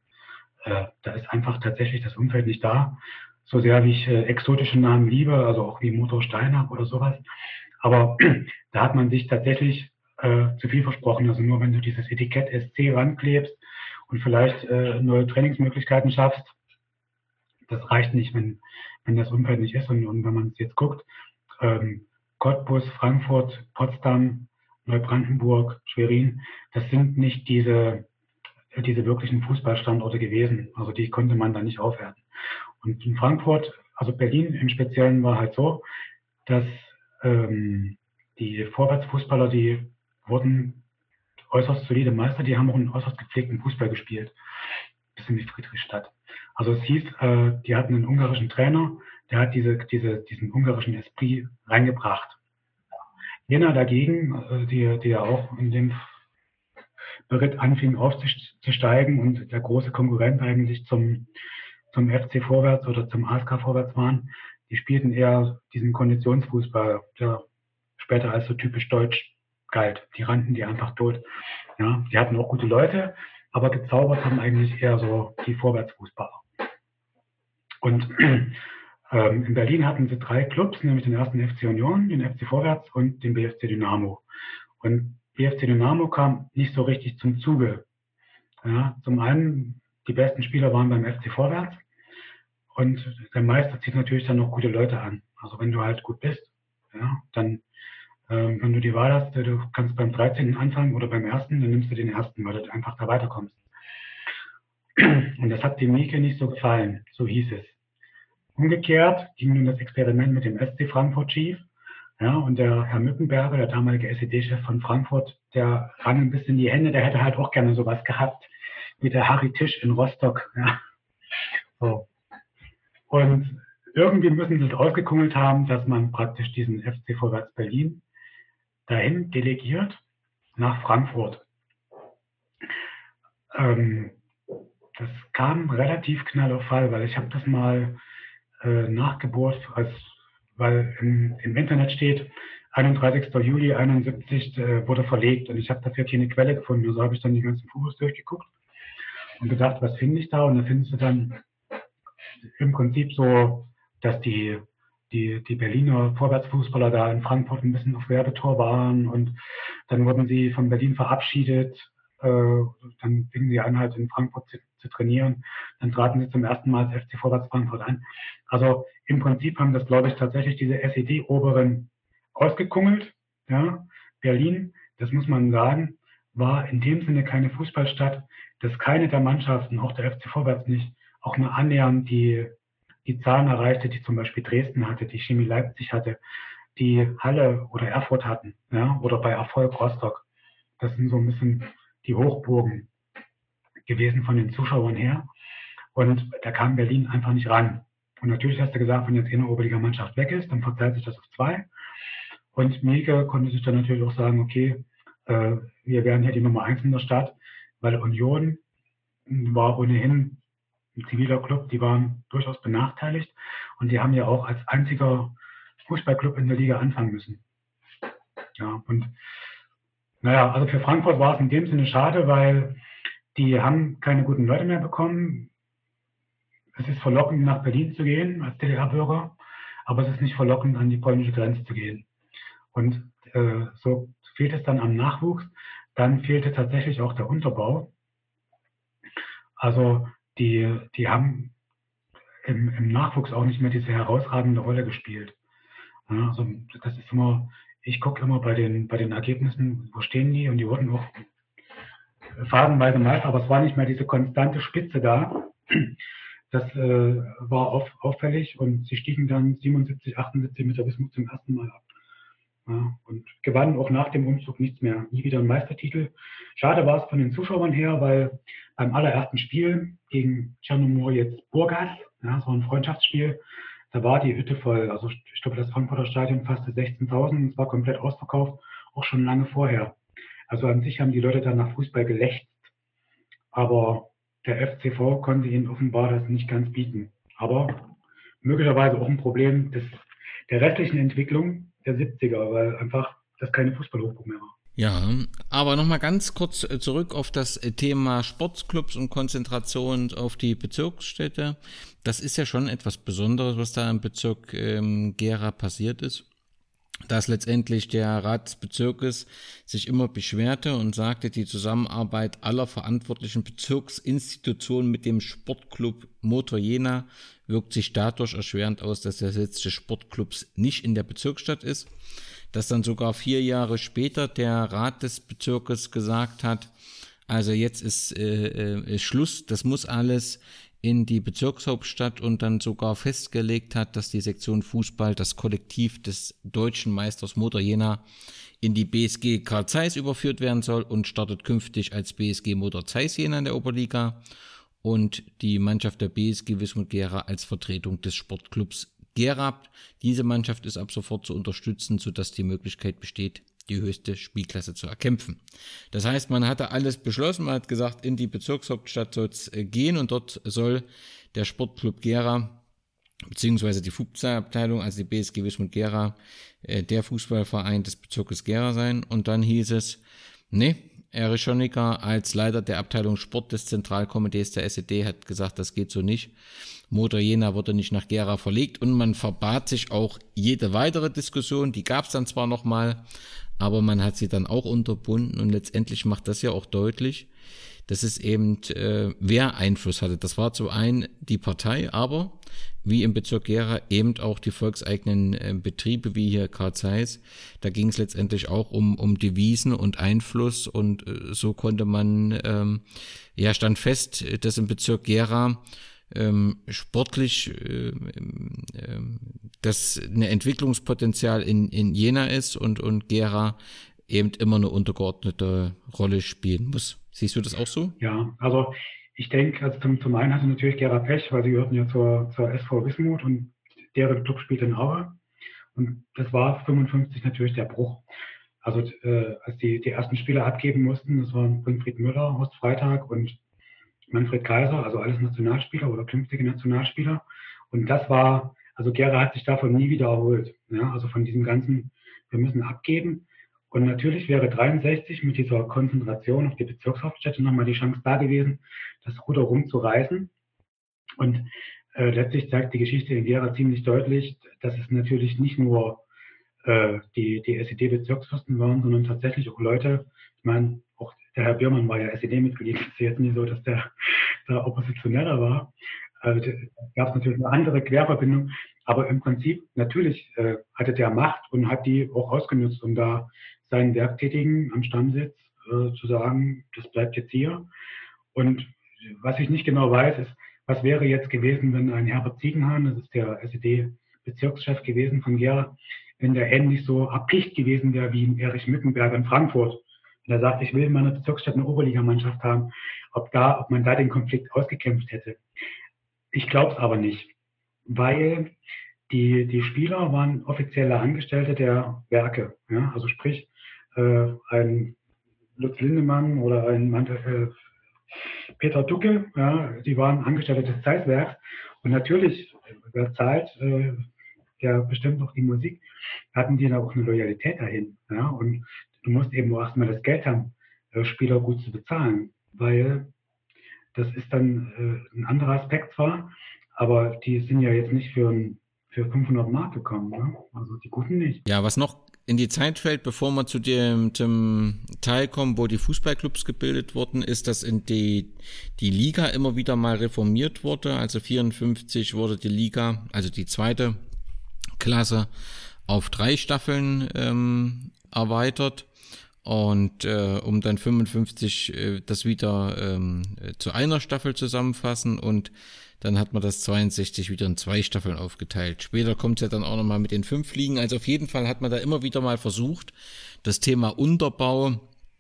Da ist einfach tatsächlich das Umfeld nicht da, so sehr wie ich exotische Namen liebe, also auch wie Motor Steinach oder sowas. Aber da hat man sich tatsächlich zu viel versprochen. Also nur wenn du dieses Etikett SC ranklebst und vielleicht neue Trainingsmöglichkeiten schaffst, das reicht nicht, wenn das Umfeld nicht ist. Und wenn man es jetzt guckt, Cottbus, Frankfurt, Potsdam, Neubrandenburg, Schwerin, das sind nicht diese wirklichen Fußballstandorte gewesen. Also die konnte man da nicht aufwerten. Und in Frankfurt, also Berlin im Speziellen, war halt so, dass die Vorwärtsfußballer, die wurden äußerst solide Meister, die haben auch einen äußerst gepflegten Fußball gespielt. Bisschen wie Friedrichstadt. Also es hieß, die hatten einen ungarischen Trainer, der hat diesen ungarischen Esprit reingebracht. Jena dagegen, die ja auch in dem Beritt anfing aufzusteigen und der große Konkurrent eigentlich zum FC Vorwärts oder zum ASK Vorwärts waren, die spielten eher diesen Konditionsfußball, der später als so typisch deutsch galt. Die rannten die einfach tot. Ja, die hatten auch gute Leute, aber gezaubert haben eigentlich eher so die Vorwärtsfußballer. Und in Berlin hatten sie 3 Clubs, nämlich den ersten FC Union, den FC Vorwärts und den BFC Dynamo. Und BFC Dynamo kam nicht so richtig zum Zuge. Ja, zum einen, die besten Spieler waren beim FC Vorwärts und der Meister zieht natürlich dann noch gute Leute an. Also wenn du halt gut bist, ja, dann, wenn du die Wahl hast, du kannst beim 13. anfangen oder beim 1., dann nimmst du den 1., weil du einfach da weiterkommst. Und das hat dem Mieke nicht so gefallen, so hieß es. Umgekehrt ging nun das Experiment mit dem SC Frankfurt schief. Ja, und der Herr Mückenberger, der damalige SED-Chef von Frankfurt, der rang ein bisschen die Hände, der hätte halt auch gerne sowas gehabt, wie der Harry Tisch in Rostock. Ja. So. Und irgendwie müssen sie es ausgekungelt haben, dass man praktisch diesen FC Vorwärts Berlin dahin delegiert nach Frankfurt. Das kam relativ knall auf Fall, weil ich habe das mal nachgebohrt, weil im Internet steht, 31. Juli 71 wurde verlegt und ich habe dafür keine Quelle gefunden. Also habe ich dann die ganzen Fotos durchgeguckt und gedacht, was finde ich da? Und da findest du dann im Prinzip so, dass die Berliner Vorwärtsfußballer da in Frankfurt ein bisschen auf Werbetor waren und dann wurden sie von Berlin verabschiedet. Dann fingen sie an, halt in Frankfurt zu trainieren. Dann traten sie zum ersten Mal als FC Vorwärts Frankfurt an. Also im Prinzip haben das, glaube ich, tatsächlich diese SED-Oberen ausgekungelt. Ja. Berlin, das muss man sagen, war in dem Sinne keine Fußballstadt, dass keine der Mannschaften, auch der FC Vorwärts nicht, auch nur annähernd die Zahlen erreichte, die zum Beispiel Dresden hatte, die Chemie Leipzig hatte, die Halle oder Erfurt hatten, ja, oder bei Erfolg Rostock. Das sind so ein bisschen die Hochburgen gewesen von den Zuschauern her. Und da kam Berlin einfach nicht ran. Und natürlich hast du gesagt, wenn jetzt eine Oberliga-Mannschaft weg ist, dann verteilt sich das auf 2. Und Mieke konnte sich dann natürlich auch sagen, okay, wir wären hier die Nummer 1 in der Stadt, weil Union war ohnehin ein ziviler Club, die waren durchaus benachteiligt. Und die haben ja auch als einziger Fußballclub in der Liga anfangen müssen. Ja, und naja, also für Frankfurt war es in dem Sinne schade, weil die haben keine guten Leute mehr bekommen. Es ist verlockend, nach Berlin zu gehen als DDR-Bürger, aber es ist nicht verlockend, an die polnische Grenze zu gehen. Und so fehlt es dann am Nachwuchs. Dann fehlte tatsächlich auch der Unterbau. Also die haben im Nachwuchs auch nicht mehr diese herausragende Rolle gespielt. Ja, also das ist immer... Ich gucke immer bei den Ergebnissen, wo stehen die, und die wurden auch phasenweise Meister, aber es war nicht mehr diese konstante Spitze da. Das war auffällig und sie stiegen dann 77, 78 mit der Wismut zum ersten Mal ab. Ja, und gewannen auch nach dem Umzug nichts mehr, nie wieder einen Meistertitel. Schade war es von den Zuschauern her, weil beim allerersten Spiel gegen Chernomor jetzt Burgas, ja, das war ein Freundschaftsspiel, da war die Hütte voll. Also ich glaube, das Frankfurter Stadion fasste 16.000 und es war komplett ausverkauft, auch schon lange vorher. Also an sich haben die Leute dann nach Fußball gelächzt, aber der FCV konnte ihnen offenbar das nicht ganz bieten. Aber möglicherweise auch ein Problem der restlichen Entwicklung der 70er, weil einfach das keine Fußballhochburg mehr war. Ja, aber nochmal ganz kurz zurück auf das Thema Sportclubs und Konzentration auf die Bezirksstädte. Das ist ja schon etwas Besonderes, was da im Bezirk Gera passiert ist. dass letztendlich der Rat des Bezirkes sich immer beschwerte und sagte, die Zusammenarbeit aller verantwortlichen Bezirksinstitutionen mit dem Sportclub Motor Jena wirkt sich dadurch erschwerend aus, dass der Sitz des Sportclubs nicht in der Bezirksstadt ist. Dass dann sogar 4 Jahre später der Rat des Bezirkes gesagt hat, also jetzt ist Schluss, das muss alles in die Bezirkshauptstadt und dann sogar festgelegt hat, dass die Sektion Fußball, das Kollektiv des deutschen Meisters Motor Jena, in die BSG Carl Zeiss überführt werden soll und startet künftig als BSG Motor Zeiss Jena in der Oberliga und die Mannschaft der BSG Wismut Gera als Vertretung des Sportclubs Gera. Diese Mannschaft ist ab sofort zu unterstützen, sodass die Möglichkeit besteht, die höchste Spielklasse zu erkämpfen. Das heißt, man hatte alles beschlossen, man hat gesagt, in die Bezirkshauptstadt soll es gehen und dort soll der Sportclub Gera beziehungsweise die Fußballabteilung, also die BSG Wismut Gera, der Fußballverein des Bezirkes Gera sein. Und dann hieß es, nee, Erich Schonecker als Leiter der Abteilung Sport des Zentralkomitees der SED hat gesagt, das geht so nicht. Motor Jena wurde nicht nach Gera verlegt und man verbat sich auch jede weitere Diskussion. Die gab es dann zwar nochmal, aber man hat sie dann auch unterbunden und letztendlich macht das ja auch deutlich, dass es eben wer Einfluss hatte. Das war zum einen die Partei, aber wie im Bezirk Gera eben auch die volkseigenen Betriebe, wie hier Carl Zeiss. Da ging es letztendlich auch um Devisen und Einfluss und so konnte man, stand fest, dass im Bezirk Gera sportlich das eine Entwicklungspotenzial in Jena ist und Gera eben immer eine untergeordnete Rolle spielen muss. Siehst du das auch so? Ja, also ich denke, also zum einen hatte natürlich Gera Pech, weil sie gehörten ja zur SV Wismut und deren Club spielt in Aue. Und das war 55 natürlich der Bruch. Also als die ersten Spieler abgeben mussten, das waren Winfried Müller, Horst Freitag und Manfred Kaiser, also alles Nationalspieler oder künftige Nationalspieler. Und das war, also Gera hat sich davon nie wieder erholt. Ja, also von diesem ganzen, wir müssen abgeben. Und natürlich wäre 63 mit dieser Konzentration auf die Bezirkshauptstädte nochmal die Chance da gewesen, das Ruder rumzureißen. Und letztlich zeigt die Geschichte in Gera ziemlich deutlich, dass es natürlich nicht nur die SED-Bezirksfürsten waren, sondern tatsächlich auch Leute, ich meine, auch der Herr Biermann war ja SED-Mitglied, es ist jetzt nicht so, dass der Oppositioneller war. Also da gab es natürlich eine andere Querverbindung, aber im Prinzip natürlich hatte der Macht und hat die auch ausgenutzt, um da seinen Werktätigen am Stammsitz zu sagen, das bleibt jetzt hier. Und was ich nicht genau weiß, ist, was wäre jetzt gewesen, wenn ein Herbert Ziegenhahn, das ist der SED-Bezirkschef gewesen von Gera, wenn der ähnlich so erpicht gewesen wäre wie Erich Mückenberg in Frankfurt. Und er sagt, ich will in meiner Bezirksstadt eine Oberligamannschaft haben, ob man da den Konflikt ausgekämpft hätte. Ich glaube es aber nicht, weil die Spieler waren offizielle Angestellte der Werke. Ja? Also sprich, ein Lutz Lindemann oder ein Peter Ducke, ja, die waren Angestellte des Zeisswerks. Und natürlich, wer zahlt, der bestimmt auch die Musik, hatten die da auch eine Loyalität dahin. Ja? Und du musst eben auch erstmal das Geld haben, Spieler gut zu bezahlen, weil das ist dann ein anderer Aspekt zwar, aber die sind ja jetzt nicht für 500 Mark gekommen, ne? Also die Guten nicht. Ja, was noch in die Zeit fällt, bevor wir zu dem Teil kommen, wo die Fußballclubs gebildet wurden, ist, dass in die Liga immer wieder mal reformiert wurde. Also 54 wurde die Liga, also die zweite Klasse, auf 3 Staffeln erweitert. Und um dann 55 das wieder zu einer Staffel zusammenfassen und dann hat man das 62 wieder in 2 Staffeln aufgeteilt. Später kommt es ja dann auch nochmal mit den 5 Ligen. Also auf jeden Fall hat man da immer wieder mal versucht, das Thema Unterbau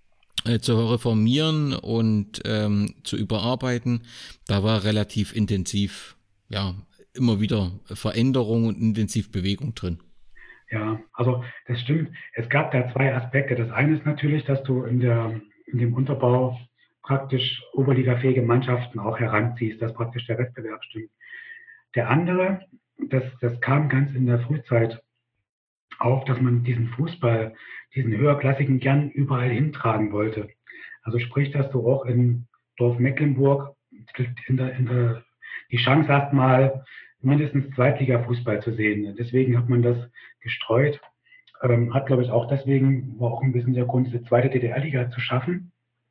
zu reformieren und zu überarbeiten. Da war relativ intensiv, ja, immer wieder Veränderung und intensiv Bewegung drin. Ja, also das stimmt. Es gab da 2 Aspekte. Das eine ist natürlich, dass du in dem Unterbau praktisch oberligafähige Mannschaften auch heranziehst, dass praktisch der Wettbewerb stimmt. Der andere, das kam ganz in der Frühzeit auf, dass man diesen Fußball, diesen höherklassigen gern überall hintragen wollte. Also sprich, dass du auch in Dorf Mecklenburg die Chance hast, mal mindestens Zweitliga-Fußball zu sehen. Deswegen hat man das gestreut. Hat, glaube ich, auch deswegen, war auch ein bisschen der Grund, diese zweite DDR-Liga zu schaffen,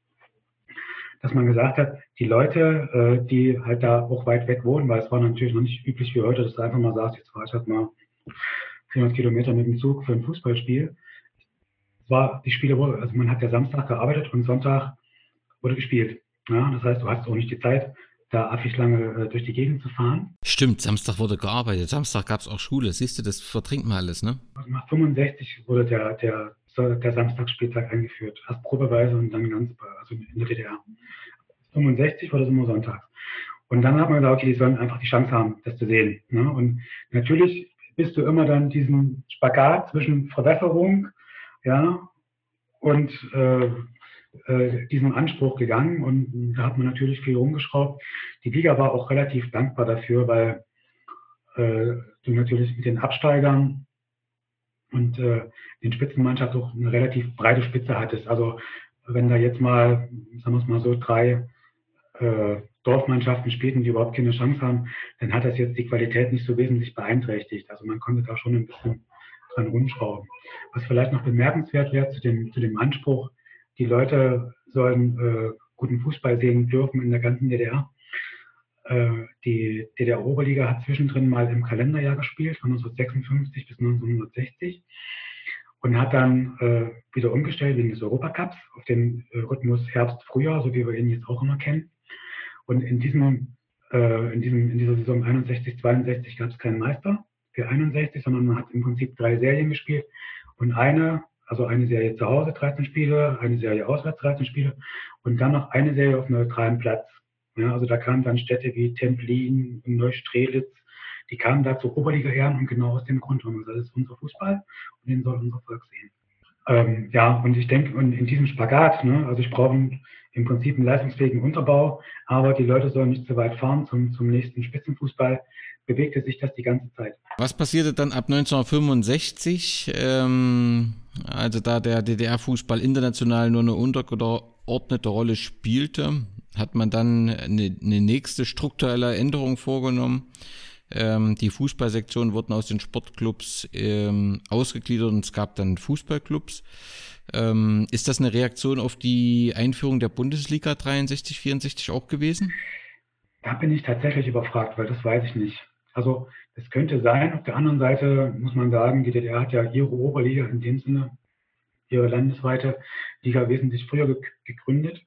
dass man gesagt hat, die Leute, die halt da auch weit weg wohnen, weil es war natürlich noch nicht üblich wie heute, dass du einfach mal sagst, jetzt fahre ich halt mal 400 Kilometer mit dem Zug für ein Fußballspiel. Die Spiele wurde, also man hat ja Samstag gearbeitet und Sonntag wurde gespielt. Ja, das heißt, du hast auch nicht die Zeit, da affig lange durch die Gegend zu fahren. Stimmt, Samstag wurde gearbeitet, Samstag gab es auch Schule. Siehst du, das vertrinkt man alles, ne? Also nach 65 wurde der Samstagsspieltag eingeführt. Erst probeweise und dann ganz, also in der DDR. 65 war das immer sonntags. Und dann hat man gesagt, okay, die sollen einfach die Chance haben, das zu sehen. Ne? Und natürlich bist du immer dann diesen Spagat zwischen Verwässerung, ja, und diesem Anspruch gegangen. Und da hat man natürlich viel rumgeschraubt. Die Liga war auch relativ dankbar dafür, weil du natürlich mit den Absteigern und den Spitzenmannschaften auch eine relativ breite Spitze hattest. Also wenn da jetzt mal, sagen wir es mal so, 3 Dorfmannschaften spielten, die überhaupt keine Chance haben, dann hat das jetzt die Qualität nicht so wesentlich beeinträchtigt. Also man konnte da schon ein bisschen dran rumschrauben. Was vielleicht noch bemerkenswert wäre zu dem Anspruch, die Leute sollen guten Fußball sehen dürfen in der ganzen DDR. Die DDR-Oberliga hat zwischendrin mal im Kalenderjahr gespielt, von 1956 bis 1960. Und hat dann wieder umgestellt wegen des Europacups auf den Rhythmus Herbst-Frühjahr, so wie wir ihn jetzt auch immer kennen. Und in dieser Saison 61-62 gab es keinen Meister für 61, sondern man hat im Prinzip 3 Serien gespielt und eine Serie zu Hause 13 Spiele, eine Serie auswärts 13 Spiele und dann noch eine Serie auf neutralem Platz. Ja, also da kamen dann Städte wie Templin, Neustrelitz, die kamen da zur Oberliga-Ehren und genau aus dem Grund, das ist unser Fußball und den soll unser Volk sehen. Und ich denke, und in diesem Spagat, ne, also ich brauche im Prinzip einen leistungsfähigen Unterbau, aber die Leute sollen nicht zu weit fahren zum nächsten Spitzenfußball, bewegte sich das die ganze Zeit. Was passierte dann ab 1965, also da der DDR-Fußball international nur eine untergeordnete Rolle spielte, hat man dann eine nächste strukturelle Änderung vorgenommen. Die Fußballsektionen wurden aus den Sportclubs ausgegliedert und es gab dann Fußballclubs. Ist das eine Reaktion auf die Einführung der Bundesliga 63-64 auch gewesen? Da bin ich tatsächlich überfragt, weil das weiß ich nicht. Also es könnte sein. Auf der anderen Seite muss man sagen, die DDR hat ja ihre Oberliga in dem Sinne, ihre landesweite Liga wesentlich früher gegründet.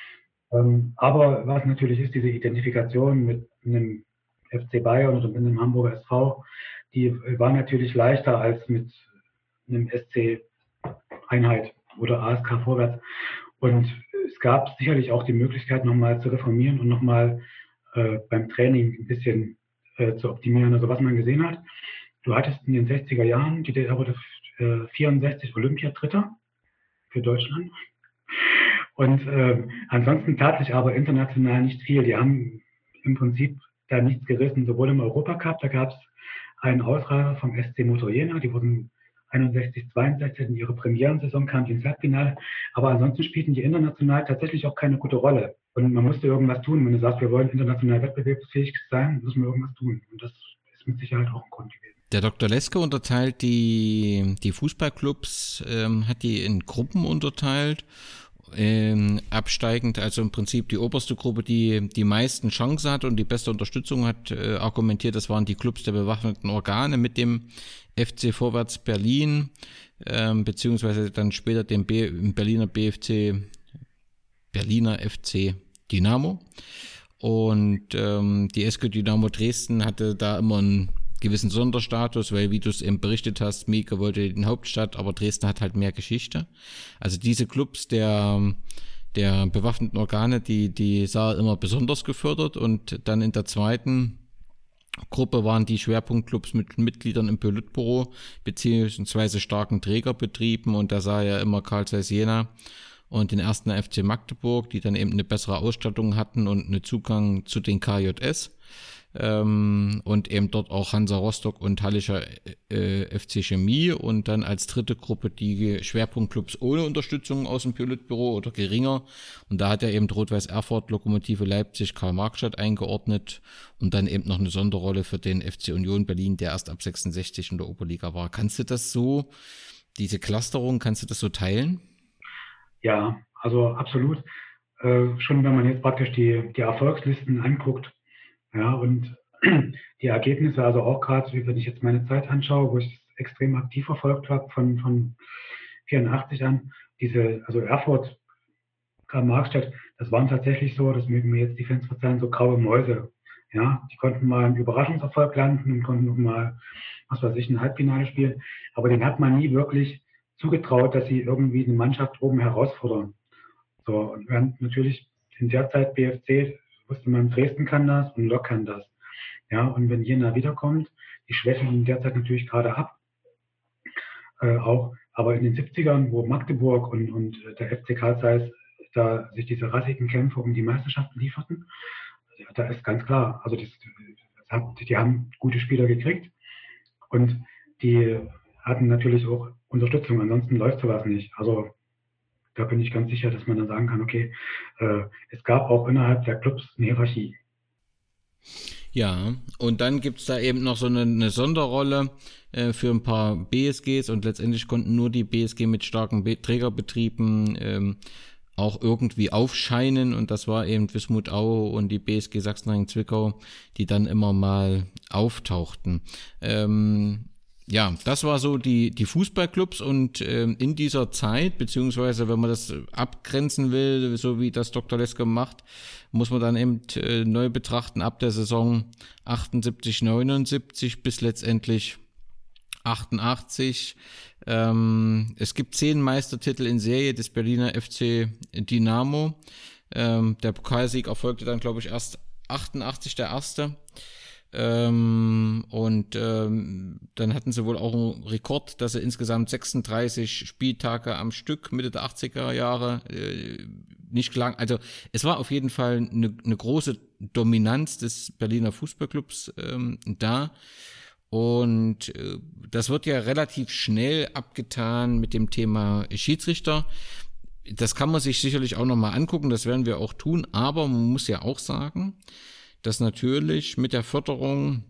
Aber was natürlich ist, diese Identifikation mit einem FC Bayern oder mit einem Hamburger SV, die war natürlich leichter als mit einem SC Einheit oder ASK Vorwärts. Und es gab sicherlich auch die Möglichkeit, nochmal zu reformieren und nochmal beim Training ein bisschen zu optimieren. Also was man gesehen hat, du hattest in den 60er Jahren, die DDR wurde 64 Olympiadritter für Deutschland. Und ansonsten tat sich aber international nicht viel. Die haben im Prinzip da nichts gerissen, sowohl im Europacup, da gab es einen Ausreißer vom SC Motor Jena, die wurden 61-62 in ihre Premierensaison, kamen die ins Halbfinale, aber ansonsten spielten die international tatsächlich auch keine gute Rolle. Und man musste irgendwas tun. Wenn du sagst, wir wollen international wettbewerbsfähig sein, müssen wir irgendwas tun. Und das ist mit Sicherheit auch ein Grund gewesen. Der Dr. Leske unterteilt die Fußballclubs, hat die in Gruppen unterteilt, absteigend, also im Prinzip die oberste Gruppe, die meisten Chancen hat und die beste Unterstützung hat, argumentiert, das waren die Clubs der bewaffneten Organe mit dem FC Vorwärts Berlin, beziehungsweise dann später dem Berliner FC Dynamo. Und die SG Dynamo Dresden hatte da immer einen gewissen Sonderstatus, weil, wie du es eben berichtet hast, Mieke wollte in die Hauptstadt, aber Dresden hat halt mehr Geschichte. Also diese Clubs der bewaffneten Organe, die sah immer besonders gefördert, und dann in der zweiten Gruppe waren die Schwerpunktclubs mit Mitgliedern im Politbüro beziehungsweise starken Trägerbetrieben, und da sah ja immer Carl Zeiss Jena und den ersten FC Magdeburg, die dann eben eine bessere Ausstattung hatten und einen Zugang zu den KJS. Und eben dort auch Hansa Rostock und Hallischer FC Chemie, und dann als dritte Gruppe die Schwerpunktclubs ohne Unterstützung aus dem Politbüro oder geringer, und da hat er eben Rot-Weiß Erfurt, Lokomotive Leipzig, Karl-Marx-Stadt eingeordnet und dann eben noch eine Sonderrolle für den FC Union Berlin, der erst ab 66 in der Oberliga war. Kannst du das so, diese Clusterung, kannst du das so teilen? Ja, also absolut. Schon wenn man jetzt praktisch die Erfolgslisten anguckt, ja, und die Ergebnisse, also auch gerade, wenn ich jetzt meine Zeit anschaue, wo ich es extrem aktiv verfolgt habe, von 84 an, also Erfurt, Karl-Marx-Stadt, das waren tatsächlich so, das mögen mir jetzt die Fans verzeihen, so graue Mäuse. Ja, die konnten mal einen Überraschungserfolg landen und konnten noch mal, was weiß ich, ein Halbfinale spielen. Aber denen hat man nie wirklich zugetraut, dass sie irgendwie eine Mannschaft oben herausfordern. So, und während natürlich in der Zeit BFC wusste man, Dresden kann das und Lok kann das. Ja, und wenn Jena wiederkommt, die schwächen in der Zeit natürlich gerade ab. Auch, aber in den 70ern, wo Magdeburg und der FC Carl Zeiss da sich diese rassigen Kämpfe um die Meisterschaften lieferten, da ist ganz klar, also die haben gute Spieler gekriegt und die hatten natürlich auch Unterstützung, ansonsten läuft sowas nicht. Also da bin ich ganz sicher, dass man dann sagen kann, okay, es gab auch innerhalb der Clubs eine Hierarchie. Ja, und dann gibt's da eben noch so eine Sonderrolle für ein paar BSGs und letztendlich konnten nur die BSG mit starken Trägerbetrieben auch irgendwie aufscheinen und das war eben Wismut Aue und die BSG Sachsenring-Zwickau, die dann immer mal auftauchten. Ja, das war so die Fußballclubs und in dieser Zeit, beziehungsweise wenn man das abgrenzen will, so wie das Dr. Leske macht, muss man dann eben neu betrachten ab der Saison 78, 79 bis letztendlich 88. Es gibt 10 Meistertitel in Serie des Berliner FC Dynamo. Der Pokalsieg erfolgte dann, glaube ich, erst 88 der erste. Dann hatten sie wohl auch einen Rekord, dass sie insgesamt 36 Spieltage am Stück Mitte der 80er Jahre nicht gelang. Also es war auf jeden Fall eine große Dominanz des Berliner Fußballclubs da. Und das wird ja relativ schnell abgetan mit dem Thema Schiedsrichter. Das kann man sich sicherlich auch nochmal angucken, das werden wir auch tun. Aber man muss ja auch sagen, dass natürlich mit der Förderung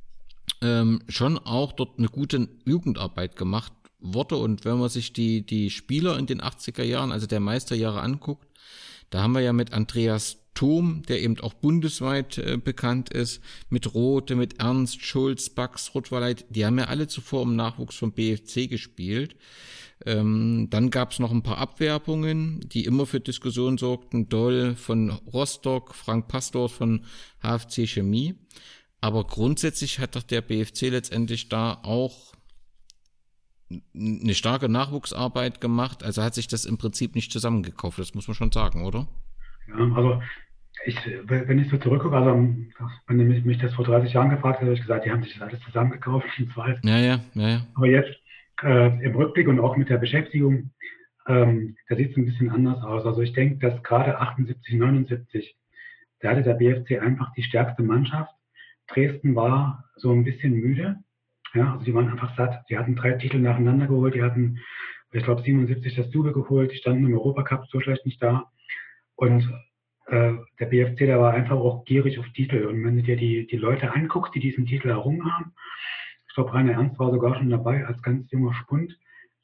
schon auch dort eine gute Jugendarbeit gemacht wurde. Und wenn man sich die Spieler in den 80er Jahren, also der Meisterjahre anguckt, da haben wir ja mit Andreas Thom, der eben auch bundesweit bekannt ist, mit Rothe, mit Ernst, Schulz, Bax, Rottweiler, die haben ja alle zuvor im Nachwuchs vom BFC gespielt. Dann gab es noch ein paar Abwerbungen, die immer für Diskussionen sorgten. Doll von Rostock, Frank Pastor von HFC Chemie. Aber grundsätzlich hat doch der BFC letztendlich da auch eine starke Nachwuchsarbeit gemacht. Also hat sich das im Prinzip nicht zusammengekauft, das muss man schon sagen, oder? Ja, also wenn ich so zurückgucke, also wenn du mich das vor 30 Jahren gefragt hätte, habe ich gesagt, die haben sich das alles zusammengekauft. Ja. Aber jetzt im Rückblick und auch mit der Beschäftigung, da sieht es ein bisschen anders aus. Also ich denke, dass gerade 78, 79, da hatte der BFC einfach die stärkste Mannschaft. Dresden war so ein bisschen müde. Ja, also die waren einfach satt. Die hatten 3 Titel nacheinander geholt. Die hatten, ich glaube, 77 das Double geholt. Die standen im Europacup so schlecht nicht da. Und der BFC, der war einfach auch gierig auf Titel. Und wenn du dir die Leute anguckst, die diesen Titel errungen haben, ich glaube, Rainer Ernst war sogar schon dabei als ganz junger Spund.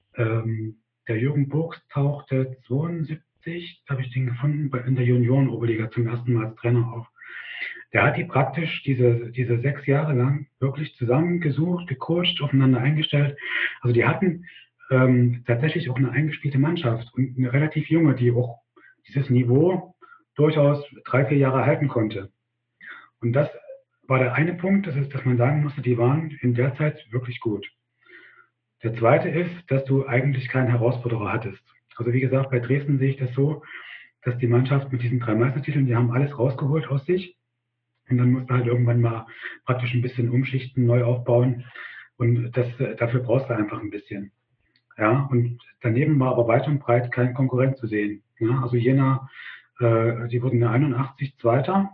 Der Jürgen Burgs tauchte 72, da habe ich den gefunden, in der Junioren-Oberliga zum ersten Mal als Trainer auf. Der hat die praktisch diese 6 Jahre lang wirklich zusammengesucht, gecoacht, aufeinander eingestellt. Also die hatten tatsächlich auch eine eingespielte Mannschaft und eine relativ junge, die auch dieses Niveau durchaus 3, 4 Jahre halten konnte. Und das war der eine Punkt, dass man sagen musste, die waren in der Zeit wirklich gut. Der zweite ist, dass du eigentlich keinen Herausforderer hattest. Also wie gesagt, bei Dresden sehe ich das so, dass die Mannschaft mit diesen 3 Meistertiteln, die haben alles rausgeholt aus sich. Und dann musst du halt irgendwann mal praktisch ein bisschen umschichten, neu aufbauen. Und dafür brauchst du einfach ein bisschen. Ja, und daneben war aber weit und breit kein Konkurrent zu sehen. Ja, also Jena, die wurden in 81 Zweiter.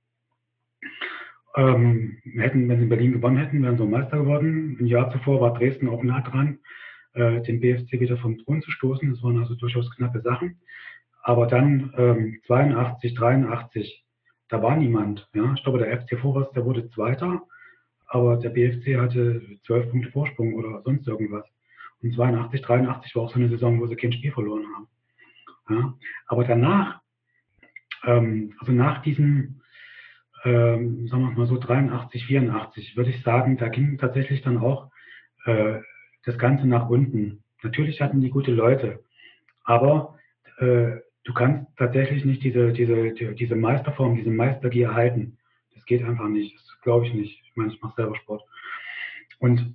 Wenn sie in Berlin gewonnen hätten, wären sie Meister geworden. Ein Jahr zuvor war Dresden auch nah dran, den BFC wieder vom Thron zu stoßen. Das waren also durchaus knappe Sachen. Aber dann 82, 83, da war niemand. Ja? Ich glaube, der FC Vorwärts, der wurde Zweiter, aber der BFC hatte 12 Punkte Vorsprung oder sonst irgendwas. Und 82, 83 war auch so eine Saison, wo sie kein Spiel verloren haben. Ja? Aber danach, also nach diesem, sagen wir mal so 83, 84, würde ich sagen, da ging tatsächlich dann auch das Ganze nach unten. Natürlich hatten die gute Leute, aber du kannst tatsächlich nicht diese Meisterform, diese Meistergier halten. Das geht einfach nicht, das glaube ich nicht. Ich meine, ich mache selber Sport. Und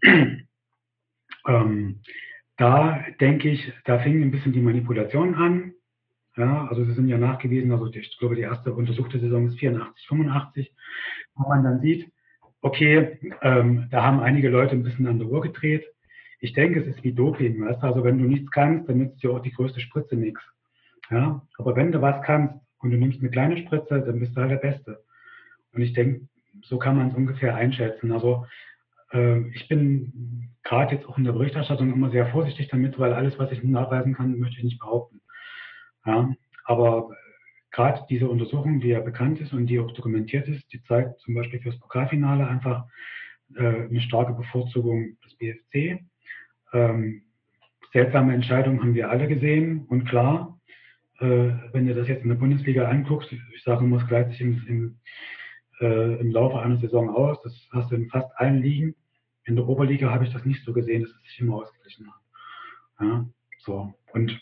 da denke ich, da fing ein bisschen die Manipulation an. Ja, also sie sind ja nachgewiesen, also ich glaube, die erste untersuchte Saison ist 84, 85, wo man dann sieht, okay, da haben einige Leute ein bisschen an der Uhr gedreht. Ich denke, es ist wie Doping, weißt du? Also wenn du nichts kannst, dann nützt dir auch die größte Spritze nichts. Ja, aber wenn du was kannst und du nimmst eine kleine Spritze, dann bist du halt der Beste. Und ich denke, so kann man es ungefähr einschätzen. Also ich bin gerade jetzt auch in der Berichterstattung immer sehr vorsichtig damit, weil alles, was ich nachweisen kann, möchte ich nicht behaupten. Ja, aber gerade diese Untersuchung, die ja bekannt ist und die auch dokumentiert ist, die zeigt zum Beispiel für das Pokalfinale einfach eine starke Bevorzugung des BFC. Seltsame Entscheidungen haben wir alle gesehen und klar, wenn du das jetzt in der Bundesliga anguckst, ich sage immer, es gleicht sich im Laufe einer Saison aus, das hast du in fast allen Ligen. In der Oberliga habe ich das nicht so gesehen, dass es sich immer ausgeglichen hat. Ja, so. Und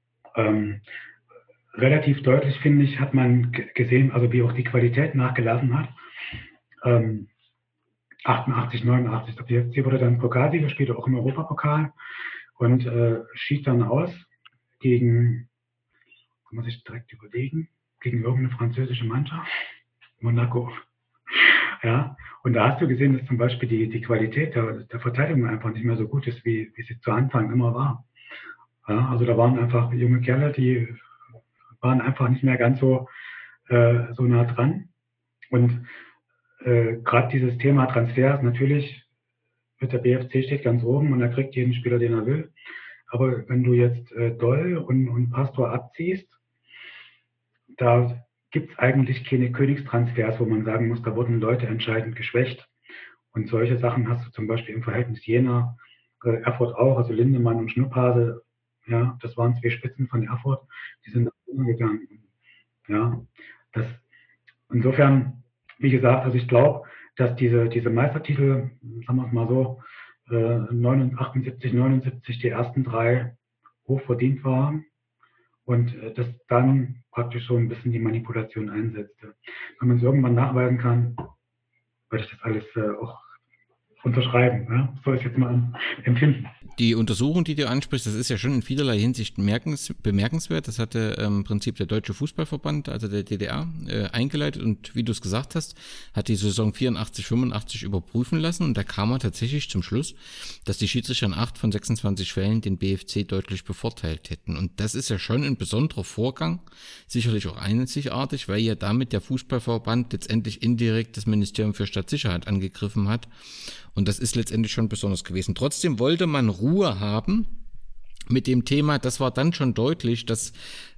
relativ deutlich, finde ich, hat man gesehen, also wie auch die Qualität nachgelassen hat. 88, 89, der BFC wurde dann Pokalsieger, spielte auch im Europapokal und schied dann aus gegen, muss ich direkt überlegen, gegen irgendeine französische Mannschaft, Monaco. Ja, und da hast du gesehen, dass zum Beispiel die Qualität der Verteidigung einfach nicht mehr so gut ist, wie sie zu Anfang immer war. Ja, also da waren einfach junge Kerle, die waren einfach nicht mehr ganz so nah dran. Und gerade dieses Thema Transfers, natürlich wird der BFC steht ganz oben und er kriegt jeden Spieler, den er will. Aber wenn du jetzt Doll und Pastor abziehst, da gibt es eigentlich keine Königstransfers, wo man sagen muss, da wurden Leute entscheidend geschwächt. Und solche Sachen hast du zum Beispiel im Verhältnis Jena, Erfurt auch, also Lindemann und Schnupphase, ja, das waren 2 Spitzen von Erfurt, die sind nach oben gegangen. Ja, insofern, wie gesagt, also ich glaube, dass diese Meistertitel, sagen wir es mal so, 78, 79, die ersten 3 hoch verdient waren und dass dann praktisch so ein bisschen die Manipulation einsetzte. Wenn man es irgendwann nachweisen kann, werde ich das alles auch unterschreiben. Ja? So ist jetzt mal Empfinden. Die Untersuchung, die du ansprichst, das ist ja schon in vielerlei Hinsicht bemerkenswert. Das hatte im Prinzip der Deutsche Fußballverband, also der DDR, eingeleitet und wie du es gesagt hast, hat die Saison 84, 85 überprüfen lassen und da kam man tatsächlich zum Schluss, dass die Schiedsrichter in 8 von 26 Fällen den BFC deutlich bevorteilt hätten. Und das ist ja schon ein besonderer Vorgang, sicherlich auch einzigartig, weil ja damit der Fußballverband letztendlich indirekt das Ministerium für Staatssicherheit angegriffen hat. Und das ist letztendlich schon besonders gewesen. Trotzdem wollte man Ruhe haben mit dem Thema. Das war dann schon deutlich, dass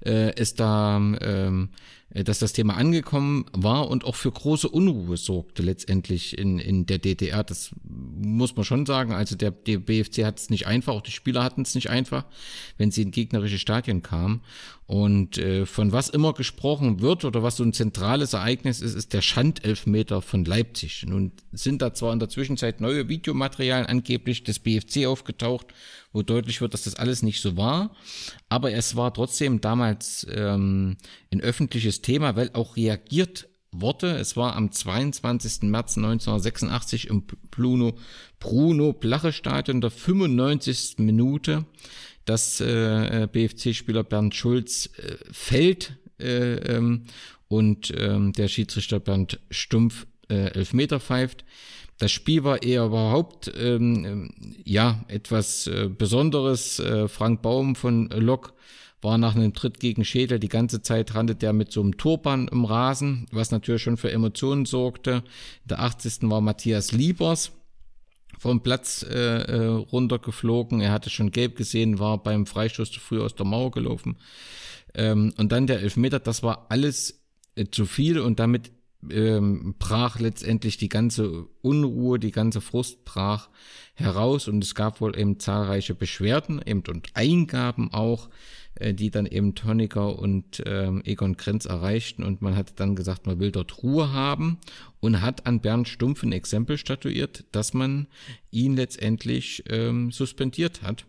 dass das Thema angekommen war und auch für große Unruhe sorgte letztendlich in der DDR. Das muss man schon sagen. Also der BFC hat es nicht einfach, auch die Spieler hatten es nicht einfach, wenn sie in gegnerische Stadien kamen. Und von was immer gesprochen wird oder was so ein zentrales Ereignis ist, ist der Schandelfmeter von Leipzig. Nun sind da zwar in der Zwischenzeit neue Videomaterialien angeblich des BFC aufgetaucht, wo deutlich wird, dass das alles nicht so war. Aber es war trotzdem damals ein öffentliches Thema, weil auch reagiert wurde. Es war am 22. März 1986 im Bruno-Blache-Stadion der 95. Minute, dass BFC-Spieler Bernd Schulz fällt und der Schiedsrichter Bernd Stumpf Elfmeter pfeift. Das Spiel war eher überhaupt etwas Besonderes. Frank Baum von Lok war nach einem Tritt gegen Schädel die ganze Zeit rannte der mit so einem Turban im Rasen, was natürlich schon für Emotionen sorgte. In der 80. war Matthias Liebers vom Platz runtergeflogen. Er hatte schon gelb gesehen, war beim Freistoß zu früh aus der Mauer gelaufen. Und dann der Elfmeter, das war alles zu viel und damit brach letztendlich die ganze Unruhe, die ganze Frust brach heraus und es gab wohl eben zahlreiche Beschwerden eben und Eingaben auch, die dann eben Honecker und Egon Krenz erreichten und man hat dann gesagt, man will dort Ruhe haben und hat an Bernd Stumpf ein Exempel statuiert, dass man ihn letztendlich suspendiert hat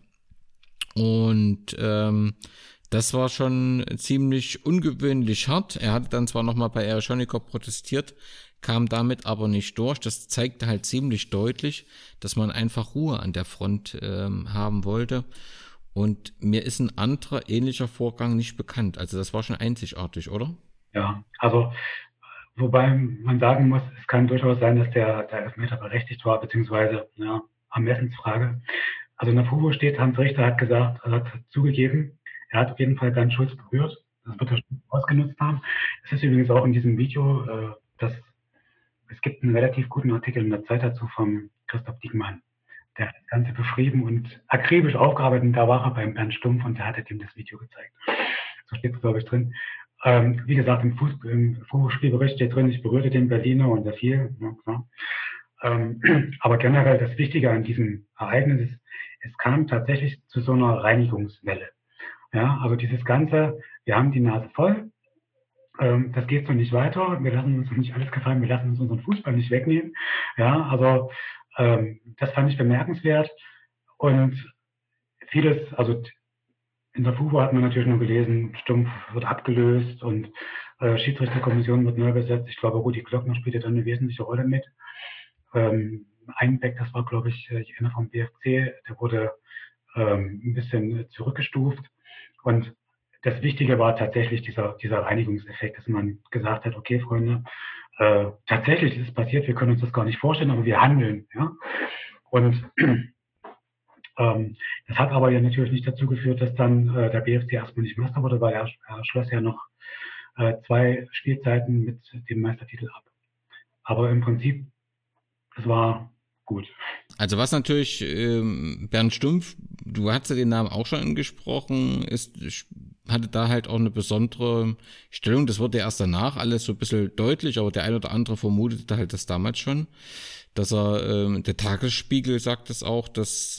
und das war schon ziemlich ungewöhnlich hart. Er hatte dann zwar nochmal bei Erich Honecker protestiert, kam damit aber nicht durch. Das zeigte halt ziemlich deutlich, dass man einfach Ruhe an der Front haben wollte. Und mir ist ein anderer ähnlicher Vorgang nicht bekannt. Also das war schon einzigartig, oder? Ja, also wobei man sagen muss, es kann durchaus sein, dass der Elfmeter berechtigt war, beziehungsweise Ermessensfrage. Also in der FUVO steht, Hans Richter hat gesagt, er hat zugegeben, er hat auf jeden Fall Bernd Schulz berührt. Das wird er ausgenutzt haben. Es ist übrigens auch in diesem Video, es gibt einen relativ guten Artikel in der Zeit dazu von Christoph Diekmann. Der hat das Ganze beschrieben und akribisch aufgearbeitet. Und da war er beim Bernd Stumpf und der hat ihm das Video gezeigt. So steht es, glaube ich, drin. Wie gesagt, im Fußballspielbericht steht drin, ich berührte den Berliner und der fiel. Ja, klar. Aber generell das Wichtige an diesem Ereignis ist, es kam tatsächlich zu so einer Reinigungswelle. Ja, also dieses Ganze, wir haben die Nase voll, das geht so nicht weiter, wir lassen uns nicht alles gefallen, wir lassen uns unseren Fußball nicht wegnehmen. Ja, also das fand ich bemerkenswert und vieles, also in der FUVO hat man natürlich nur gelesen, Stumpf wird abgelöst und Schiedsrichterkommission wird neu besetzt. Ich glaube, Rudi Glockner spielte da eine wesentliche Rolle mit. Einbeck, das war, glaube ich, einer vom BFC, der wurde ein bisschen zurückgestuft. Und das Wichtige war tatsächlich dieser Reinigungseffekt, dass man gesagt hat, okay, Freunde, tatsächlich ist es passiert, wir können uns das gar nicht vorstellen, aber wir handeln. Ja? Und das hat aber ja natürlich nicht dazu geführt, dass dann der BFC erstmal nicht Meister wurde, weil er schloss ja noch 2 Spielzeiten mit dem Meistertitel ab. Aber im Prinzip, es war gut. Also was natürlich Bernd Stumpf, du hast ja den Namen auch schon angesprochen, hatte da halt auch eine besondere Stellung. Das wurde erst danach alles so ein bisschen deutlich, aber der ein oder andere vermutete halt das damals schon, dass der Tagesspiegel sagt es auch, dass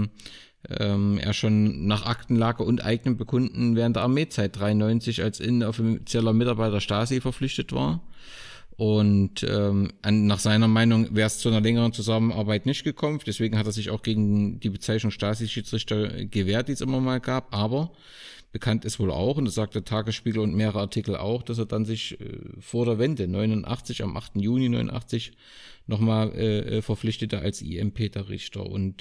er schon nach Aktenlage und eigenem Bekunden während der Armeezeit 93 als inoffizieller Mitarbeiter Stasi verpflichtet war. Und nach seiner Meinung wäre es zu einer längeren Zusammenarbeit nicht gekommen. Deswegen hat er sich auch gegen die Bezeichnung Stasi-Schiedsrichter gewehrt, die es immer mal gab. Aber bekannt ist wohl auch, und das sagt der Tagesspiegel und mehrere Artikel auch, dass er dann sich vor der Wende 89, am 8. Juni 89 nochmal verpflichtete als IM-Peter-Richter. Und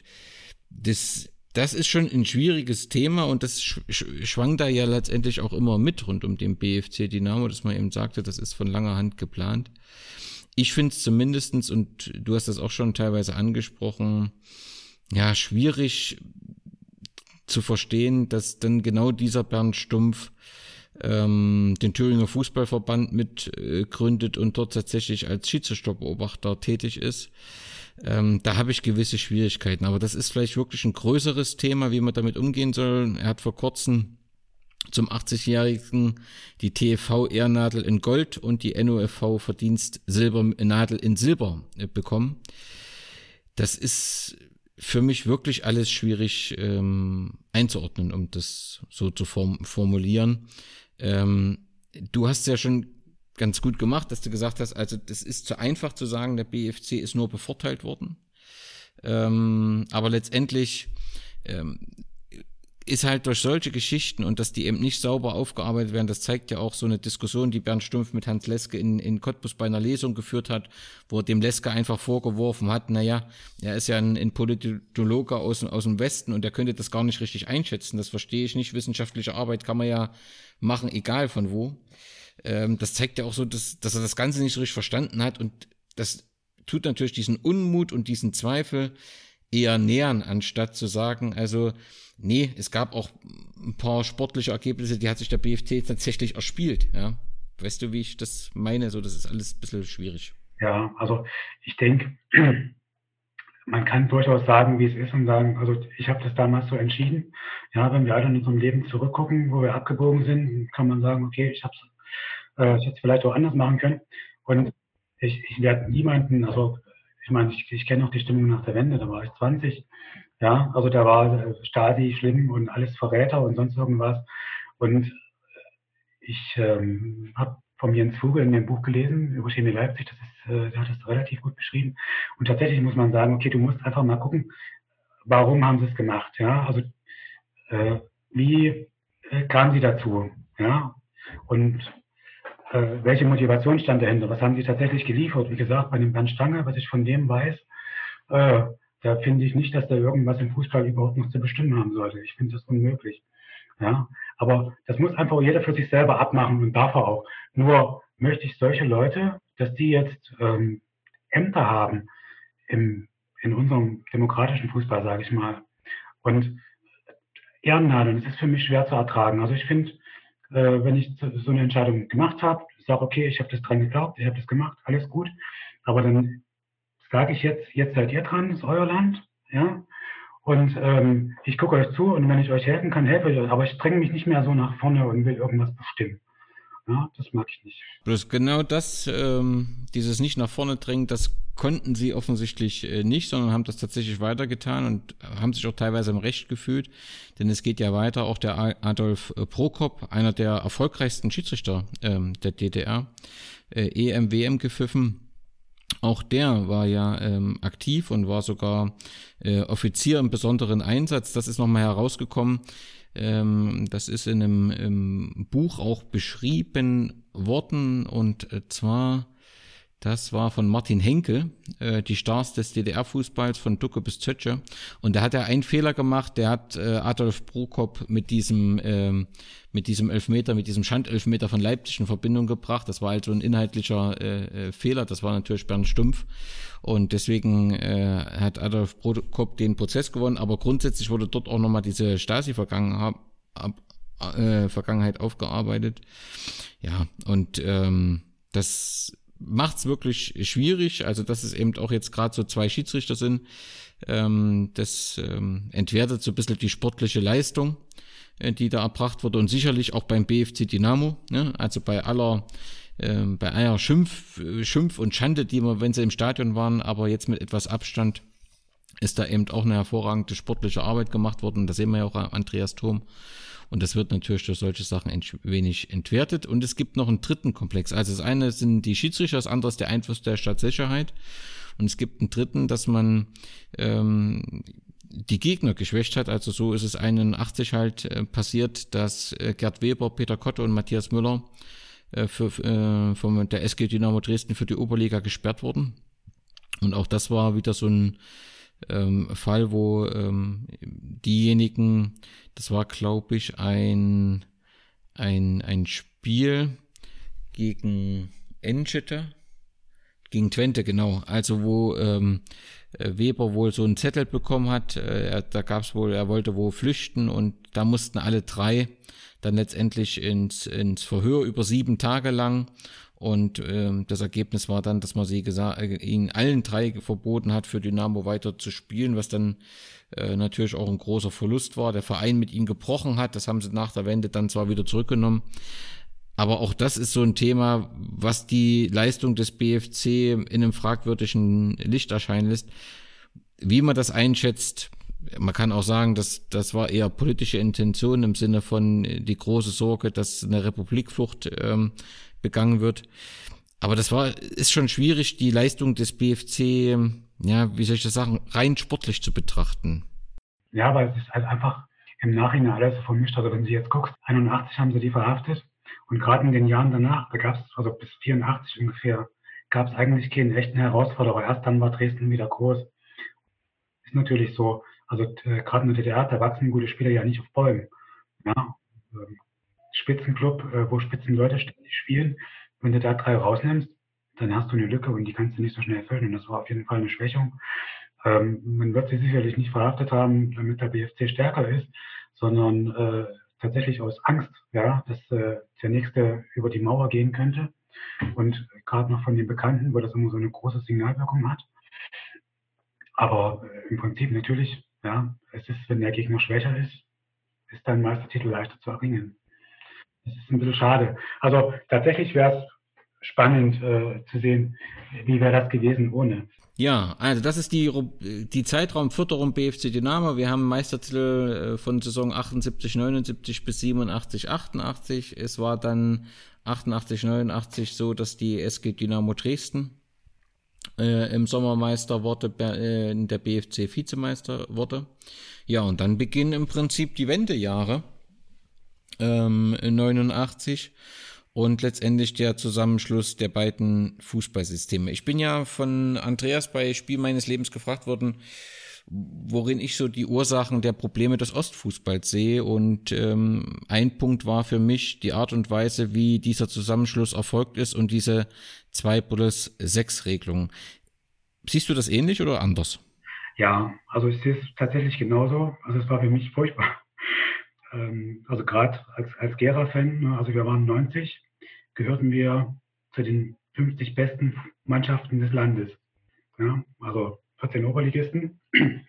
das ist schon ein schwieriges Thema und das schwang da ja letztendlich auch immer mit rund um den BFC Dynamo, dass man eben sagte, das ist von langer Hand geplant. Ich finde es zumindestens, und du hast das auch schon teilweise angesprochen, ja, schwierig zu verstehen, dass dann genau dieser Bernd Stumpf den Thüringer Fußballverband mitgründet und dort tatsächlich als Schiedsrichterbeobachter tätig ist. Da habe ich gewisse Schwierigkeiten, aber das ist vielleicht wirklich ein größeres Thema, wie man damit umgehen soll. Er hat vor kurzem zum 80-Jährigen die TFV-Ehrennadel in Gold und die NOFV Verdienst-Nadel in Silber bekommen. Das ist für mich wirklich alles schwierig einzuordnen, um das so zu formulieren. Du hast ja schon ganz gut gemacht, dass du gesagt hast, also das ist zu einfach zu sagen, der BFC ist nur bevorteilt worden. Aber letztendlich ist halt durch solche Geschichten und dass die eben nicht sauber aufgearbeitet werden, das zeigt ja auch so eine Diskussion, die Bernd Stumpf mit Hans Leske in Cottbus bei einer Lesung geführt hat, wo er dem Leske einfach vorgeworfen hat, naja, er ist ja ein Politologe aus dem Westen und er könnte das gar nicht richtig einschätzen, das verstehe ich nicht, wissenschaftliche Arbeit kann man ja machen, egal von wo. Das zeigt ja auch so, dass er das Ganze nicht so richtig verstanden hat und das tut natürlich diesen Unmut und diesen Zweifel eher nähern, anstatt zu sagen, also nee, es gab auch ein paar sportliche Ergebnisse, die hat sich der BFC tatsächlich erspielt, ja. Weißt du, wie ich das meine? So, das ist alles ein bisschen schwierig. Ja, also ich denke, man kann durchaus sagen, wie es ist und sagen, also ich habe das damals so entschieden. Ja, wenn wir alle in unserem Leben zurückgucken, wo wir abgebogen sind, kann man sagen, okay, ich hätte es vielleicht auch anders machen können. Und ich werde niemanden, also ich meine, ich kenne noch die Stimmung nach der Wende, da war ich 20, ja, also da war Stasi schlimm und alles Verräter und sonst irgendwas. Und ich habe von Jens Vogel in dem Buch gelesen über Chemie Leipzig, der hat das relativ gut beschrieben. Und tatsächlich muss man sagen, okay, du musst einfach mal gucken, warum haben sie es gemacht, ja, also wie kamen sie dazu, ja, und welche Motivation stand dahinter, was haben sie tatsächlich geliefert? Wie gesagt, bei dem Bernd Stange, was ich von dem weiß, da finde ich nicht, dass der irgendwas im Fußball überhaupt noch zu bestimmen haben sollte. Ich finde das unmöglich. Ja, aber das muss einfach jeder für sich selber abmachen und darf er auch. Nur möchte ich solche Leute, dass die jetzt Ämter haben in unserem demokratischen Fußball, sage ich mal, und Ehrennadeln, das ist für mich schwer zu ertragen. Also ich finde, wenn ich so eine Entscheidung gemacht habe, sage, okay, ich habe das dran geglaubt, ich habe das gemacht, alles gut, aber dann sage ich jetzt seid ihr dran, das ist euer Land, ja, und ich gucke euch zu und wenn ich euch helfen kann, helfe ich euch, aber ich dränge mich nicht mehr so nach vorne und will irgendwas bestimmen. Ja, das mag ich nicht. Bloß genau das, dieses nicht nach vorne drängen, das konnten sie offensichtlich nicht, sondern haben das tatsächlich weitergetan und haben sich auch teilweise im Recht gefühlt, denn es geht ja weiter, auch der Adolf Prokop, einer der erfolgreichsten Schiedsrichter der DDR, EM, WM gepfiffen. Auch der war ja aktiv und war sogar Offizier im besonderen Einsatz. Das ist nochmal herausgekommen. Das ist in einem Buch auch beschrieben worden und zwar, das war von Martin Henkel, die Stars des DDR-Fußballs von Ducke bis Zöttche. Und da hat er einen Fehler gemacht, der hat Adolf Prokop mit diesem Elfmeter, mit diesem Schandelfmeter von Leipzig in Verbindung gebracht. Das war also ein inhaltlicher Fehler, das war natürlich Bernd Stumpf. Und deswegen hat Adolf Prokop den Prozess gewonnen, aber grundsätzlich wurde dort auch nochmal diese Stasi-Vergangenheit aufgearbeitet. Ja, und das macht's wirklich schwierig, also dass es eben auch jetzt gerade so zwei Schiedsrichter sind, das entwertet so ein bisschen die sportliche Leistung, die da erbracht wurde und sicherlich auch beim BFC Dynamo, ne? Also bei aller Schimpf und Schande, die wir, wenn sie im Stadion waren, aber jetzt mit etwas Abstand, ist da eben auch eine hervorragende sportliche Arbeit gemacht worden, das sehen wir ja auch an Andreas Thom. Und das wird natürlich durch solche Sachen wenig entwertet. Und es gibt noch einen dritten Komplex. Also das eine sind die Schiedsrichter, das andere ist der Einfluss der Staatssicherheit. Und es gibt einen dritten, dass man die Gegner geschwächt hat. Also so ist es 81 halt passiert, dass Gerd Weber, Peter Kotte und Matthias Müller von der SG Dynamo Dresden für die Oberliga gesperrt wurden. Und auch das war wieder so ein Fall, wo diejenigen, das war glaube ich ein Spiel gegen Enschede, gegen Twente, genau, also wo Weber wohl so einen Zettel bekommen hat, da gab es wohl, er wollte wohl flüchten und da mussten alle drei dann letztendlich ins Verhör über 7 Tage lang. Und das Ergebnis war dann, dass man ihnen allen drei verboten hat, für Dynamo weiter zu spielen, was dann natürlich auch ein großer Verlust war. Der Verein mit ihnen gebrochen hat, das haben sie nach der Wende dann zwar wieder zurückgenommen. Aber auch das ist so ein Thema, was die Leistung des BFC in einem fragwürdigen Licht erscheinen lässt. Wie man das einschätzt, man kann auch sagen, dass das war eher politische Intention im Sinne von die große Sorge, dass eine Republikflucht begangen wird. Aber ist schon schwierig, die Leistung des BFC, ja, wie soll ich das sagen, rein sportlich zu betrachten. Ja, weil es ist halt einfach im Nachhinein alles so vermischt. Also wenn du jetzt guckst, 81 haben sie die verhaftet und gerade in den Jahren danach, da gab es, also bis 84 ungefähr, gab es eigentlich keinen echten Herausforderer. Erst dann war Dresden wieder groß. Ist natürlich so, also gerade in der DDR, da wachsen gute Spieler ja nicht auf Bäumen. Ja, Spitzenclub, wo Spitzenleute ständig spielen, wenn du da 3 rausnimmst, dann hast du eine Lücke und die kannst du nicht so schnell füllen. Und das war auf jeden Fall eine Schwächung. Man wird sie sicherlich nicht verhaftet haben, damit der BFC stärker ist, sondern tatsächlich aus Angst, ja, dass der Nächste über die Mauer gehen könnte. Und gerade noch von den Bekannten, wo das immer so eine große Signalwirkung hat. Aber im Prinzip natürlich, ja, es ist, wenn der Gegner schwächer ist dein Meistertitel leichter zu erringen. Das ist ein bisschen schade. Also tatsächlich wäre es spannend zu sehen, wie wäre das gewesen ohne. Ja, also das ist die Zeitraumfütterung BFC Dynamo. Wir haben Meistertitel von Saison 78, 79 bis 87, 88. Es war dann 88, 89 so, dass die SG Dynamo Dresden im Sommer Meister wurde, der BFC Vizemeister wurde. Ja, und dann beginnen im Prinzip die Wendejahre in 89 und letztendlich der Zusammenschluss der beiden Fußballsysteme. Ich bin ja von Andreas bei Spiel meines Lebens gefragt worden, worin ich so die Ursachen der Probleme des Ostfußballs sehe, und ein Punkt war für mich die Art und Weise, wie dieser Zusammenschluss erfolgt ist und diese 2+6-Regelung. Siehst du das ähnlich oder anders? Ja, also ich sehe es tatsächlich genauso. Also es war für mich furchtbar. Also gerade als Gera-Fan, ne, also wir waren 90, gehörten wir zu den 50 besten Mannschaften des Landes. Ja, also 14 Oberligisten,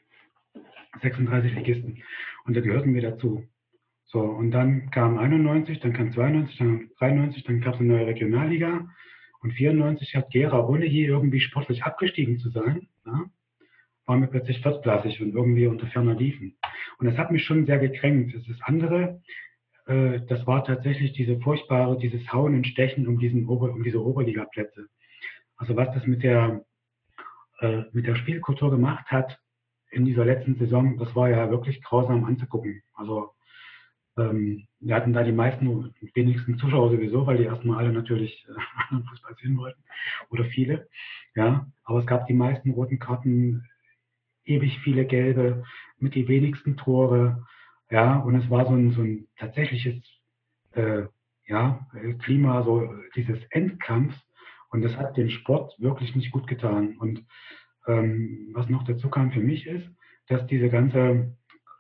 36 Ligisten. Und da gehörten wir dazu. So, und dann kam 91, dann kam 92, dann kam 93, dann gab es eine neue Regionalliga. Und 94 hat Gera, ohne je irgendwie sportlich abgestiegen zu sein, ja, waren wir plötzlich viertklassig und irgendwie unter ferner liefen. Und das hat mich schon sehr gekränkt. Das andere, das war tatsächlich dieses Hauen und Stechen um diese Oberligaplätze. Also was das mit der Spielkultur gemacht hat in dieser letzten Saison, das war ja wirklich grausam anzugucken. Also wir hatten da die wenigsten Zuschauer sowieso, weil die erstmal alle natürlich anderen Fußball sehen wollten. Oder viele. Ja, aber es gab die meisten roten Karten, ewig viele gelbe, mit die wenigsten Tore. Ja, und es war so ein tatsächliches Klima, so dieses Endkampfs. Und das hat dem Sport wirklich nicht gut getan. Und was noch dazu kam für mich ist, dass diese ganze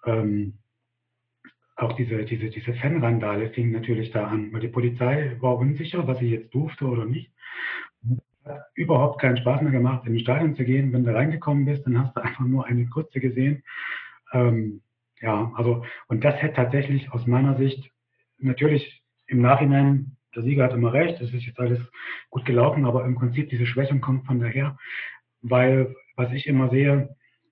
auch diese Fanrandale fing natürlich da an, weil die Polizei war unsicher, was sie jetzt durfte oder nicht. Hat überhaupt keinen Spaß mehr gemacht, in den Stadion zu gehen. Wenn du reingekommen bist, dann hast du einfach nur eine Grütze gesehen. Und das hätte tatsächlich aus meiner Sicht natürlich im Nachhinein, der Sieger hat immer recht, es ist jetzt alles gut gelaufen, aber im Prinzip diese Schwächung kommt von daher, weil, was ich immer sehe,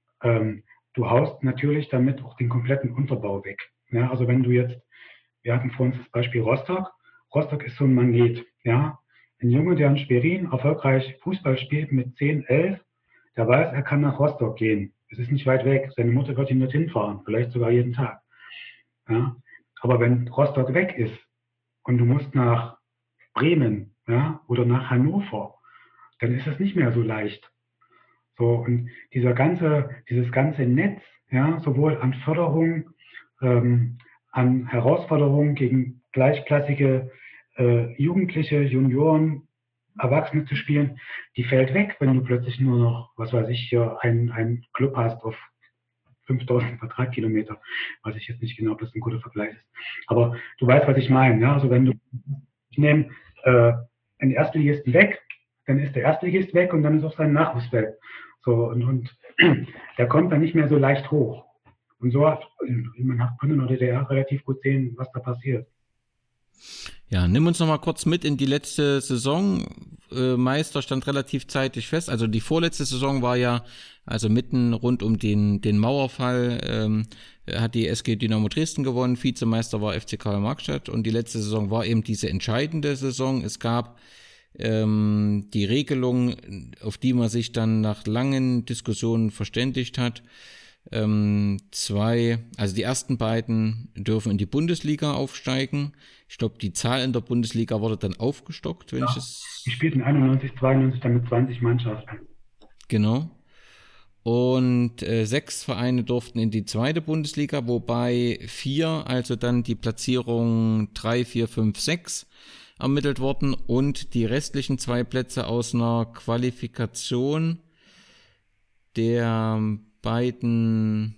du haust natürlich damit auch den kompletten Unterbau weg. Ja, also wenn du jetzt, wir hatten vor uns das Beispiel Rostock. Rostock ist so ein Magnet. Ja, ein Junge, der in Schwerin erfolgreich Fußball spielt mit 10, 11, der weiß, er kann nach Rostock gehen. Es ist nicht weit weg. Seine Mutter wird ihn dorthin fahren, vielleicht sogar jeden Tag. Ja, aber wenn Rostock weg ist und du musst nach Bremen, ja, oder nach Hannover, dann ist es nicht mehr so leicht. So, und dieses ganze Netz, ja, sowohl an Förderung, an Herausforderungen gegen gleichklassige Jugendliche, Junioren, Erwachsene zu spielen, die fällt weg, wenn du plötzlich nur noch, was weiß ich, hier einen Club hast auf 5000 Quadratkilometer, weiß ich jetzt nicht genau, ob das ein guter Vergleich ist. Aber du weißt, was ich meine. Ja? Also ich nehme einen Erstligisten weg, dann ist der Erstligist weg und dann ist auch sein Nachwuchs weg. So, und der kommt dann nicht mehr so leicht hoch. Und so konnte in der DDR relativ gut sehen, was da passiert. Ja, nimm uns noch mal kurz mit in die letzte Saison. Meister stand relativ zeitig fest. Also die vorletzte Saison war ja, also mitten rund um den Mauerfall, hat die SG Dynamo Dresden gewonnen. Vizemeister war FC Karl Marxstadt. Und die letzte Saison war eben diese entscheidende Saison. Es gab die Regelung, auf die man sich dann nach langen Diskussionen verständigt hat. Also die ersten beiden dürfen in die Bundesliga aufsteigen. Ich glaube, die Zahl in der Bundesliga wurde dann aufgestockt, wenn ich es... Die spielten 91, 92 dann mit 20 Mannschaften. Genau. Und 6 Vereine durften in die zweite Bundesliga, wobei 4, also dann die Platzierung 3, 4, 5, 6 ermittelt wurden und die restlichen 2 Plätze aus einer Qualifikation der beiden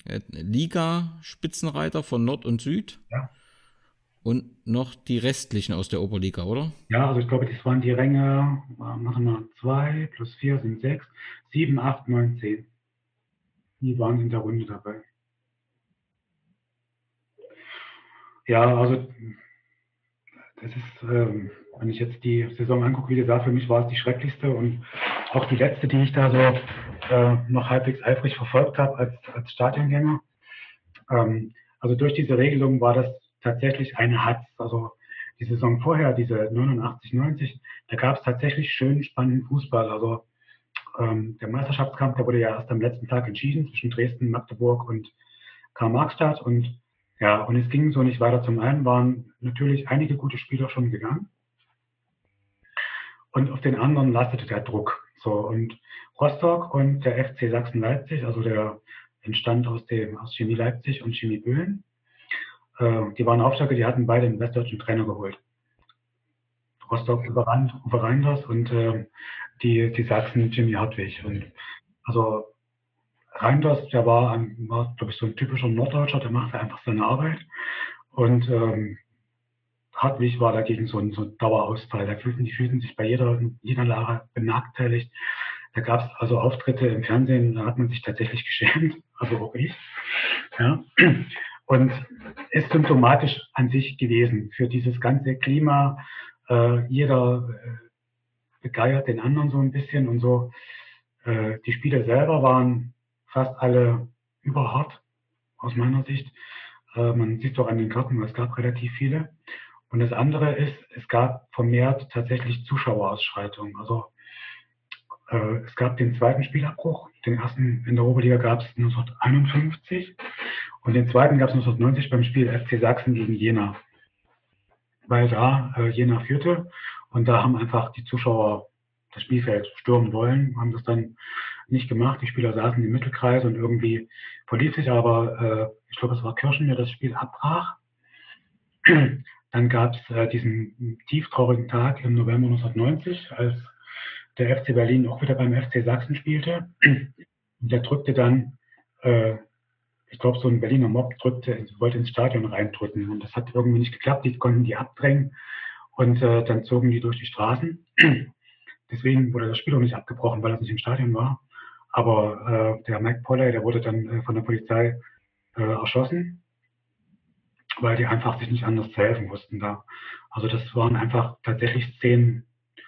Liga-Spitzenreiter von Nord und Süd. Ja. Und noch die restlichen aus der Oberliga, oder? Ja, also ich glaube, das waren die Ränge, machen wir 2 plus 4 sind 6, 7, 8, 9, 10. Die waren in der Runde dabei. Ja, also das ist, wenn ich jetzt die Saison angucke, wie gesagt, für mich war es die schrecklichste und auch die letzte, die ich da so noch halbwegs eifrig verfolgt habe als Stadiongänger. Also durch diese Regelung war das tatsächlich eine Hatz. Also die Saison vorher, diese 89, 90, da gab es tatsächlich schön spannenden Fußball. Also der Meisterschaftskampf, der wurde ja erst am letzten Tag entschieden zwischen Dresden, Magdeburg und Karl-Marx-Stadt. Und ja, und es ging so nicht weiter. Zum einen waren natürlich einige gute Spieler schon gegangen. Und auf den anderen lastete der Druck. So, und Rostock und der FC Sachsen-Leipzig, also der entstand aus Chemie Leipzig und Chemie Böhmen. Die waren Aufsteiger, die hatten beide einen westdeutschen Trainer geholt. Rostock Uwe Reinders und die Sachsen Jimmy Hartwig. Und also Reinders, der war glaube ich, so ein typischer Norddeutscher, der machte einfach seine Arbeit. Und Hartwig war dagegen so ein Dauerausfall. Die fühlten sich bei jeder Niederlage benachteiligt. Da gab es also Auftritte im Fernsehen, da hat man sich tatsächlich geschämt, also auch ich. Ja. Und ist symptomatisch an sich gewesen für dieses ganze Klima. Jeder begeiert den anderen so ein bisschen und so. Die Spiele selber waren fast alle überhart, aus meiner Sicht. Man sieht es auch an den Karten, es gab relativ viele. Und das andere ist, es gab vermehrt tatsächlich Zuschauerausschreitungen. Also es gab den zweiten Spielabbruch. Den ersten in der Oberliga gab es 1951 und den zweiten gab es 1990 beim Spiel FC Sachsen gegen Jena. Weil da Jena führte und da haben einfach die Zuschauer das Spielfeld stürmen wollen, haben das dann nicht gemacht. Die Spieler saßen im Mittelkreis und irgendwie verlief sich aber, ich glaube, es war Kirchen, der das Spiel abbrach. Dann gab es diesen tieftraurigen Tag im November 1990, als der FC Berlin auch wieder beim FC Sachsen spielte. Und der drückte dann, ich glaube, so ein Berliner Mob wollte ins Stadion reindrücken. Und das hat irgendwie nicht geklappt. Die konnten die abdrängen und dann zogen die durch die Straßen. Deswegen wurde das Spiel auch nicht abgebrochen, weil das nicht im Stadion war. Aber der Mike Polley, der wurde dann von der Polizei erschossen, weil die einfach sich nicht anders zu helfen wussten da. Also das waren einfach tatsächlich Szenen,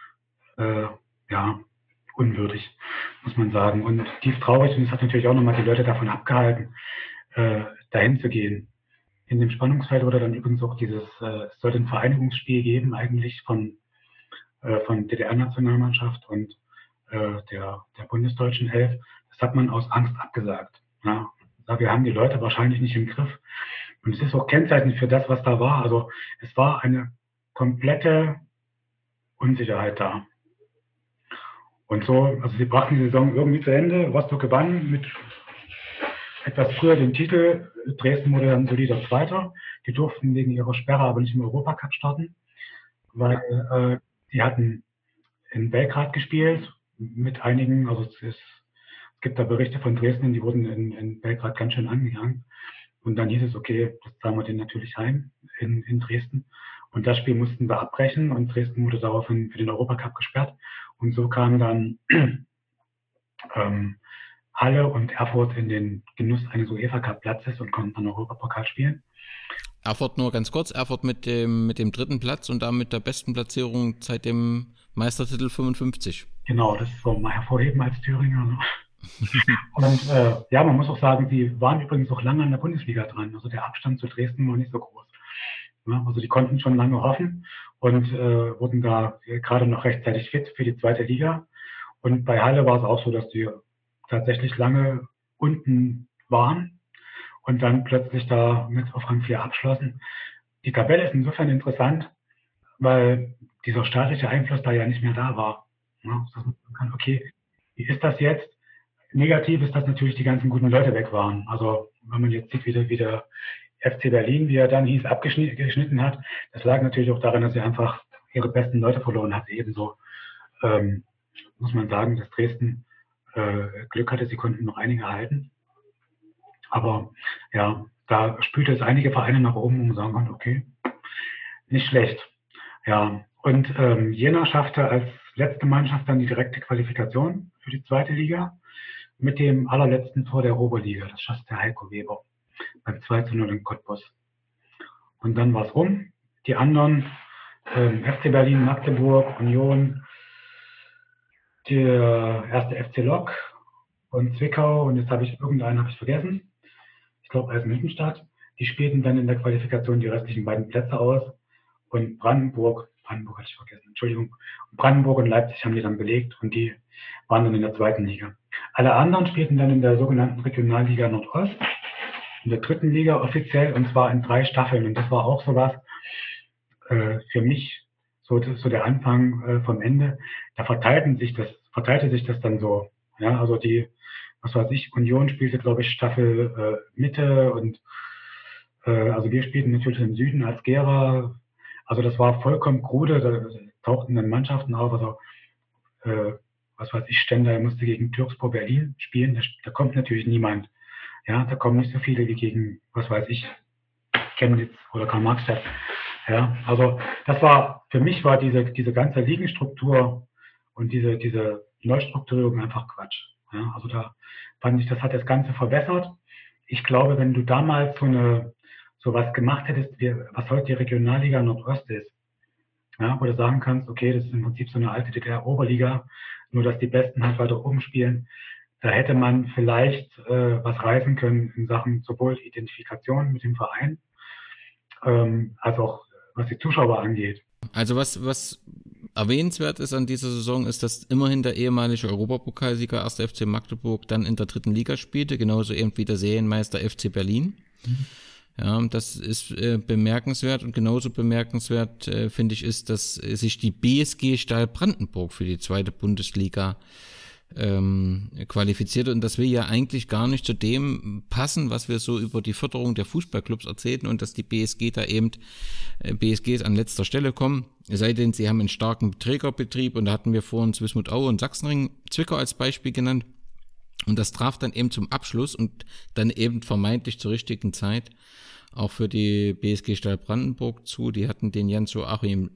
unwürdig, muss man sagen. Und tief traurig, und es hat natürlich auch nochmal die Leute davon abgehalten, dahin zu gehen. In dem Spannungsfeld wurde dann übrigens auch es sollte ein Vereinigungsspiel geben, eigentlich von DDR-Nationalmannschaft und der bundesdeutschen Elf. Das hat man aus Angst abgesagt. Ja. Wir haben die Leute wahrscheinlich nicht im Griff. Und es ist auch kennzeichnend für das, was da war. Also es war eine komplette Unsicherheit da. Und so, also sie brachten die Saison irgendwie zu Ende. Rostock gewann mit etwas früher den Titel. Dresden wurde dann solider Zweiter. Die durften wegen ihrer Sperre aber nicht im Europacup starten, weil die hatten in Belgrad gespielt mit einigen, also es gibt da Berichte von Dresden, die wurden in Belgrad ganz schön angegangen. Und dann hieß es, okay, das zahlen wir denen natürlich heim in Dresden. Und das Spiel mussten wir abbrechen und Dresden wurde daraufhin für den Europacup gesperrt. Und so kamen dann Halle und Erfurt in den Genuss eines UEFA-Cup-Platzes und konnten dann Europapokal spielen. Erfurt nur ganz kurz, Erfurt mit dem dritten Platz und damit der besten Platzierung seit dem Meistertitel 55. Genau, das soll man hervorheben als Thüringer. Ne? Und man muss auch sagen, die waren übrigens auch lange an der Bundesliga dran. Also der Abstand zu Dresden war nicht so groß. Ja, also die konnten schon lange hoffen und wurden da gerade noch rechtzeitig fit für die zweite Liga. Und bei Halle war es auch so, dass die tatsächlich lange unten waren und dann plötzlich da mit auf Rang 4 abschlossen. Die Tabelle ist insofern interessant, weil dieser staatliche Einfluss da ja nicht mehr da war. Ja, dass man kann, okay, wie ist das jetzt? Negativ ist, dass natürlich die ganzen guten Leute weg waren. Also wenn man jetzt sieht, wie der FC Berlin, wie er dann hieß, abgeschnitten hat, das lag natürlich auch daran, dass sie einfach ihre besten Leute verloren hat. Ebenso muss man sagen, dass Dresden Glück hatte, sie konnten noch einige halten. Aber ja, da spülte es einige Vereine nach oben, wo man sagen konnte, okay, nicht schlecht. Ja, und Jena schaffte als letzte Mannschaft dann die direkte Qualifikation für die zweite Liga mit dem allerletzten Tor der Oberliga. Das schoss der Heiko Weber beim 2:0 in Cottbus. Und dann war es rum. Die anderen FC Berlin, Magdeburg, Union, der erste FC Lok und Zwickau, und jetzt habe ich vergessen. Ich glaube Eisenhüttenstadt. Die spielten dann in der Qualifikation die restlichen beiden Plätze aus, und Brandenburg hatte ich vergessen, Entschuldigung. Brandenburg und Leipzig haben die dann belegt, und die waren dann in der zweiten Liga. Alle anderen spielten dann in der sogenannten Regionalliga Nordost, in der dritten Liga offiziell, und zwar in 3 Staffeln. Und das war auch sowas für mich, so der Anfang vom Ende. Da verteilte sich das dann so. Ja, also Union spielte, glaube ich, Staffel Mitte, und also wir spielten natürlich im Süden als Gera. Also das war vollkommen krude, da tauchten dann Mannschaften auf, also Stendal musste gegen Türkspor Berlin spielen, da kommt natürlich niemand. Ja, da kommen nicht so viele wie gegen, Chemnitz oder Karl-Marx-Stadt. Ja, also für mich war diese ganze Ligenstruktur und diese Neustrukturierung einfach Quatsch. Ja, also da fand ich, das hat das Ganze verbessert. Ich glaube, wenn du damals so was gemacht hättest, was heute die Regionalliga Nordost ist, ja, wo du sagen kannst, okay, das ist im Prinzip so eine alte DDR-Oberliga, nur dass die Besten halt weiter oben spielen, da hätte man vielleicht was reißen können in Sachen sowohl Identifikation mit dem Verein, als auch was die Zuschauer angeht. Also was erwähnenswert ist an dieser Saison, ist, dass immerhin der ehemalige Europapokalsieger 1. FC Magdeburg dann in der dritten Liga spielte, genauso eben wie der Serienmeister FC Berlin. Ja, das ist bemerkenswert, und genauso bemerkenswert, finde ich, ist, dass sich die BSG Stahl Brandenburg für die 2. Bundesliga qualifiziert, und das will ja eigentlich gar nicht zu dem passen, was wir so über die Förderung der Fußballclubs erzählen, und dass die BSGs an letzter Stelle kommen, es sei denn, sie haben einen starken Trägerbetrieb, und da hatten wir vorhin Wismut Aue und Sachsenring Zwickau als Beispiel genannt, und das traf dann eben zum Abschluss und dann eben vermeintlich zur richtigen Zeit auch für die BSG Stahl Brandenburg zu. Die hatten den Jens-Joachim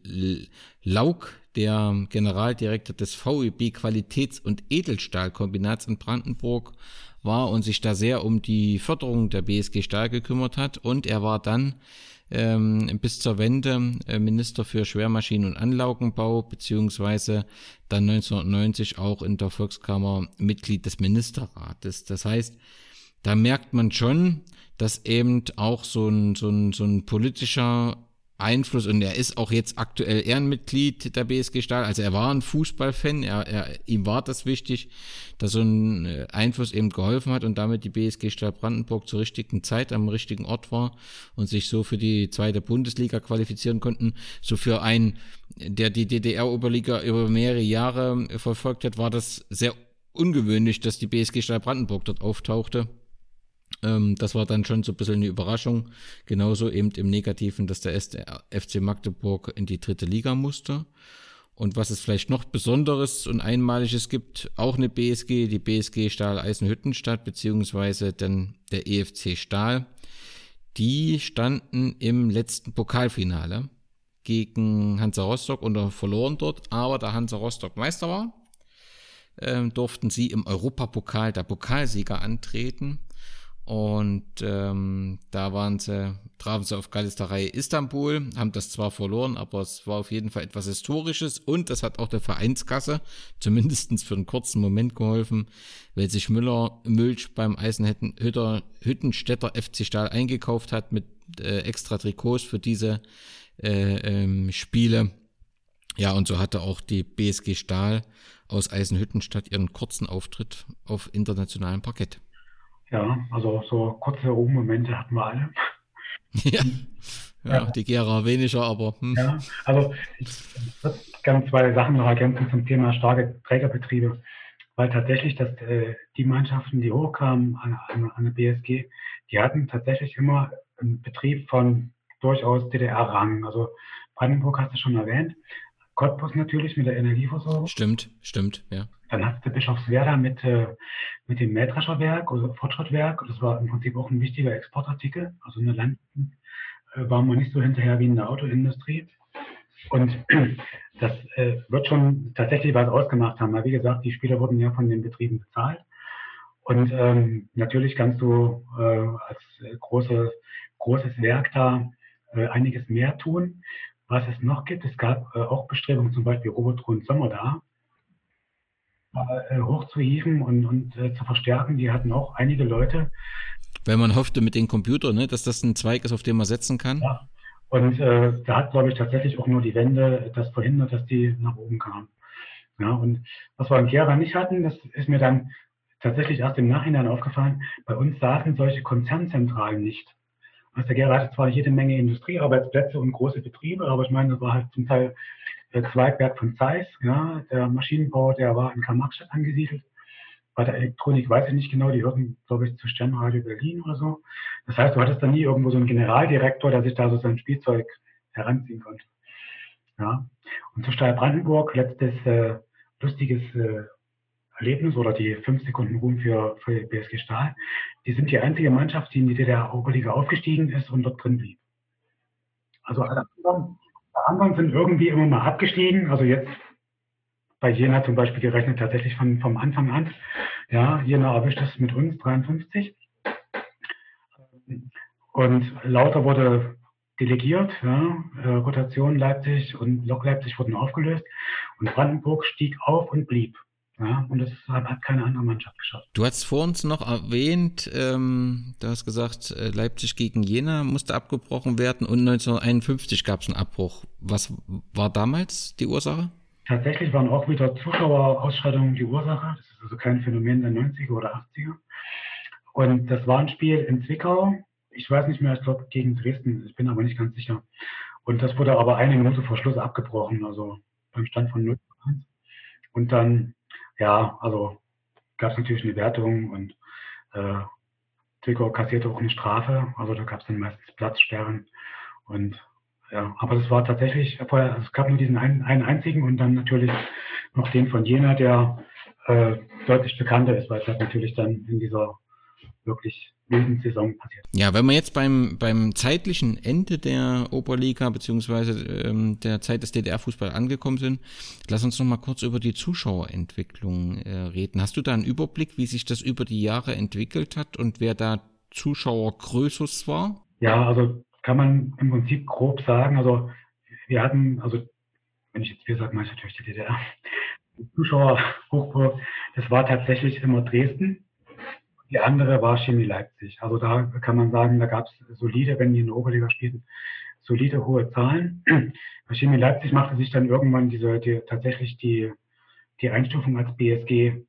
Lauk, der Generaldirektor des VEB Qualitäts- und Edelstahlkombinats in Brandenburg war und sich da sehr um die Förderung der BSG Stahl gekümmert hat. Und er war dann bis zur Wende Minister für Schwermaschinen- und Anlagenbau, beziehungsweise dann 1990 auch in der Volkskammer Mitglied des Ministerrates. Das heißt, da merkt man schon, dass eben auch so ein politischer Einfluss, und er ist auch jetzt aktuell Ehrenmitglied der BSG Stahl, also er war ein Fußballfan, ihm war das wichtig, dass so ein Einfluss eben geholfen hat und damit die BSG Stahl Brandenburg zur richtigen Zeit am richtigen Ort war und sich so für die 2. Bundesliga qualifizieren konnten. So für einen, der die DDR-Oberliga über mehrere Jahre verfolgt hat, war das sehr ungewöhnlich, dass die BSG Stahl Brandenburg dort auftauchte. Das war dann schon so ein bisschen eine Überraschung. Genauso eben im Negativen, dass der FC Magdeburg in die 3. Liga musste. Und was es vielleicht noch Besonderes und Einmaliges gibt, auch eine BSG, die BSG Stahl Eisenhüttenstadt, beziehungsweise dann der EFC Stahl. Die standen im letzten Pokalfinale gegen Hansa Rostock und verloren dort. Aber da Hansa Rostock Meister war, durften sie im Europapokal der Pokalsieger antreten. Und da trafen sie auf Galatasaray Istanbul, haben das zwar verloren, aber es war auf jeden Fall etwas Historisches, und das hat auch der Vereinskasse zumindest für einen kurzen Moment geholfen, weil sich Müller-Mülch beim Eisenhüttenstädter FC Stahl eingekauft hat mit extra Trikots für diese Spiele. Ja, und so hatte auch die BSG Stahl aus Eisenhüttenstadt ihren kurzen Auftritt auf internationalem Parkett. Ja, also so kurze Ruhmmomente hatten wir alle. Ja, die Gera weniger, aber... Ja, also ich würde gerne 2 Sachen noch ergänzen zum Thema starke Trägerbetriebe, weil tatsächlich die Mannschaften, die hochkamen an der BSG, die hatten tatsächlich immer einen Betrieb von durchaus DDR-Rang. Also Brandenburg hast du schon erwähnt, Cottbus natürlich mit der Energieversorgung. Stimmt, ja. Dann hast du Bischofswerda mit dem Mähdrescherwerk oder Fortschrittwerk. Das war im Prinzip auch ein wichtiger Exportartikel. Also in der Landen war man nicht so hinterher wie in der Autoindustrie. Und das wird schon tatsächlich was ausgemacht haben. Weil wie gesagt, die Spieler wurden ja von den Betrieben bezahlt. Und natürlich kannst du als großes Werk da einiges mehr tun. was es noch gibt, es gab auch Bestrebungen, zum Beispiel Robert Rund Sommer da, hochzuhieven und zu verstärken. Die hatten auch einige Leute. Weil man hoffte mit den Computern, ne, dass das ein Zweig ist, auf den man setzen kann. Ja. Und da hat, glaube ich, tatsächlich auch nur die Wende das verhindert, dass die nach oben kamen. Ja, und was wir in Gera nicht hatten, das ist mir dann tatsächlich erst im Nachhinein aufgefallen, bei uns saßen solche Konzernzentralen nicht. Also der Gera hatte zwar jede Menge Industriearbeitsplätze und große Betriebe, aber ich meine, das war halt zum Teil Zweigwerk von Zeiss, ja, der Maschinenbau, der war in Karl-Marx-Stadt angesiedelt. Bei der Elektronik weiß ich nicht genau, die hörten, glaube ich, zu Sternradio Berlin oder so. Das heißt, du hattest da nie irgendwo so einen Generaldirektor, der sich da so sein Spielzeug heranziehen konnte. Ja. Und zu Steyr Brandenburg, letztes lustiges Erlebnis oder die 5 Sekunden Ruhm für BSG Stahl. Die sind die einzige Mannschaft, die in die DDR-Oberliga aufgestiegen ist und dort drin blieb. Also alle anderen sind irgendwie immer mal abgestiegen. Also jetzt bei Jena zum Beispiel gerechnet tatsächlich vom Anfang an. Ja, Jena erwischt es mit uns 53. Und Lauter wurde delegiert, ja, Rotation Leipzig und Lok Leipzig wurden aufgelöst und Brandenburg stieg auf und blieb. Ja, und das hat keine andere Mannschaft geschafft. Du hast vor uns noch erwähnt, du hast gesagt, Leipzig gegen Jena musste abgebrochen werden und 1951 gab es einen Abbruch. Was war damals die Ursache? Tatsächlich waren auch wieder Zuschauerausschreitungen die Ursache. Das ist also kein Phänomen der 90er oder 80er. Und das war ein Spiel in Zwickau. Ich weiß nicht mehr, ich glaube gegen Dresden, ich bin aber nicht ganz sicher. Und das wurde aber 1 Minute vor Schluss abgebrochen, also beim Stand von 0:1. Und dann, ja, also gab es natürlich eine Wertung und Zwickau kassierte auch eine Strafe, also da gab es dann meistens Platzsperren. Und ja, aber das war tatsächlich, es gab nur diesen einen einzigen und dann natürlich noch den von Jena, der deutlich bekannter ist, weil es halt natürlich dann in dieser wirklich wilden Saison passiert. Ja, wenn wir jetzt beim zeitlichen Ende der Oberliga beziehungsweise der Zeit des DDR-Fußball angekommen sind, lass uns noch mal kurz über die Zuschauerentwicklung reden. Hast du da einen Überblick, wie sich das über die Jahre entwickelt hat und wer da Zuschauergrößus war? Ja, also kann man im Prinzip grob sagen, also wir hatten, also wenn ich jetzt wir sage, meine ich natürlich die DDR, die Zuschauerhochburg, das war tatsächlich immer Dresden. Die andere war Chemie Leipzig. Also da kann man sagen, da gab es solide, wenn die in der Oberliga spielten, solide hohe Zahlen. Bei Chemie Leipzig machte sich dann irgendwann tatsächlich die Einstufung als BSG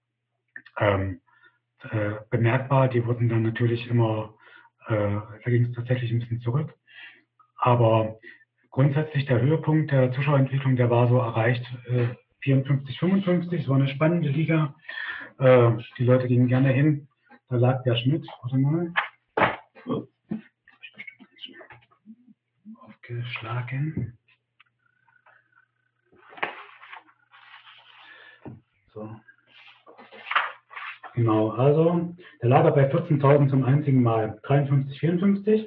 bemerkbar. Die wurden dann natürlich immer, da ging es tatsächlich ein bisschen zurück. Aber grundsätzlich der Höhepunkt der Zuschauerentwicklung, der war so erreicht 54, 55. Es war eine spannende Liga. Die Leute gingen gerne hin. Da lag der Schmidt, warte mal. Aufgeschlagen. So. Genau, also der lag bei 14.000 zum einzigen Mal, 53, 54.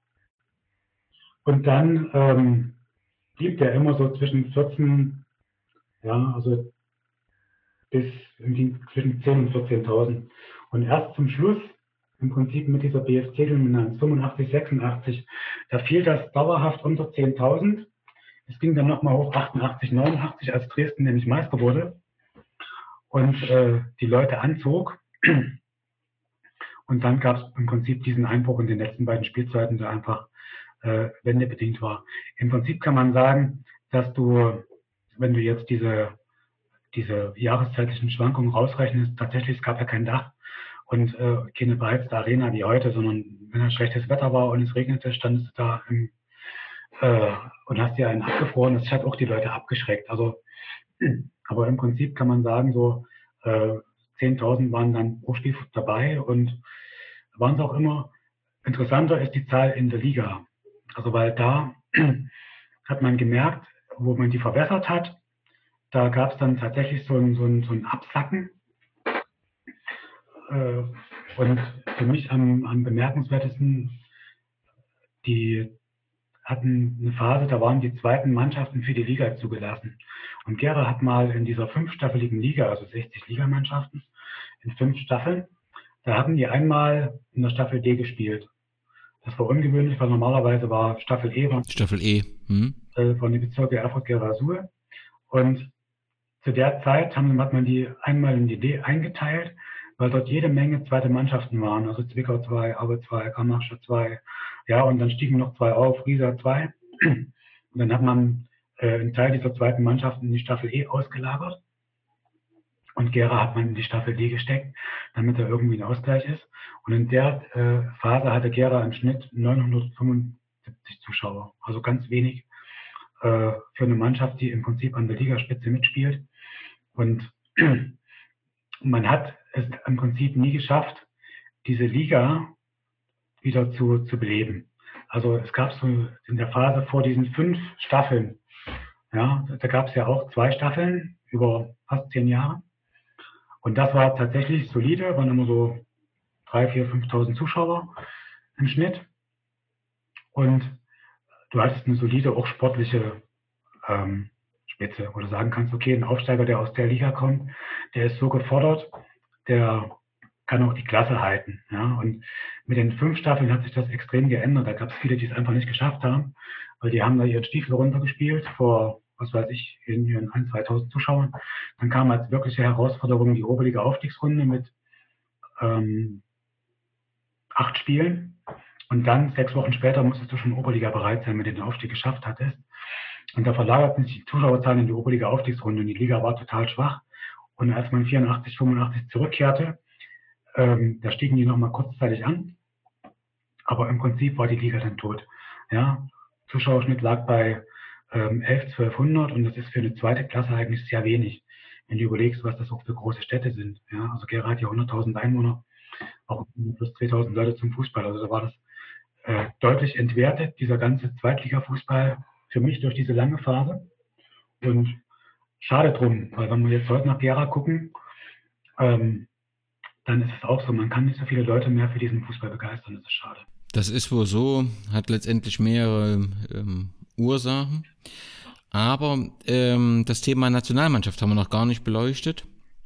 Und dann blieb der immer so zwischen 14, ja, also bis irgendwie zwischen 10.000 und 14.000. Und erst zum Schluss, im Prinzip mit dieser BFC-Dominanz, 85, 86, da fiel das dauerhaft unter 10.000. Es ging dann nochmal hoch 88, 89, als Dresden nämlich Meister wurde und die Leute anzog. Und dann gab es im Prinzip diesen Einbruch in den letzten beiden Spielzeiten, der einfach wendebedingt war. Im Prinzip kann man sagen, dass du, wenn du jetzt diese jahreszeitlichen Schwankungen rausrechnest, tatsächlich, es gab ja kein Dach und keine beheizte Arena wie heute, sondern wenn ein schlechtes Wetter war und es regnete, standest du da und hast dir einen abgefroren. Das hat auch die Leute abgeschreckt. Also, aber im Prinzip kann man sagen, so 10.000 waren dann pro Spiel dabei und waren es auch immer. Interessanter ist die Zahl in der Liga. Also weil da hat man gemerkt, wo man die verwässert hat, da gab es dann tatsächlich so ein Absacken. Und für mich am bemerkenswertesten, die hatten eine Phase, da waren die zweiten Mannschaften für die Liga zugelassen. Und Gera hat mal in dieser 5-staffeligen Liga, also 60 Ligamannschaften, in 5 Staffeln, da hatten die einmal in der Staffel D gespielt. Das war ungewöhnlich, weil normalerweise war Staffel E. Staffel E. von den Bezirken Erfurt-Gera-Süd. Und zu der Zeit hat man die einmal in die D eingeteilt, weil dort jede Menge zweite Mannschaften waren. Also Zwickau 2, Aue 2, Kammacher 2. Ja, und dann stiegen noch 2 auf, Riesa 2. Und dann hat man einen Teil dieser zweiten Mannschaften in die Staffel E ausgelagert. Und Gera hat man in die Staffel D gesteckt, damit da irgendwie ein Ausgleich ist. Und in der Phase hatte Gera im Schnitt 975 Zuschauer. Also ganz wenig für eine Mannschaft, die im Prinzip an der Ligaspitze mitspielt. Und man hat es im Prinzip nie geschafft, diese Liga wieder zu beleben. Also es gab so in der Phase vor diesen 5 Staffeln, ja, da gab es ja auch 2 Staffeln über fast 10 Jahre. Und das war tatsächlich solide, waren immer so 3.000, 4.000, 5.000 Zuschauer im Schnitt. Und du hattest eine solide, auch sportliche Spitze, wo du sagen kannst, okay, ein Aufsteiger, der aus der Liga kommt, der ist so gefordert, der kann auch die Klasse halten. Ja? Und mit den 5 Staffeln hat sich das extrem geändert. Da gab es viele, die es einfach nicht geschafft haben, weil die haben da ihren Stiefel runtergespielt vor, was weiß ich, in 1.000, 2.000 Zuschauern. Dann kam als wirkliche Herausforderung die Oberliga-Aufstiegsrunde mit 8 Spielen. Und dann 6 Wochen später musstest du schon Oberliga bereit sein, wenn du den Aufstieg geschafft hattest. Und da verlagerten sich die Zuschauerzahlen in die Oberliga-Aufstiegsrunde und die Liga war total schwach. Und als man 84, 85 zurückkehrte, da stiegen die nochmal kurzzeitig an. Aber im Prinzip war die Liga dann tot. Ja? Zuschauerschnitt lag bei 1100, 1200 und das ist für eine zweite Klasse eigentlich sehr wenig, wenn du überlegst, was das auch für große Städte sind. Ja? Also Gera hat ja 100.000 Einwohner, auch plus 3.000 Leute zum Fußball. Also da war das deutlich entwertet, dieser ganze Zweitliga-Fußball für mich durch diese lange Phase. Und schade drum, weil wenn wir jetzt heute nach Gera gucken, dann ist es auch so, man kann nicht so viele Leute mehr für diesen Fußball begeistern, das ist schade. Das ist wohl so, hat letztendlich mehrere Ursachen. Aber das Thema Nationalmannschaft haben wir noch gar nicht beleuchtet.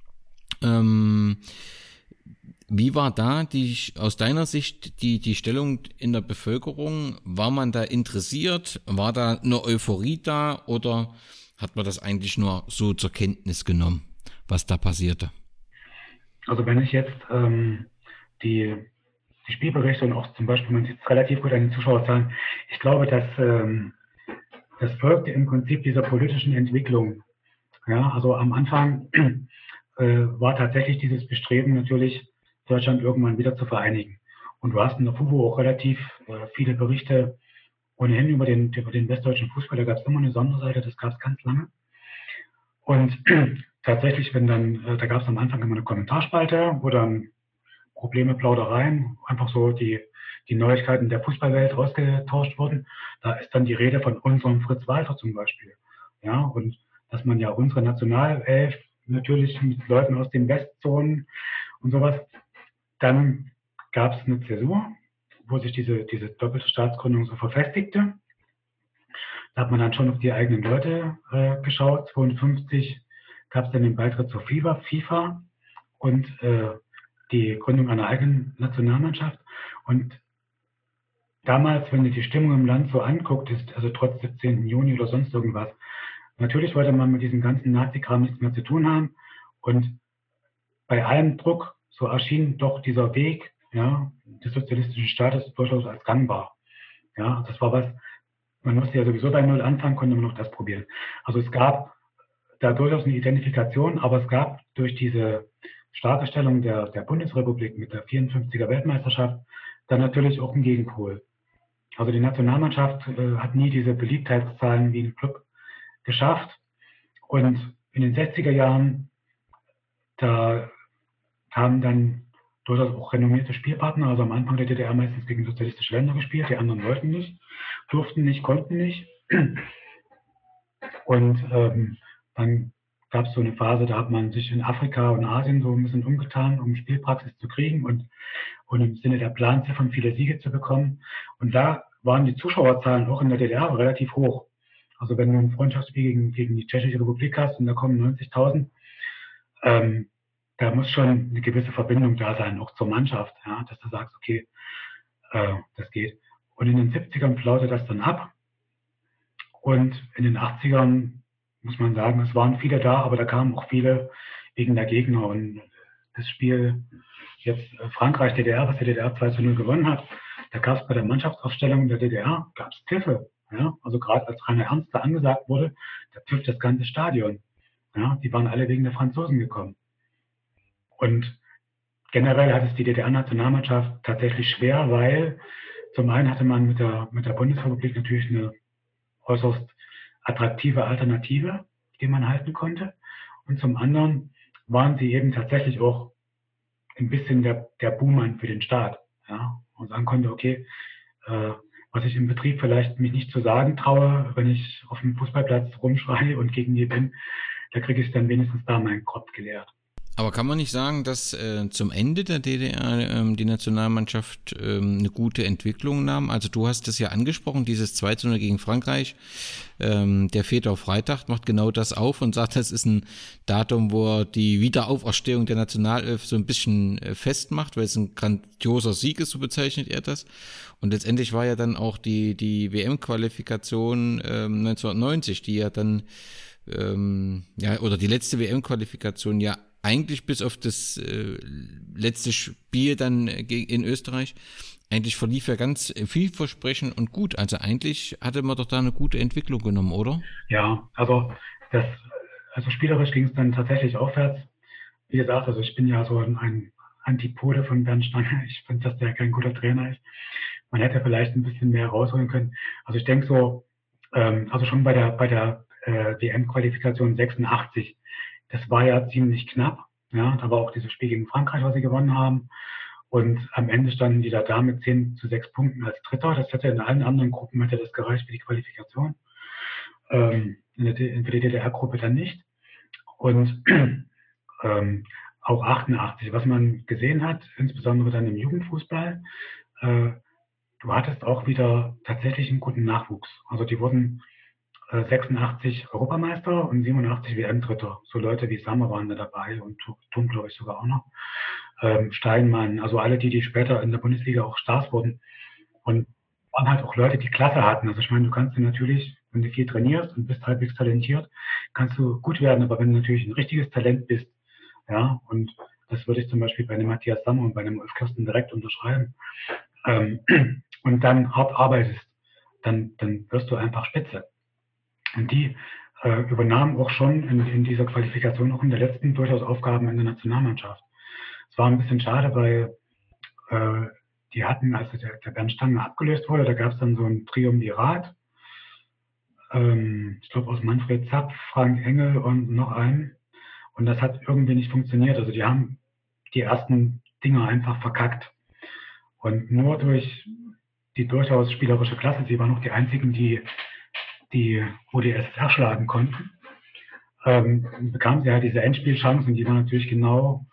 Wie war da aus deiner Sicht die Stellung in der Bevölkerung? War man da interessiert? War da eine Euphorie da? Oder hat man das eigentlich nur so zur Kenntnis genommen, was da passierte? Also wenn ich jetzt die Spielberichte und auch zum Beispiel, man sieht es relativ gut an den Zuschauerzahlen, ich glaube, dass das folgte im Prinzip dieser politischen Entwicklung. Ja, also am Anfang war tatsächlich dieses Bestreben natürlich, Deutschland irgendwann wieder zu vereinigen. Und du hast in der FUVO auch relativ viele Berichte ohnehin über den westdeutschen Fußball. Da gab es immer eine Sonderseite, das gab es ganz lange. Und tatsächlich, wenn dann, da gab es am Anfang immer eine Kommentarspalte, wo dann Probleme, Plaudereien, einfach so die Neuigkeiten der Fußballwelt ausgetauscht wurden. Da ist dann die Rede von unserem Fritz Walter zum Beispiel. Ja, und dass man ja unsere Nationalelf natürlich mit Leuten aus den Westzonen und sowas. Dann gab es eine Zäsur, wo sich diese doppelte Staatsgründung so verfestigte. Da hat man dann schon auf die eigenen Leute geschaut. 1952 gab es dann den Beitritt zur FIFA und die Gründung einer eigenen Nationalmannschaft. Und damals, wenn du die Stimmung im Land so anguckt, also trotz 17. Juni oder sonst irgendwas, natürlich wollte man mit diesem ganzen Nazi-Kram nichts mehr zu tun haben. Und bei allem Druck, so erschien doch dieser Weg, ja, des sozialistischen Staates durchaus als gangbar. Ja, das war was, man musste ja sowieso bei Null anfangen, konnte man noch das probieren. Also es gab da durchaus eine Identifikation, aber es gab durch diese starke Stellung der Bundesrepublik mit der 54er Weltmeisterschaft dann natürlich auch einen Gegenpol. Also die Nationalmannschaft hat nie diese Beliebtheitszahlen wie ein Club geschafft. Und in den 60er Jahren, da haben dann durchaus auch renommierte Spielpartner, also am Anfang der DDR meistens gegen sozialistische Länder gespielt, die anderen wollten nicht, durften nicht, konnten nicht. Und dann gab es so eine Phase, da hat man sich in Afrika und Asien so ein bisschen umgetan, um Spielpraxis zu kriegen und im Sinne der Planziffern viele Siege zu bekommen. Und da waren die Zuschauerzahlen auch in der DDR relativ hoch. Also wenn du ein Freundschaftsspiel gegen die Tschechische Republik hast und da kommen 90.000, da muss schon eine gewisse Verbindung da sein, auch zur Mannschaft, ja, dass du sagst, okay, das geht. Und in den 70ern flaute das dann ab. Und in den 80ern muss man sagen, es waren viele da, aber da kamen auch viele wegen der Gegner. Und das Spiel jetzt Frankreich, DDR, was die DDR 2:0 gewonnen hat, da gab es bei der Mannschaftsaufstellung der DDR, gab es Pfiffe. Ja? Also gerade als Rainer Ernst da angesagt wurde, da pfiff das ganze Stadion. Ja? Die waren alle wegen der Franzosen gekommen. Und generell hat es die DDR-Nationalmannschaft tatsächlich schwer, weil zum einen hatte man mit der Bundesrepublik natürlich eine äußerst attraktive Alternative, die man halten konnte. Und zum anderen waren sie eben tatsächlich auch ein bisschen der Buhmann für den Staat. Ja? Und sagen konnte, okay, was ich im Betrieb vielleicht mich nicht zu sagen traue, wenn ich auf dem Fußballplatz rumschreie und gegen die bin, da kriege ich dann wenigstens da meinen Kopf geleert. Aber kann man nicht sagen, dass zum Ende der DDR die Nationalmannschaft eine gute Entwicklung nahm? Also du hast es ja angesprochen, dieses 2:0 gegen Frankreich. Der Fedor Freitag macht genau das auf und sagt, das ist ein Datum, wo er die Wiederauferstehung der Nationalelf so ein bisschen festmacht, weil es ein grandioser Sieg ist, so bezeichnet er das. Und letztendlich war ja dann auch die WM-Qualifikation 1990, die ja dann oder die letzte WM-Qualifikation ja eigentlich bis auf das letzte Spiel dann in Österreich, eigentlich verlief ja ganz vielversprechend und gut. Also eigentlich hatte man doch da eine gute Entwicklung genommen, oder? Ja, also spielerisch ging es dann tatsächlich aufwärts. Wie gesagt, also ich bin ja so ein Antipode von Bernd Stange. Ich finde, dass der kein guter Trainer ist. Man hätte vielleicht ein bisschen mehr rausholen können. Also ich denke so, also schon bei der WM-Qualifikation 86, das war ja ziemlich knapp. Ja, da war auch dieses Spiel gegen Frankreich, was sie gewonnen haben. Und am Ende standen die da mit 10:6 Punkten als Dritter. Das hätte in allen anderen Gruppen hätte das gereicht für die Qualifikation. Für die DDR-Gruppe dann nicht. Und auch 88, was man gesehen hat, insbesondere dann im Jugendfußball, du hattest auch wieder tatsächlich einen guten Nachwuchs. Also die wurden 86 Europameister und 87 WM-Dritter. So Leute wie Sammer waren da dabei und Thum, glaube ich, sogar auch noch. Steinmann, also alle die später in der Bundesliga auch Stars wurden. Und waren halt auch Leute, die Klasse hatten. Also ich meine, du kannst natürlich, wenn du viel trainierst und bist halbwegs talentiert, kannst du gut werden. Aber wenn du natürlich ein richtiges Talent bist, ja, und das würde ich zum Beispiel bei einem Matthias Sammer und bei einem Ulf Kirsten direkt unterschreiben, und dann hart arbeitest, dann wirst du einfach Spitze. Und die übernahmen auch schon in dieser Qualifikation, auch in der letzten, durchaus Aufgaben in der Nationalmannschaft. Es war ein bisschen schade, weil die hatten, als der Bernd Stange abgelöst wurde, da gab es dann so ein Triumvirat. Ich glaube aus Manfred Zapp, Frank Engel und noch einen. Und das hat irgendwie nicht funktioniert. Also die haben die ersten Dinger einfach verkackt. Und nur durch die durchaus spielerische Klasse, sie waren noch die einzigen, die UdSSR schlagen konnten, bekamen sie halt diese Endspielchance und die war natürlich genau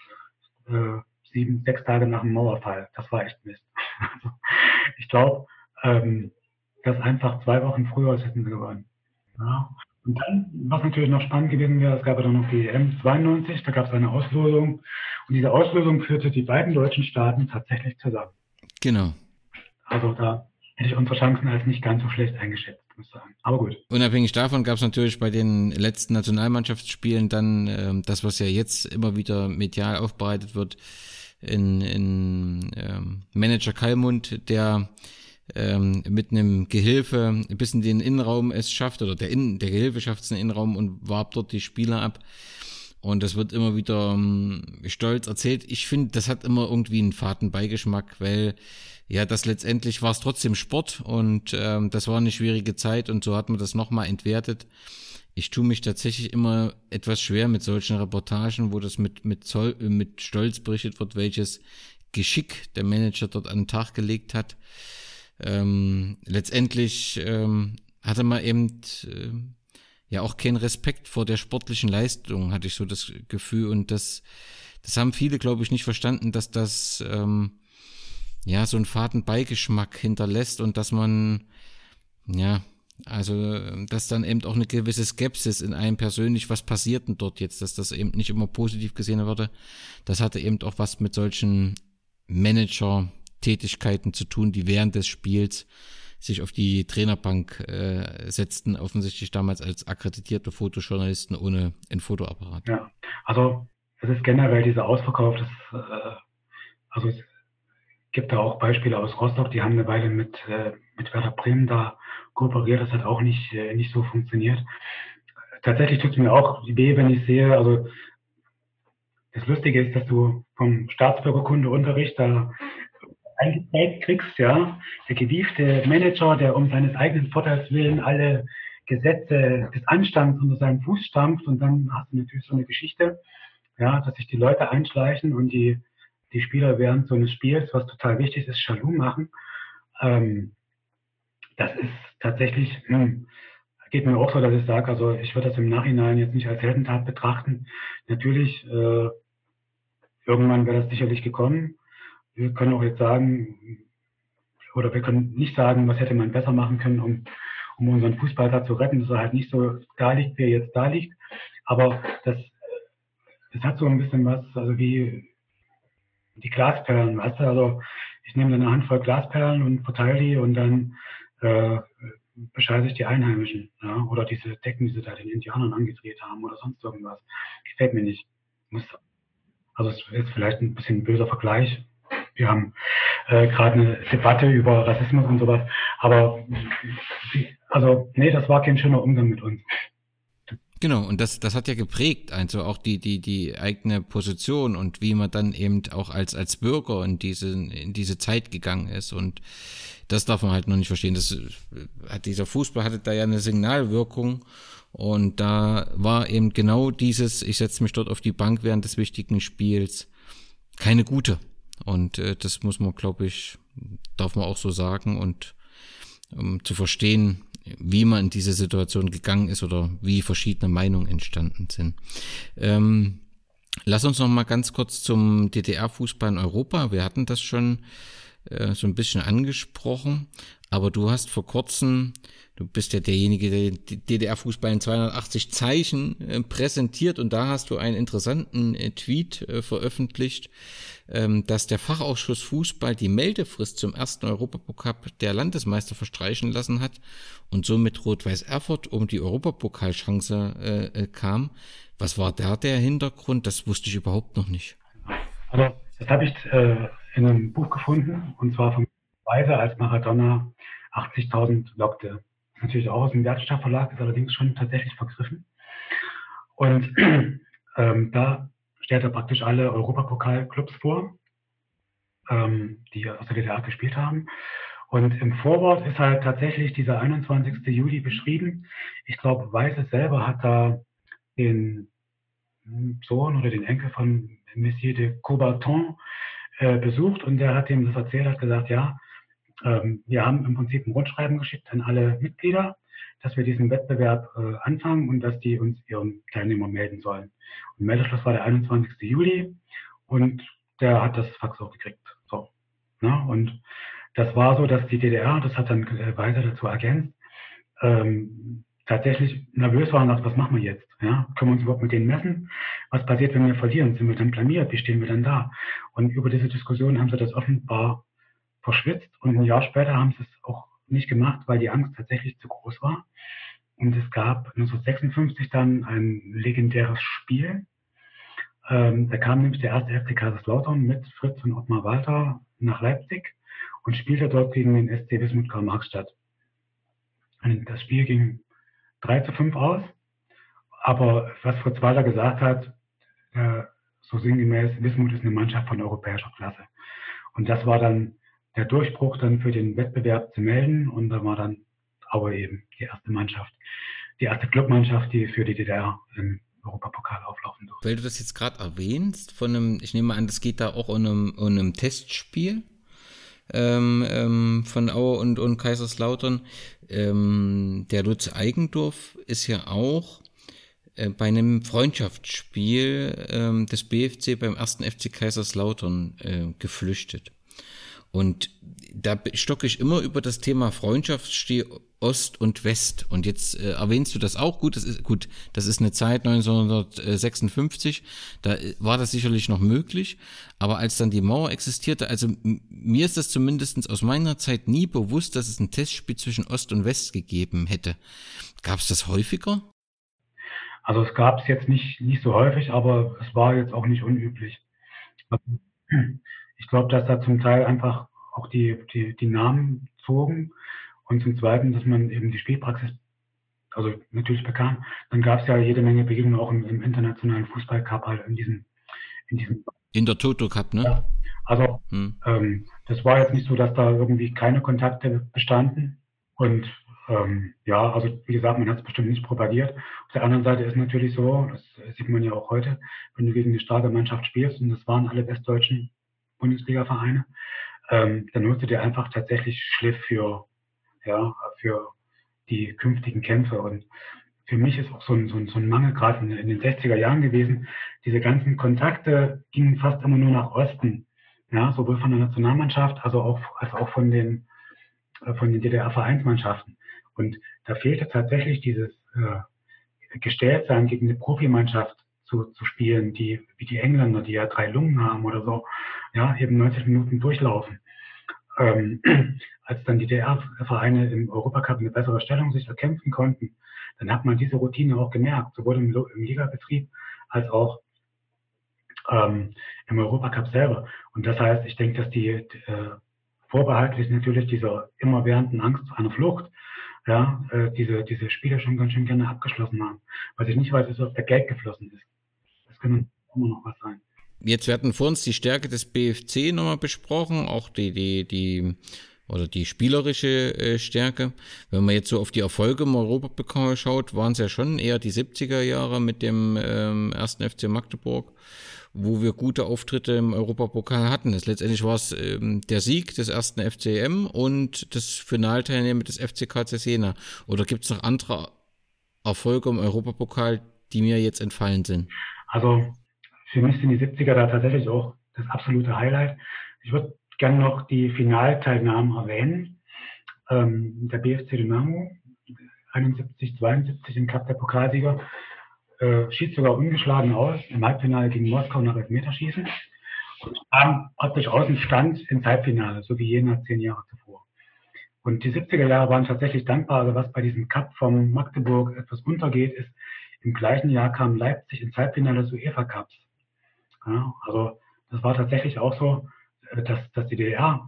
6 Tage nach dem Mauerfall. Das war echt Mist. Also, ich glaube, das einfach 2 Wochen früher hätten sie gewonnen. Ja. Und dann, was natürlich noch spannend gewesen wäre, es gab ja dann noch die EM 92, da gab es eine Auslosung und diese Auslosung führte die beiden deutschen Staaten tatsächlich zusammen. Genau. Also da hätte ich unsere Chancen als nicht ganz so schlecht eingeschätzt, muss ich sagen. Aber gut. Unabhängig davon gab es natürlich bei den letzten Nationalmannschaftsspielen dann das, was ja jetzt immer wieder medial aufbereitet wird, in Manager Kallmund, der mit einem Gehilfe bis in den Innenraum es schafft, oder der Gehilfe schafft es in den Innenraum und warbt dort die Spieler ab. Und das wird immer wieder stolz erzählt. Ich finde, das hat immer irgendwie einen faden Beigeschmack, weil ja, das letztendlich war es trotzdem Sport und das war eine schwierige Zeit und so hat man das nochmal entwertet. Ich tue mich tatsächlich immer etwas schwer mit solchen Reportagen, wo das mit Stolz berichtet wird, welches Geschick der Manager dort an den Tag gelegt hat. Letztendlich hatte man eben ja auch keinen Respekt vor der sportlichen Leistung, hatte ich so das Gefühl. Und das haben viele, glaube ich, nicht verstanden, dass das ja so einen faden Beigeschmack hinterlässt und dass man, ja, also dass dann eben auch eine gewisse Skepsis in einem persönlich, was passiert denn dort jetzt, dass das eben nicht immer positiv gesehen wurde. Das hatte eben auch was mit solchen Manager-Tätigkeiten zu tun, die während des Spiels sich auf die Trainerbank setzten, offensichtlich damals als akkreditierte Fotojournalisten ohne ein Fotoapparat. Ja, also es ist generell dieser Ausverkauf, also es gibt da auch Beispiele aus Rostock, die haben eine Weile mit Werder Bremen da kooperiert, das hat auch nicht so funktioniert. Tatsächlich tut es mir auch weh, wenn ich sehe, also das Lustige ist, dass du vom Staatsbürgerkundeunterricht da eingezeigt kriegst, ja, der gewiefte Manager, der um seines eigenen Vorteils willen alle Gesetze des Anstands unter seinem Fuß stampft, und dann hast du natürlich so eine Geschichte, ja, dass sich die Leute einschleichen und die Spieler während so eines Spiels, was total wichtig ist, Jaloux machen. Das ist tatsächlich, geht mir auch so, dass ich sage, also ich würde das im Nachhinein jetzt nicht als Heldentat betrachten. Natürlich, irgendwann wäre das sicherlich gekommen. Wir können auch jetzt sagen, oder wir können nicht sagen, was hätte man besser machen können, um unseren Fußball da zu retten, dass er halt nicht so da liegt, wie er jetzt da liegt. Aber das hat so ein bisschen was, also wie die Glasperlen, weißt du, also ich nehme dann eine Handvoll Glasperlen und verteile die und dann bescheiße ich die Einheimischen, ja, oder diese Decken, die sie da den Indianern angedreht haben oder sonst irgendwas. Gefällt mir nicht. Also es ist vielleicht ein bisschen ein böser Vergleich. Wir haben gerade eine Debatte über Rassismus und sowas, aber also nee, das war kein schöner Umgang mit uns. Genau, und das hat ja geprägt, also auch die eigene Position und wie man dann eben auch als Bürger in diese Zeit gegangen ist, und das darf man halt noch nicht verstehen. Dieser Fußball hatte da ja eine Signalwirkung, und da war eben genau dieses, ich setze mich dort auf die Bank während des wichtigen Spiels, keine gute. Und das muss man, glaube ich, darf man auch so sagen, und um zu verstehen, wie man in diese Situation gegangen ist oder wie verschiedene Meinungen entstanden sind. Lass uns noch mal ganz kurz zum DDR-Fußball in Europa. Wir hatten das schon so ein bisschen angesprochen, aber du hast vor kurzem, du bist ja derjenige, der den DDR-Fußball in 280 Zeichen präsentiert, und da hast du einen interessanten Tweet veröffentlicht, dass der Fachausschuss Fußball die Meldefrist zum ersten Europapokal der Landesmeister verstreichen lassen hat und somit Rot-Weiß Erfurt um die Europapokalchance kam. Was war da der Hintergrund? Das wusste ich überhaupt noch nicht. Also das habe ich in einem Buch gefunden, und zwar von Weise, als Maradona 80.000 lockte. Das ist natürlich auch aus dem Wertstadt Verlag, ist allerdings schon tatsächlich vergriffen. Und da stellt er praktisch alle Europapokalclubs vor, die aus der DDR gespielt haben. Und im Vorwort ist halt tatsächlich dieser 21. Juli beschrieben. Ich glaube, Weise selber hat da den Sohn oder den Enkel von Monsieur de Coubertin besucht, und der hat ihm das erzählt, hat gesagt, ja, wir haben im Prinzip ein Rundschreiben geschickt an alle Mitglieder, dass wir diesen Wettbewerb anfangen und dass die uns ihren Teilnehmer melden sollen. Und Meldeschluss war der 21. Juli, und der hat das Fax auch gekriegt. So, ne? Und das war so, dass die DDR, das hat dann Weise dazu ergänzt, tatsächlich nervös war und dachte, was machen wir jetzt? Ja? Können wir uns überhaupt mit denen messen? Was passiert, wenn wir verlieren? Sind wir dann blamiert? Wie stehen wir dann da? Und über diese Diskussion haben sie das offenbar verschwitzt, und ein Jahr später haben sie es auch nicht gemacht, weil die Angst tatsächlich zu groß war. Und es gab 1956 dann ein legendäres Spiel. Da kam nämlich der erste FC Kaiserslautern mit Fritz und Ottmar Walter nach Leipzig und spielte dort gegen den SC Wismut Karl-Marx-Stadt. Und das Spiel ging 3:5 aus, aber was Fritz Walter gesagt hat, so sinngemäß, Wismut ist eine Mannschaft von europäischer Klasse. Und das war dann der Durchbruch dann für den Wettbewerb zu melden, und da war dann Aue eben die erste Mannschaft, die erste Clubmannschaft, die für die DDR im Europapokal auflaufen durfte. Weil du das jetzt gerade erwähnst, ich nehme an, das geht da auch um einem Testspiel von Aue und Kaiserslautern. Der Lutz Eigendorf ist ja auch bei einem Freundschaftsspiel des BFC beim 1. FC Kaiserslautern geflüchtet. Und da stocke ich immer über das Thema Freundschaft, stehe Ost und West. Und jetzt erwähnst du das auch. Gut, das ist eine Zeit 1956, da war das sicherlich noch möglich. Aber als dann die Mauer existierte, also mir ist das zumindest aus meiner Zeit nie bewusst, dass es ein Testspiel zwischen Ost und West gegeben hätte. Gab es das häufiger? Also es gab es jetzt nicht so häufig, aber es war jetzt auch nicht unüblich. Ich glaube, dass da zum Teil einfach auch die Namen zogen und zum Zweiten, dass man eben die Spielpraxis also natürlich bekam. Dann gab es ja jede Menge Begegnungen auch im internationalen Fußballcup halt in der Toto Cup, ne? Ja, also das war jetzt nicht so, dass da irgendwie keine Kontakte bestanden und ja, also wie gesagt, man hat es bestimmt nicht propagiert. Auf der anderen Seite ist natürlich so, das sieht man ja auch heute, wenn du gegen eine starke Mannschaft spielst, und das waren alle westdeutschen Bundesliga-Vereine, dann holst du dir einfach tatsächlich Schliff für die künftigen Kämpfe. Und für mich ist auch so ein Mangel gerade in den 60er Jahren gewesen. Diese ganzen Kontakte gingen fast immer nur nach Osten, ja, sowohl von der Nationalmannschaft als auch von den DDR-Vereinsmannschaften. Und da fehlte tatsächlich dieses Gestelltsein gegen eine Profimannschaft zu spielen, wie die Engländer, die ja 3 Lungen haben oder so, ja, eben 90 Minuten durchlaufen. Als dann die DDR-Vereine im Europacup eine bessere Stellung sich erkämpfen konnten, dann hat man diese Routine auch gemerkt, sowohl im Ligabetrieb als auch im Europacup selber. Und das heißt, ich denke, dass die vorbehaltlich natürlich dieser immerwährenden Angst vor einer Flucht, ja, diese Spiele schon ganz schön gerne abgeschlossen haben. Was ich nicht weiß, ist, ob da Geld geflossen ist. Das kann immer noch was sein. Jetzt werden vor uns die Stärke des BFC nochmal besprochen, auch die spielerische Stärke. Wenn man jetzt so auf die Erfolge im Europapokal schaut, waren es ja schon eher die 70er Jahre mit dem 1. FC Magdeburg, wo wir gute Auftritte im Europapokal hatten. Letztendlich war es der Sieg des 1. FCM und das Finalteilnehmen des FCK Cesena. Oder gibt es noch andere Erfolge im Europapokal, die mir jetzt entfallen sind? Also für mich sind die 70er da tatsächlich auch das absolute Highlight. Ich würde gerne noch die Finalteilnahmen erwähnen. Der BFC Dynamo 71-72 im Cup der Pokalsieger schied sogar ungeschlagen aus im Halbfinale gegen Moskau nach Elfmeterschießen und haben praktisch Außenstand ins Halbfinale, so wie Jena 10 Jahre zuvor. Und die 70er Jahre waren tatsächlich dankbar. Also was bei diesem Cup von Magdeburg etwas untergeht, ist, im gleichen Jahr kam Leipzig ins Halbfinale des UEFA Cups. Ja, also das war tatsächlich auch so, dass die DDR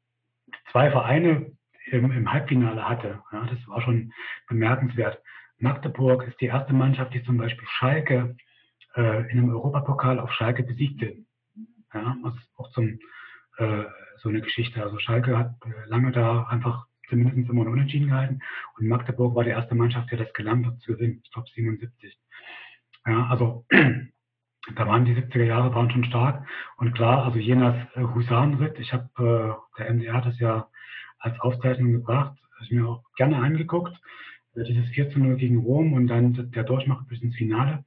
2 Vereine im Halbfinale hatte. Ja, das war schon bemerkenswert. Magdeburg ist die erste Mannschaft, die zum Beispiel Schalke in einem Europapokal auf Schalke besiegte. Ja, das ist auch so eine Geschichte. Also Schalke hat lange da einfach zumindest immer noch unentschieden gehalten und Magdeburg war die erste Mannschaft, die das gelang hat zu gewinnen. Ich glaube 77. Ja, also da waren die 70er Jahre waren schon stark. Und klar, also Jenas Husarenritt, der MDR hat das ja als Aufzeichnung gebracht, habe ich mir auch gerne angeguckt. Dieses 4:0 gegen Rom und dann der Durchmarsch bis ins Finale.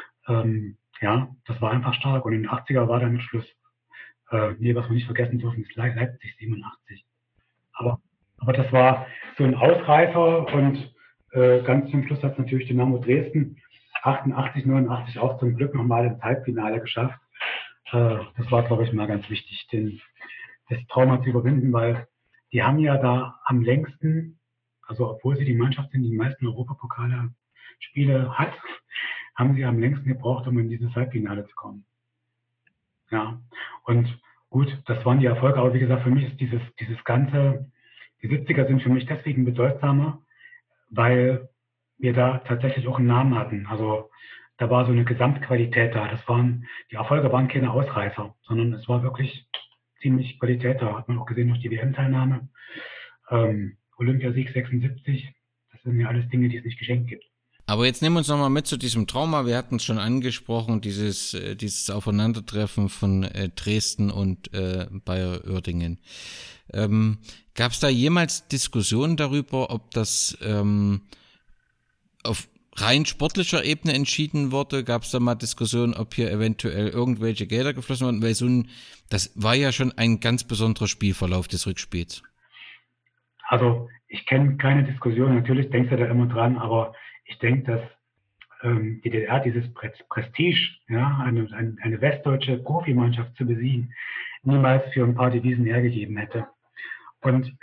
Ja, das war einfach stark. Und in den 80er war dann Schluss. Was wir nicht vergessen dürfen, ist Leipzig 87. Aber das war so ein Ausreißer und ganz zum Schluss hat natürlich Dynamo Dresden 88, 89 auch zum Glück nochmal ins Halbfinale geschafft. Das war, glaube ich, mal ganz wichtig, das Trauma zu überwinden, weil die haben ja da am längsten, also obwohl sie die Mannschaft sind, die meisten Europapokale-Spiele hat, haben sie am längsten gebraucht, um in dieses Halbfinale zu kommen. Ja, und gut, das waren die Erfolge, aber wie gesagt, für mich ist dieses Ganze, die 70er sind für mich deswegen bedeutsamer, weil wir da tatsächlich auch einen Namen hatten. Also da war so eine Gesamtqualität da. Die Erfolge waren keine Ausreißer, sondern es war wirklich ziemlich Qualität da. Hat man auch gesehen durch die WM-Teilnahme. Olympiasieg 76, das sind ja alles Dinge, die es nicht geschenkt gibt. Aber jetzt nehmen wir uns nochmal mit zu diesem Trauma. Wir hatten es schon angesprochen, dieses Aufeinandertreffen von Dresden und Bayer Uerdingen. Gab es da jemals Diskussionen darüber, ob das rein sportlicher Ebene entschieden wurde? Gab es da mal Diskussionen, ob hier eventuell irgendwelche Gelder geflossen wurden? Weil das war ja schon ein ganz besonderer Spielverlauf des Rückspiels. Also ich kenne keine Diskussion, natürlich denkst du da immer dran, aber ich denke, dass die DDR dieses Prestige, ja, eine westdeutsche Profimannschaft zu besiegen, niemals für ein paar Devisen hergegeben hätte. Und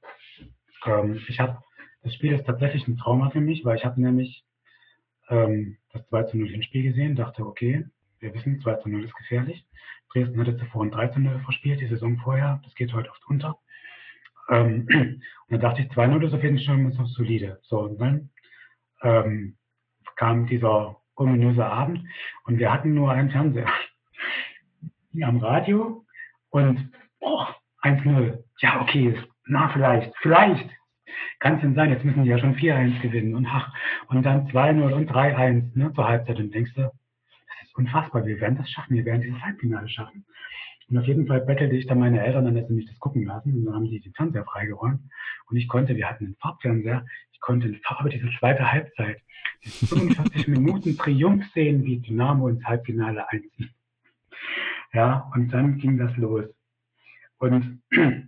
das Spiel ist tatsächlich ein Trauma für mich, weil ich habe nämlich das 2:0 Hinspiel gesehen, dachte, okay, wir wissen, 2:0 ist gefährlich. Dresden hatte zuvor ein 3:0 verspielt, die Saison vorher, das geht heute oft unter. Und dann dachte ich, 2:0 ist auf jeden Fall noch solide. So, und dann kam dieser ominöse Abend und wir hatten nur einen Fernseher am Radio und 1:0. Ja, okay, na vielleicht kann es denn sein, jetzt müssen die ja schon 4:1 gewinnen und dann 2:0 und 3:1, ne, zur Halbzeit. Und denkst du, das ist unfassbar, wir werden das schaffen, wir werden dieses Halbfinale schaffen. Und auf jeden Fall bettelte ich dann meine Eltern an, dass sie mich das gucken lassen. Und dann haben die den Fernseher freigeräumt. Und wir hatten einen Farbfernseher, ich konnte in Farbe diese zweite Halbzeit, diese 45 Minuten Triumph sehen, wie Dynamo ins Halbfinale einzieht. Ja, und dann ging das los. Und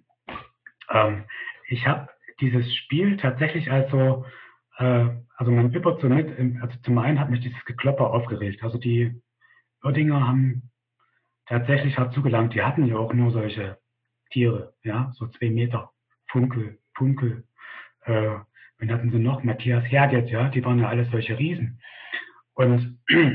ich habe dieses Spiel tatsächlich also man bibbert so mit, also zum einen hat mich dieses Geklopper aufgeregt. Also die Oerdinger haben tatsächlich hart zugelangt. Die hatten ja auch nur solche Tiere, ja, so 2 Meter, Funkel. Wen hatten sie noch? Matthias Herget, ja, die waren ja alles solche Riesen. Und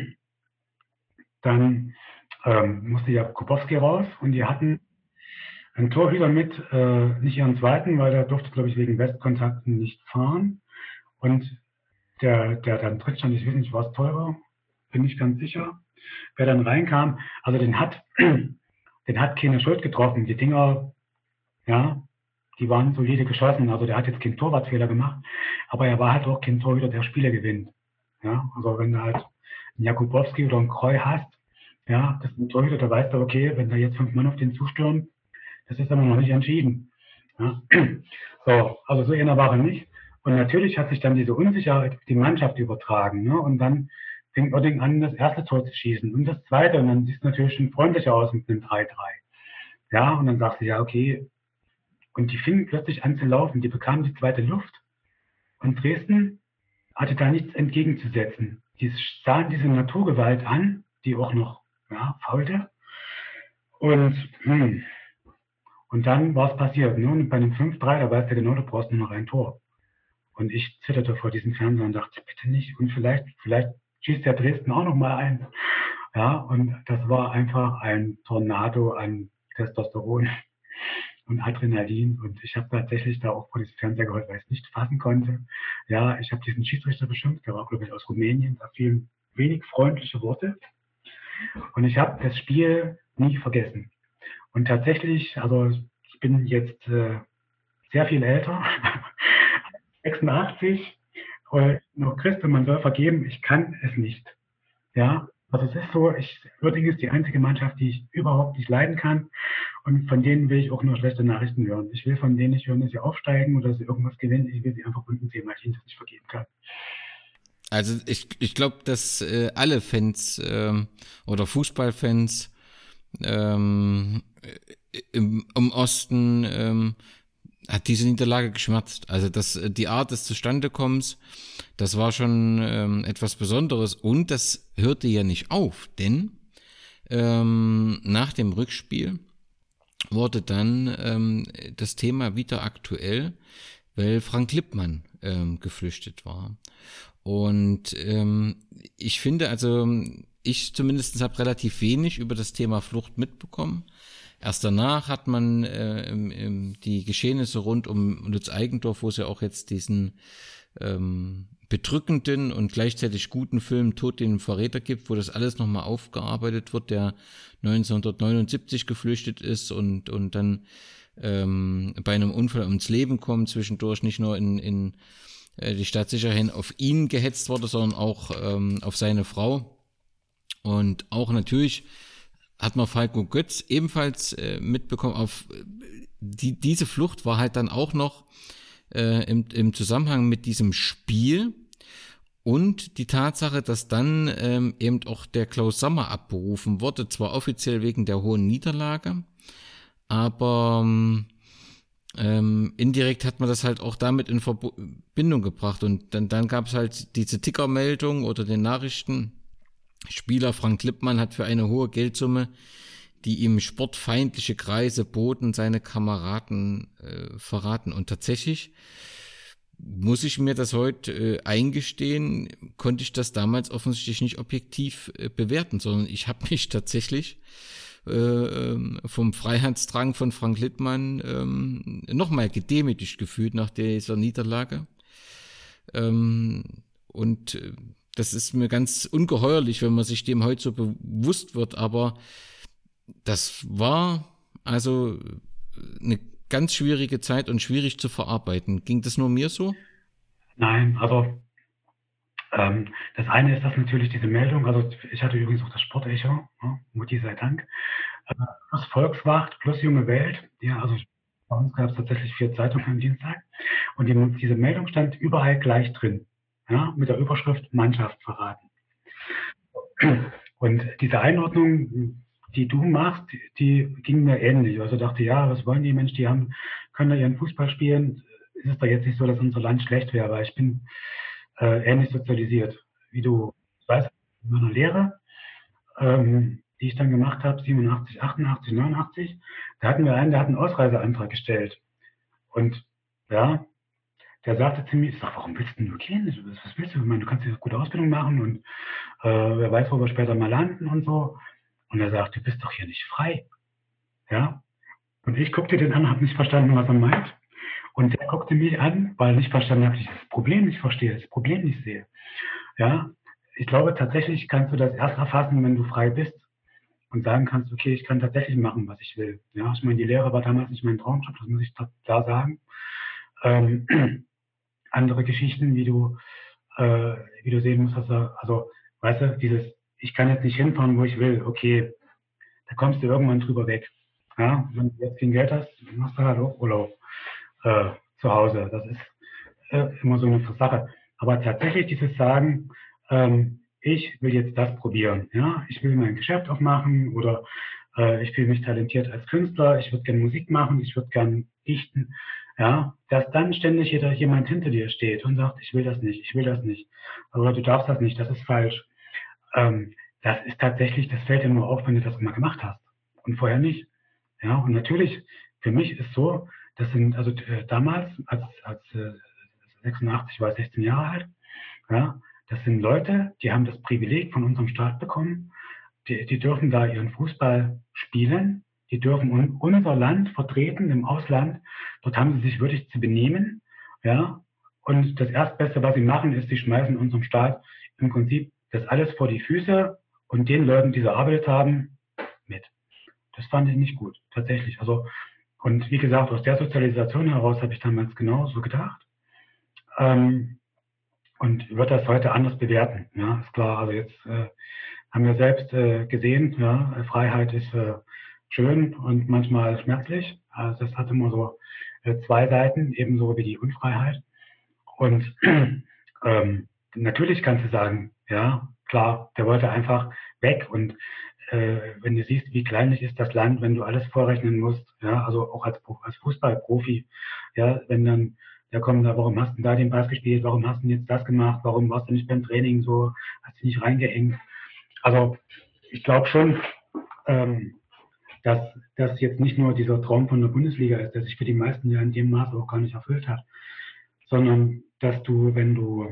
dann musste Jakubowski raus und die hatten einen Torhüter mit, nicht ihren zweiten, weil der durfte, glaube ich, wegen Westkontakten nicht fahren. Und der dann dritt stand, ich weiß nicht, war es teurer, bin nicht ganz sicher. Wer dann reinkam, also den hat keine Schuld getroffen. Die Dinger, ja, die waren solide geschossen. Also der hat jetzt keinen Torwartfehler gemacht, aber er war halt auch kein Torhüter, der Spiele gewinnt. Ja, also wenn du halt einen Jakubowski oder einen Kreu hast, ja, das ist ein Torhüter, da weißt du, okay, wenn da jetzt 5 Mann auf den zustürmen, das ist aber noch nicht entschieden. Ja. So, also so einer war er nicht. Und natürlich hat sich dann diese Unsicherheit auf die Mannschaft übertragen. Ne? Und dann fängt Oerding an, das erste Tor zu schießen und das zweite. Und dann sieht es natürlich schon freundlicher aus mit einem 3:3. Ja, und dann sagst du, ja, okay. Und die fingen plötzlich an zu laufen. Die bekamen die zweite Luft. Und Dresden hatte da nichts entgegenzusetzen. Die sahen diese Naturgewalt an, die auch noch faulte. Und dann war es passiert. Ne? Und bei einem 5:3, da weißt du genau, du brauchst nur noch ein Tor. Und ich zitterte vor diesem Fernseher und dachte, bitte nicht. Und vielleicht schießt der Dresden auch noch mal eins. Ja, und das war einfach ein Tornado an Testosteron und Adrenalin. Und ich habe tatsächlich da auch vor diesem Fernseher geheult, weil ich es nicht fassen konnte. Ja, ich habe diesen Schiedsrichter beschimpft, der war, glaube ich, aus Rumänien. Da fielen wenig freundliche Worte. Und ich habe das Spiel nie vergessen. Und tatsächlich, also ich bin jetzt sehr viel älter, 86, und noch Christ und man soll vergeben, ich kann es nicht. Ja, also es ist so, Uerdingen ist die einzige Mannschaft, die ich überhaupt nicht leiden kann und von denen will ich auch nur schlechte Nachrichten hören. Ich will von denen nicht hören, dass sie aufsteigen oder dass sie irgendwas gewinnen, ich will sie einfach unten sehen, weil ich ihnen das nicht vergeben kann. Also ich glaube, dass alle Fans oder Fußballfans im Osten hat diese Niederlage geschmerzt. Also die Art des Zustandekommens, das war schon etwas Besonderes und das hörte ja nicht auf, denn nach dem Rückspiel wurde dann das Thema wieder aktuell, weil Frank Lippmann geflüchtet war. Und ich finde, also ich zumindest habe relativ wenig über das Thema Flucht mitbekommen. Erst danach hat man die Geschehnisse rund um Lutz Eigendorf, wo es ja auch jetzt diesen bedrückenden und gleichzeitig guten Film Tod den Verräter gibt, wo das alles nochmal aufgearbeitet wird, der 1979 geflüchtet ist und dann bei einem Unfall ums Leben kommt, zwischendurch nicht nur in die Staatssicherheit auf ihn gehetzt wurde, sondern auch auf seine Frau. Und auch natürlich hat man Falco Götz ebenfalls mitbekommen. Diese Flucht war halt dann auch noch im Zusammenhang mit diesem Spiel. Und die Tatsache, dass dann eben auch der Klaus Sommer abberufen wurde, zwar offiziell wegen der hohen Niederlage, aber indirekt hat man das halt auch damit in Verbindung gebracht. Und dann gab es halt diese Tickermeldung oder den Nachrichten, Spieler Frank Lippmann hat für eine hohe Geldsumme, die ihm sportfeindliche Kreise boten, seine Kameraden verraten. Und tatsächlich muss ich mir das heute eingestehen, konnte ich das damals offensichtlich nicht objektiv bewerten, sondern ich habe mich tatsächlich vom Freiheitsdrang von Frank Lippmann nochmal gedemütigt gefühlt nach dieser Niederlage. Und das ist mir ganz ungeheuerlich, wenn man sich dem heute so bewusst wird, aber das war also eine ganz schwierige Zeit und schwierig zu verarbeiten. Ging das nur mir so? Nein, also das eine ist das natürlich diese Meldung, also ich hatte übrigens auch das Sportecho, Mutti sei Dank, plus Volkswacht, plus Junge Welt, ja, also bei uns gab es tatsächlich 4 Zeitungen am Dienstag und diese Meldung stand überall gleich drin, ja, mit der Überschrift Mannschaft verraten. Und diese Einordnung, die du machst, die ging mir ähnlich. Also dachte, ja, was wollen die Menschen, können da ihren Fußball spielen? Ist es doch jetzt nicht so, dass unser Land schlecht wäre, weil ich bin ähnlich sozialisiert, wie du weißt, in meiner Lehre, die ich dann gemacht habe, 87, 88, 89, da hatten wir einen, der hat einen Ausreiseantrag gestellt. Und ja, der sagte zu mir, ich sag, warum willst du denn nur gehen? Was willst du? Ich meine, du kannst eine gute Ausbildung machen und wer weiß, wo wir später mal landen und so. Und er sagt, du bist doch hier nicht frei. Ja? Und ich guckte den an, habe nicht verstanden, was er meint. Und der guckte mich an, weil er nicht verstanden hat, dass ich das Problem nicht verstehe, das Problem nicht sehe. Ja? Ich glaube, tatsächlich kannst du das erst erfassen, wenn du frei bist und sagen kannst, okay, ich kann tatsächlich machen, was ich will. Ja? Ich meine, die Lehre war damals nicht mein Traumjob, das muss ich klar sagen. Andere Geschichten, wie du sehen musst, also, weißt du, ich kann jetzt nicht hinfahren, wo ich will, okay, da kommst du irgendwann drüber weg. Ja, wenn du jetzt kein Geld hast, machst du halt auch Urlaub zu Hause. Das ist immer so eine Sache. Aber tatsächlich dieses Sagen, ich will jetzt das probieren. Ja, ich will mein Geschäft aufmachen oder ich fühle mich talentiert als Künstler, ich würde gerne Musik machen, ich würde gerne dichten. Ja, dass dann ständig jemand hinter dir steht und sagt, ich will das nicht. Aber du darfst das nicht, das ist falsch. Das ist tatsächlich, das fällt dir nur auf, wenn du das mal gemacht hast und vorher nicht. Ja, und natürlich, für mich ist so, das sind, also damals, als 86 war ich 16 Jahre alt, ja, das sind Leute, die haben das Privileg von unserem Staat bekommen, die dürfen da ihren Fußball spielen, die dürfen unser Land vertreten im Ausland, dort haben sie sich würdig zu benehmen, ja, und das Erstbeste, was sie machen, ist, sie schmeißen unserem Staat im Prinzip das alles vor die Füße und den Leuten, die sie erarbeitet haben, mit. Das fand ich nicht gut, tatsächlich. Also, und wie gesagt, aus der Sozialisation heraus habe ich damals genau so gedacht. Und würde das heute anders bewerten. Ja, ist klar. Also jetzt haben wir selbst gesehen, ja, Freiheit ist schön und manchmal schmerzlich. Also das hat immer so 2 Seiten, ebenso wie die Unfreiheit. Und natürlich kannst du sagen, ja, klar, der wollte einfach weg. Und wenn du siehst, wie kleinlich ist das Land, wenn du alles vorrechnen musst, ja, also auch als Fußballprofi, ja, wenn dann, da kommen da, warum hast du da den Pass gespielt, warum hast du jetzt das gemacht, warum warst du nicht beim Training so, hast du nicht reingehängt. Also ich glaube schon, dass das jetzt nicht nur dieser Traum von der Bundesliga ist, der sich für die meisten ja in dem Maße auch gar nicht erfüllt hat, sondern dass du, wenn du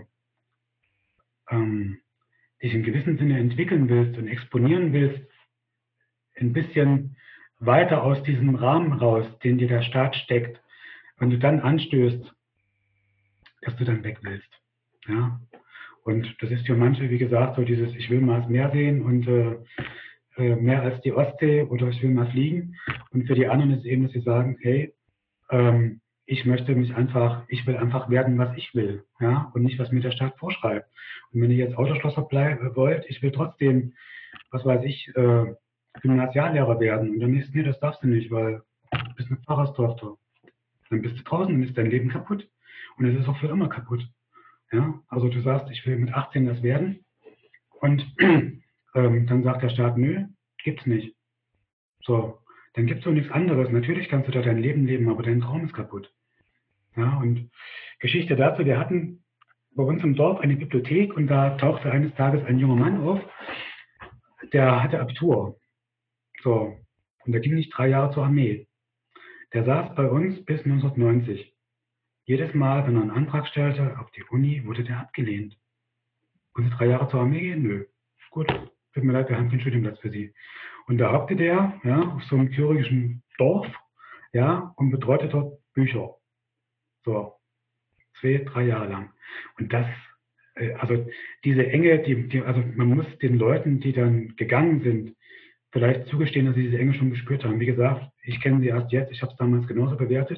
dich in gewissem Sinne entwickeln willst und exponieren willst, ein bisschen weiter aus diesem Rahmen raus, den dir der Staat steckt, wenn du dann anstößt, dass du dann weg willst. Ja? Und das ist für manche, wie gesagt, so dieses, ich will mal das Meer sehen und mehr als die Ostsee oder ich will mal fliegen. Und für die anderen ist eben, dass sie sagen, hey, ich will einfach werden, was ich will, ja, und nicht, was mir der Staat vorschreibt. Und wenn ihr jetzt Autoschlosser wollt, ich will trotzdem, was weiß ich, Gymnasiallehrer werden. Und dann ist, nee, das darfst du nicht, weil du bist eine Pfarrerstochter. Dann bist du draußen und ist dein Leben kaputt. Und es ist auch für immer kaputt. Ja? Also du sagst, ich will mit 18 das werden und dann sagt der Staat, nö, gibt's nicht. So, dann gibt's doch nichts anderes. Natürlich kannst du da dein Leben leben, aber dein Traum ist kaputt. Ja, und Geschichte dazu, wir hatten bei uns im Dorf eine Bibliothek und da tauchte eines Tages ein junger Mann auf, der hatte Abitur. So, und der ging nicht 3 Jahre zur Armee. Der saß bei uns bis 1990. Jedes Mal, wenn er einen Antrag stellte auf die Uni, wurde der abgelehnt. Und 3 Jahre zur Armee gehen? Nö. Gut, tut mir leid, wir haben keinen Studienplatz für Sie. Und da hockte der, ja, auf so einem thüringischen Dorf, ja, und betreute dort Bücher. So, 2, 3 Jahre lang. Und das, also diese Enge, also man muss den Leuten, die dann gegangen sind, vielleicht zugestehen, dass sie diese Enge schon gespürt haben. Wie gesagt, ich kenne sie erst jetzt, ich habe es damals genauso bewertet.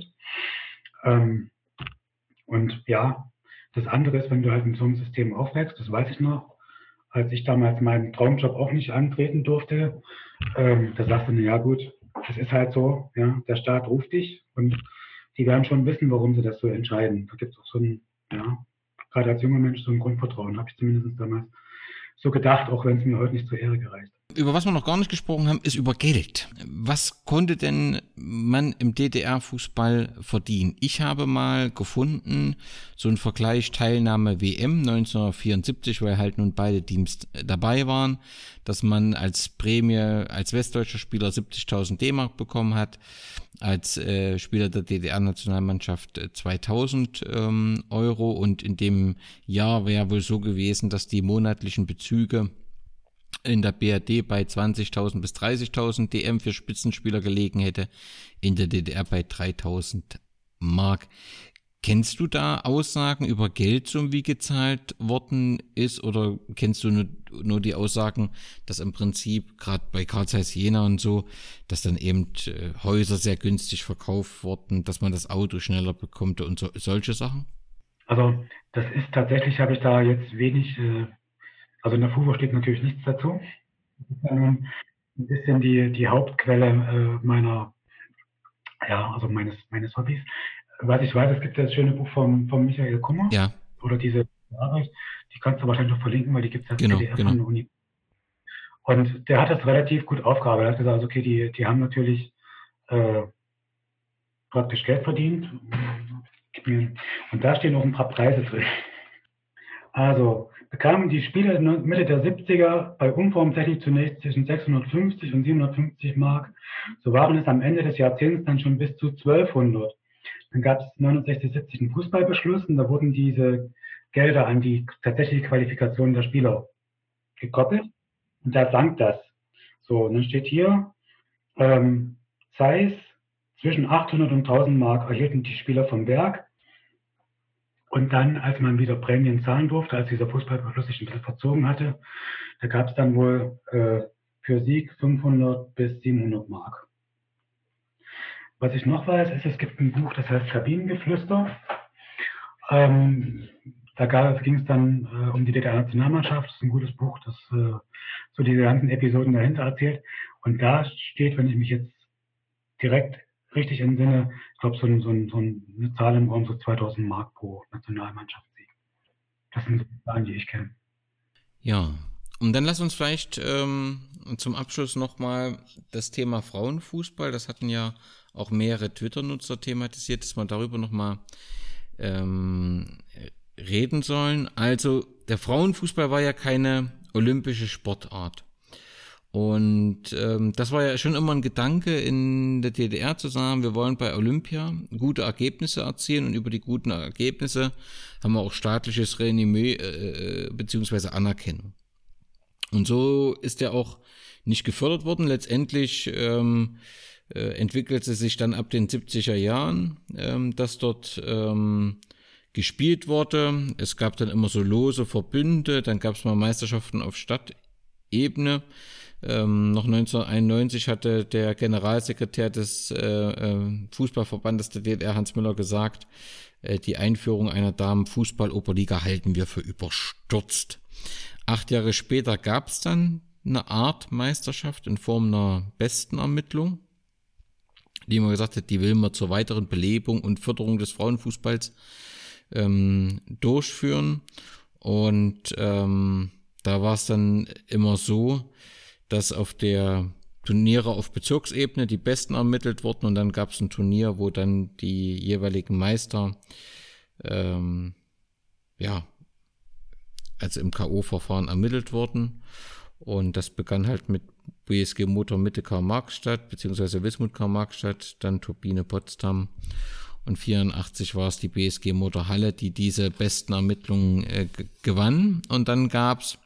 Und ja, das andere ist, wenn du halt in so einem System aufwächst, das weiß ich noch, als ich damals meinen Traumjob auch nicht antreten durfte, da sagst du, na ja gut, das ist halt so, ja, der Staat ruft dich und die werden schon wissen, warum sie das so entscheiden. Da gibt es auch so ein, ja, gerade als junger Mensch so ein Grundvertrauen, habe ich zumindest damals so gedacht, auch wenn es mir heute nicht zur Ehre gereicht. Über was wir noch gar nicht gesprochen haben, ist über Geld. Was konnte denn man im DDR-Fußball verdienen? Ich habe mal gefunden, so ein Vergleich Teilnahme WM 1974, weil halt nun beide Teams dabei waren, dass man als Prämie als westdeutscher Spieler 70.000 D-Mark bekommen hat, als Spieler der DDR-Nationalmannschaft 2.000 Euro und in dem Jahr wäre wohl so gewesen, dass die monatlichen Bezüge in der BRD bei 20.000 bis 30.000 DM für Spitzenspieler gelegen hätte, in der DDR bei 3.000 Mark. Kennst du da Aussagen über Geldsummen, wie gezahlt worden ist, oder kennst du nur die Aussagen, dass im Prinzip gerade bei Carl Zeiss Jena und so, dass dann eben Häuser sehr günstig verkauft wurden, dass man das Auto schneller bekommt und solche Sachen? Also das ist tatsächlich, habe ich da jetzt wenig, also in der FUVO steht natürlich nichts dazu. Das ist ja nun ein bisschen die Hauptquelle meines Hobbys. Was ich weiß, es gibt ja das schöne Buch vom Michael Kummer. Ja. Oder diese Arbeit, die kannst du wahrscheinlich noch verlinken, weil die gibt es als PDF genau. Von der Uni. Und der hat das relativ gut aufgearbeitet. Er hat gesagt, okay, die haben natürlich praktisch Geld verdient. Und da stehen auch ein paar Preise drin. Also bekamen die Spieler Mitte der 70er bei Umformtechnik zunächst zwischen 650 und 750 Mark. So waren es am Ende des Jahrzehnts dann schon bis zu 1200. Dann gab es 69, 70 einen Fußballbeschluss und da wurden diese Gelder an die tatsächliche Qualifikation der Spieler gekoppelt. Und da sank das. So, und dann steht hier, Zeiss, zwischen 800 und 1000 Mark erhielten die Spieler vom Werk. Und dann, als man wieder Prämien zahlen durfte, als dieser Fußballbeschluss sich ein bisschen verzogen hatte, da gab es dann wohl für Sieg 500 bis 700 Mark. Was ich noch weiß, ist, es gibt ein Buch, das heißt Kabinengeflüster. Da ging es dann um die DDR-Nationalmannschaft. Das ist ein gutes Buch, das so diese ganzen Episoden dahinter erzählt. Und da steht, wenn ich mich jetzt direkt richtig entsinne, ich glaube, so eine Zahl im Raum so 2000 Mark pro Nationalmannschaftssieg. Das sind so Zahlen, die ich kenne. Ja, und dann lass uns vielleicht zum Abschluss nochmal das Thema Frauenfußball, das hatten ja auch mehrere Twitter-Nutzer thematisiert, dass wir darüber nochmal reden sollen. Also der Frauenfußball war ja keine olympische Sportart. Und das war ja schon immer ein Gedanke in der DDR zu sagen, wir wollen bei Olympia gute Ergebnisse erzielen und über die guten Ergebnisse haben wir auch staatliches Renommee beziehungsweise Anerkennung. Und so ist er auch nicht gefördert worden. Letztendlich entwickelte sich dann ab den 70er Jahren, dass dort gespielt wurde. Es gab dann immer so lose Verbünde, dann gab es mal Meisterschaften auf Stadtebene. Noch 1991 hatte der Generalsekretär des Fußballverbandes der DDR, Hans Müller, gesagt, die Einführung einer Damenfußball-Oberliga halten wir für überstürzt. 8 Jahre später gab es dann eine Art Meisterschaft in Form einer Bestenermittlung, die man gesagt hat, die will man zur weiteren Belebung und Förderung des Frauenfußballs durchführen. Und da war es dann immer so, dass auf der Turniere auf Bezirksebene die Besten ermittelt wurden und dann gab es ein Turnier, wo dann die jeweiligen Meister also im K.O.-Verfahren ermittelt wurden. Und das begann halt mit BSG Motor Mitte Karl-Marx-Stadt, beziehungsweise Wismut Karl-Marx-Stadt, dann Turbine Potsdam. Und 1984 war es die BSG Motor Halle, die diese besten Ermittlungen gewann. Und dann gab es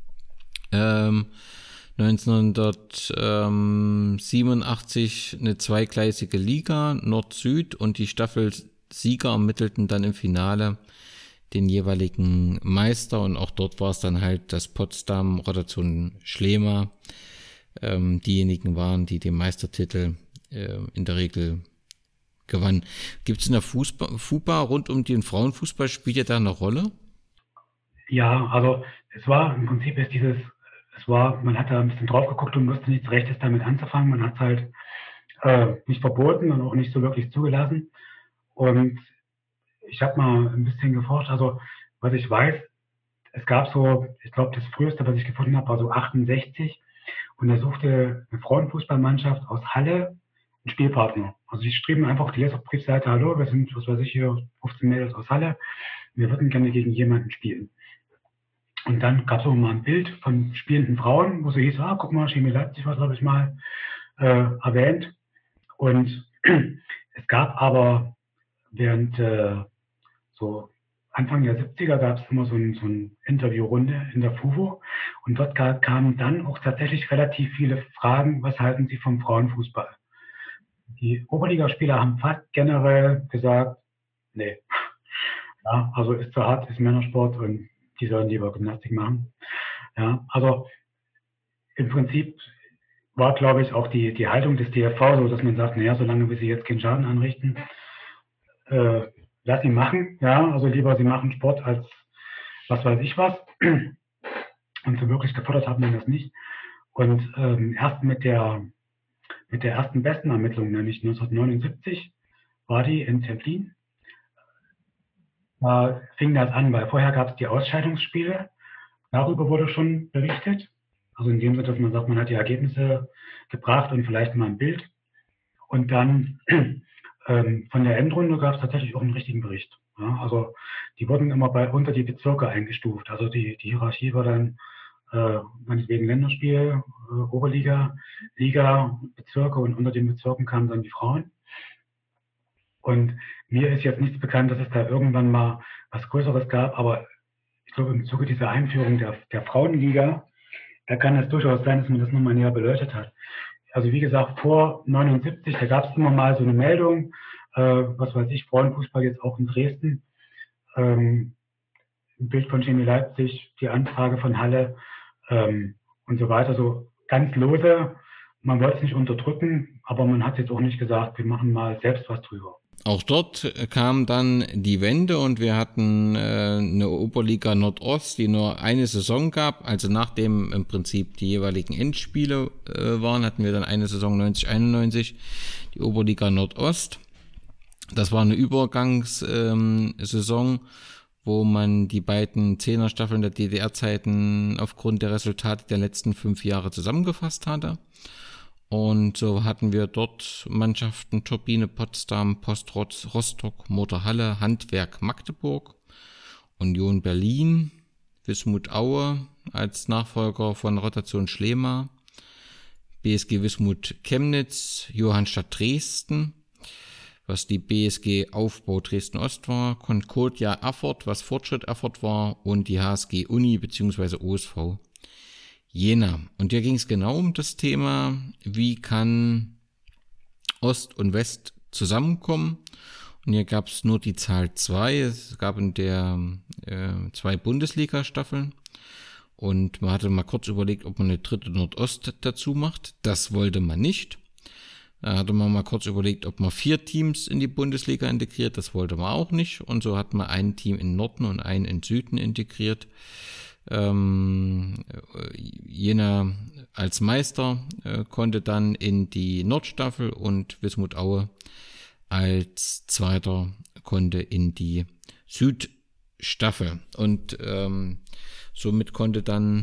1987 eine zweigleisige Liga, Nord-Süd, und die Staffelsieger ermittelten dann im Finale den jeweiligen Meister, und auch dort war es dann halt das Potsdam Rotation Schlema, diejenigen waren, die den Meistertitel in der Regel gewannen. Gibt es in der FUPA rund um den Frauenfußball, spielt ihr da eine Rolle? Ja, also es war im Prinzip man hat da ein bisschen drauf geguckt und wusste nichts Rechtes damit anzufangen. Man hat es halt nicht verboten und auch nicht so wirklich zugelassen. Und ich habe mal ein bisschen geforscht, also was ich weiß, es gab so, ich glaube, das früheste, was ich gefunden habe, war so 68, und da suchte eine Frauenfußballmannschaft aus Halle einen Spielpartner. Also die schrieben einfach auf die Leserbriefseite: Hallo, wir sind, was weiß ich, hier 15 Mädels aus Halle, wir würden gerne gegen jemanden spielen. Und dann gab es auch mal ein Bild von spielenden Frauen, wo so hieß, guck mal, Chemie Leipzig war, glaube ich, mal erwähnt. Und es gab aber während so Anfang der 70er gab es immer so eine Interviewrunde in der FUVO, und dort kamen dann auch tatsächlich relativ viele Fragen: Was halten Sie vom Frauenfußball? Die Oberligaspieler haben fast generell gesagt, nee, ja, also ist zu hart, ist Männersport und die sollen lieber Gymnastik machen. Ja, also im Prinzip war, glaube ich, auch die Haltung des DFV so, dass man sagt, naja, solange wir sie jetzt keinen Schaden anrichten, lass sie machen, ja, also lieber sie machen Sport als was weiß ich was. Und so wirklich gefordert hat man das nicht. Und erst mit der ersten besten Ermittlung, nämlich 1979, war die in Templin. Da fing das an, weil vorher gab es die Ausscheidungsspiele. Darüber wurde schon berichtet. Also in dem Sinne, dass man sagt, man hat die Ergebnisse gebracht und vielleicht mal ein Bild. Und dann von der Endrunde gab es tatsächlich auch einen richtigen Bericht. Ja, also die wurden immer unter die Bezirke eingestuft. Also die Hierarchie war dann meinetwegen Länderspiel, Oberliga, Liga, Bezirke, und unter den Bezirken kamen dann die Frauen. Und mir ist jetzt nichts bekannt, dass es da irgendwann mal was Größeres gab, aber ich glaube, im Zuge dieser Einführung der Frauenliga, da kann es durchaus sein, dass man das nochmal näher beleuchtet hat. Also wie gesagt, vor 79, da gab es immer mal so eine Meldung, was weiß ich, Frauenfußball jetzt auch in Dresden, ein Bild von Chemie Leipzig, die Anfrage von Halle und so weiter, so ganz lose. Man wollte es nicht unterdrücken, aber man hat jetzt auch nicht gesagt, wir machen mal selbst was drüber. Auch dort kam dann die Wende und wir hatten eine Oberliga Nordost, die nur eine Saison gab. Also nachdem im Prinzip die jeweiligen Endspiele waren, hatten wir dann eine Saison 90-91, die Oberliga Nordost. Das war eine Übergangssaison, wo man die beiden Zehnerstaffeln der DDR-Zeiten aufgrund der Resultate der letzten 5 Jahre zusammengefasst hatte. Und so hatten wir dort Mannschaften Turbine Potsdam, Post Rostock, Motor Halle, Handwerk Magdeburg, Union Berlin, Wismut Aue als Nachfolger von Rotation Schlema, BSG Wismut Chemnitz, Johannstadt Dresden, was die BSG Aufbau Dresden-Ost war, Concordia Erfurt, was Fortschritt Erfurt war, und die HSG Uni bzw. OSV Jena. Und hier ging es genau um das Thema, wie kann Ost und West zusammenkommen. Und hier gab es nur die Zahl 2. Es gab in der 2 Bundesliga-Staffeln. Und man hatte mal kurz überlegt, ob man eine dritte Nordost dazu macht. Das wollte man nicht. Da hatte man mal kurz überlegt, ob man 4 Teams in die Bundesliga integriert. Das wollte man auch nicht. Und so hat man ein Team in Norden und ein in Süden integriert. Jena als Meister konnte dann in die Nordstaffel und Wismut Aue als Zweiter konnte in die Südstaffel. Und somit konnte dann,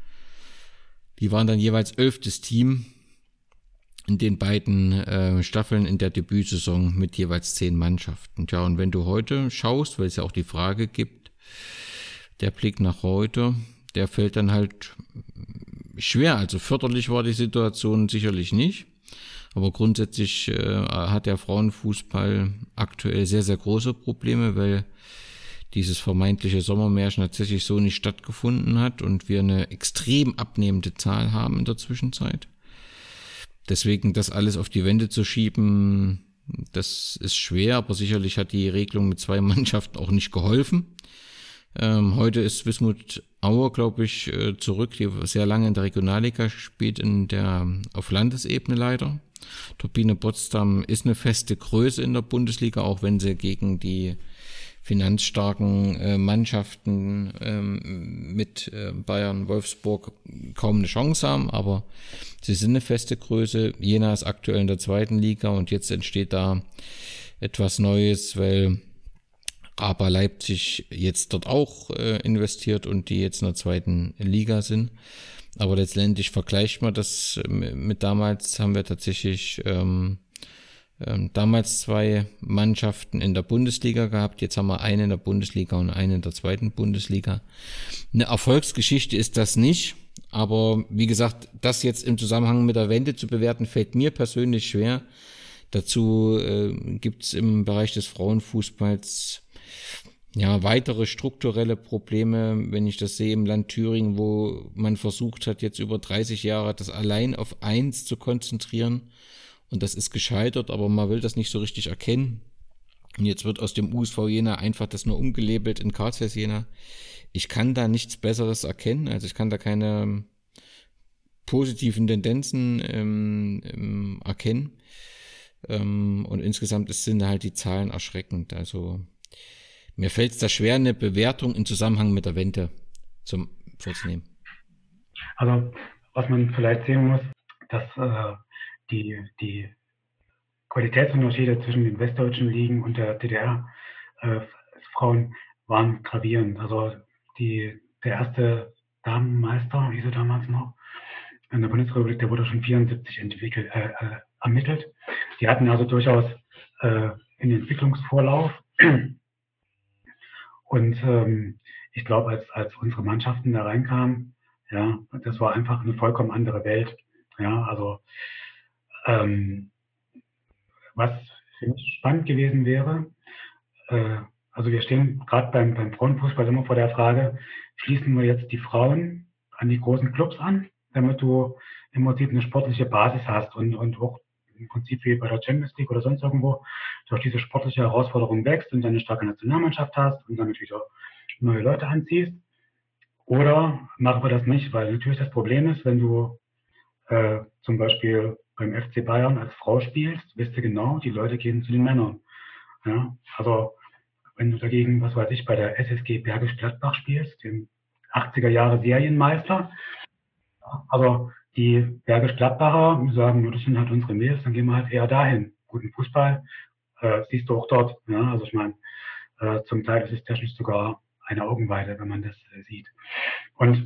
die waren dann jeweils 11. Team in den beiden Staffeln in der Debütsaison mit jeweils 10 Mannschaften. Ja, und wenn du heute schaust, weil es ja auch die Frage gibt, der Blick nach heute, der fällt dann halt schwer. Also förderlich war die Situation sicherlich nicht, aber grundsätzlich hat der Frauenfußball aktuell sehr, sehr große Probleme, weil dieses vermeintliche Sommermärchen tatsächlich so nicht stattgefunden hat und wir eine extrem abnehmende Zahl haben in der Zwischenzeit. Deswegen das alles auf die Wände zu schieben, das ist schwer, aber sicherlich hat die Regelung mit 2 Mannschaften auch nicht geholfen. Heute ist Wismut Aue, glaube ich, zurück, die sehr lange in der Regionalliga spielt, auf Landesebene leider. Turbine Potsdam ist eine feste Größe in der Bundesliga, auch wenn sie gegen die finanzstarken Mannschaften mit Bayern, Wolfsburg kaum eine Chance haben, aber sie sind eine feste Größe. Jena ist aktuell in der 2. Liga und jetzt entsteht da etwas Neues, weil Raba Leipzig jetzt dort auch investiert und die jetzt in der 2. Liga sind. Aber letztendlich vergleicht man das mit damals, haben wir tatsächlich damals 2 Mannschaften in der Bundesliga gehabt, jetzt haben wir eine in der Bundesliga und eine in der 2. Bundesliga. Eine Erfolgsgeschichte ist das nicht, aber wie gesagt, das jetzt im Zusammenhang mit der Wende zu bewerten, fällt mir persönlich schwer. Dazu gibt es im Bereich des Frauenfußballs weitere strukturelle Probleme, wenn ich das sehe im Land Thüringen, wo man versucht hat, jetzt über 30 Jahre das allein auf 1 zu konzentrieren. Und das ist gescheitert, aber man will das nicht so richtig erkennen. Und jetzt wird aus dem USV Jena einfach das nur umgelabelt in KCS Jena. Ich kann da nichts Besseres erkennen, also ich kann da keine positiven Tendenzen erkennen. Und insgesamt sind halt die Zahlen erschreckend. Also mir fällt es da schwer, eine Bewertung im Zusammenhang mit der Wende vorzunehmen. Also was man vielleicht sehen muss, dass die Qualitätsunterschiede zwischen den westdeutschen Ligen und der DDR-Frauen waren gravierend. Also der erste Damenmeister, hieß er damals noch, in der Bundesrepublik, der wurde schon 1974 ermittelt. Die hatten also durchaus einen Entwicklungsvorlauf. Und ich glaube, als unsere Mannschaften da reinkamen, ja, das war einfach eine vollkommen andere Welt. Ja, also was für mich spannend gewesen wäre, also wir stehen gerade beim Frauenfußball immer vor der Frage, schließen wir jetzt die Frauen an die großen Clubs an, damit du im Prinzip eine sportliche Basis hast und auch im Prinzip wie bei der Champions League oder sonst irgendwo durch diese sportliche Herausforderung wächst und dann eine starke Nationalmannschaft hast und damit wieder neue Leute anziehst. Oder machen wir das nicht, weil natürlich das Problem ist, wenn du zum Beispiel beim FC Bayern als Frau spielst, wisst ihr genau, die Leute gehen zu den Männern. Ja? Also wenn du dagegen, was weiß ich, bei der SSG Bergisch Gladbach spielst, dem 80er Jahre Serienmeister, also die Bergisch Gladbacher sagen, das sind halt unsere Mädels, dann gehen wir halt eher dahin. Guten Fußball siehst du auch dort. Ja? Also ich meine, zum Teil ist es technisch sogar eine Augenweide, wenn man das sieht. Und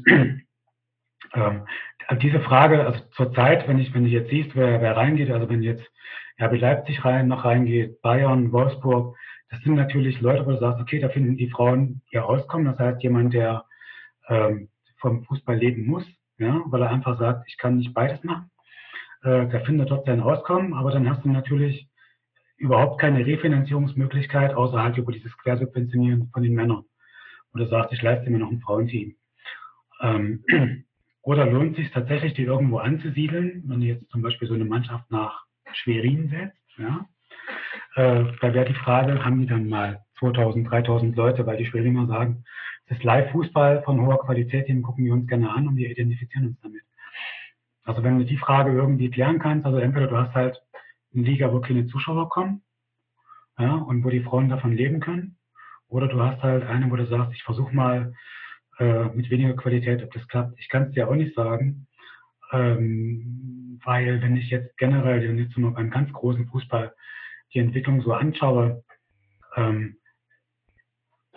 diese Frage, also zurzeit, wenn du jetzt siehst, wer reingeht, also wenn jetzt RB Leipzig noch reingeht, Bayern, Wolfsburg, das sind natürlich Leute, wo du sagst, okay, da finden die Frauen ihr Auskommen. Das heißt, jemand, der vom Fußball leben muss, ja, weil er einfach sagt, ich kann nicht beides machen, der findet dort sein Auskommen, aber dann hast du natürlich überhaupt keine Refinanzierungsmöglichkeit, außer halt über dieses Quersubventionieren von den Männern. Wo du sagst, ich leiste mir noch ein Frauenteam. Oder lohnt es sich tatsächlich, die irgendwo anzusiedeln, wenn du jetzt zum Beispiel so eine Mannschaft nach Schwerin setzt, ja? Da wäre die Frage, haben die dann mal 2000, 3000 Leute, weil die Schweriner sagen, das ist Live-Fußball von hoher Qualität, den gucken wir uns gerne an und wir identifizieren uns damit. Also wenn du die Frage irgendwie klären kannst, also entweder du hast halt eine Liga, wo keine Zuschauer kommen, ja, und wo die Frauen davon leben können, oder du hast halt eine, wo du sagst, ich versuche mal mit weniger Qualität, ob das klappt. Ich kann es dir auch nicht sagen, weil wenn ich jetzt generell jetzt nur beim ganz großen Fußball die Entwicklung so anschaue,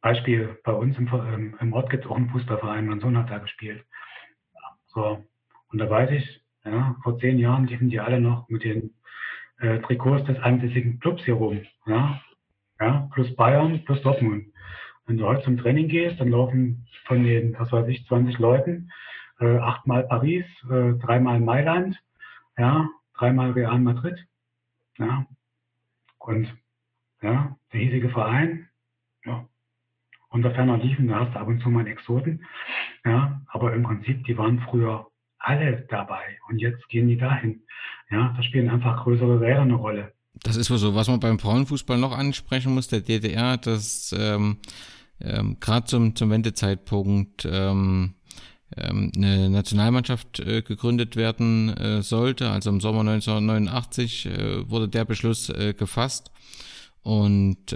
Beispiel, bei uns im Ort gibt es auch einen Fußballverein, mein Sohn hat da gespielt. So, und da weiß ich, ja, vor 10 Jahren liefen die alle noch mit den Trikots des ansässigen Clubs hier rum. Ja, plus Bayern, plus Dortmund. Wenn du heute zum Training gehst, dann laufen von den, 20 Leuten, 8-mal Paris, 3-mal Mailand, ja, 3-mal Real Madrid. Ja, und ja, der hiesige Verein, ja, unter ferner liefen, da hast du ab und zu mal einen Exoten. Ja, aber im Prinzip, die waren früher alle dabei und jetzt gehen die dahin. Ja, da spielen einfach größere Räder eine Rolle. Das ist wohl so, was man beim Frauenfußball noch ansprechen muss, der DDR, dass gerade zum Wendezeitpunkt eine Nationalmannschaft gegründet werden sollte. Also im Sommer 1989 wurde der Beschluss gefasst und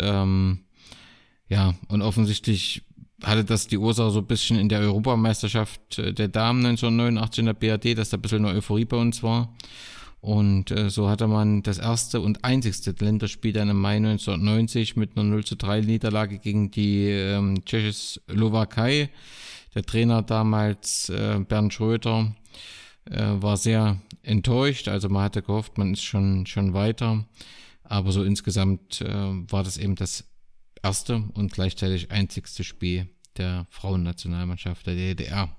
und offensichtlich hatte das die Ursache so ein bisschen in der Europameisterschaft der Damen 1989 in der BRD, dass da ein bisschen eine Euphorie bei uns war. Und so hatte man das erste und einzigste Länderspiel dann im Mai 1990 mit einer 0:3 Niederlage gegen die Tschechoslowakei. Der Trainer damals, Bernd Schröder, war sehr enttäuscht. Also man hatte gehofft, man ist schon weiter. Aber so insgesamt war das eben das erste und gleichzeitig einzigste Spiel der Frauennationalmannschaft der DDR.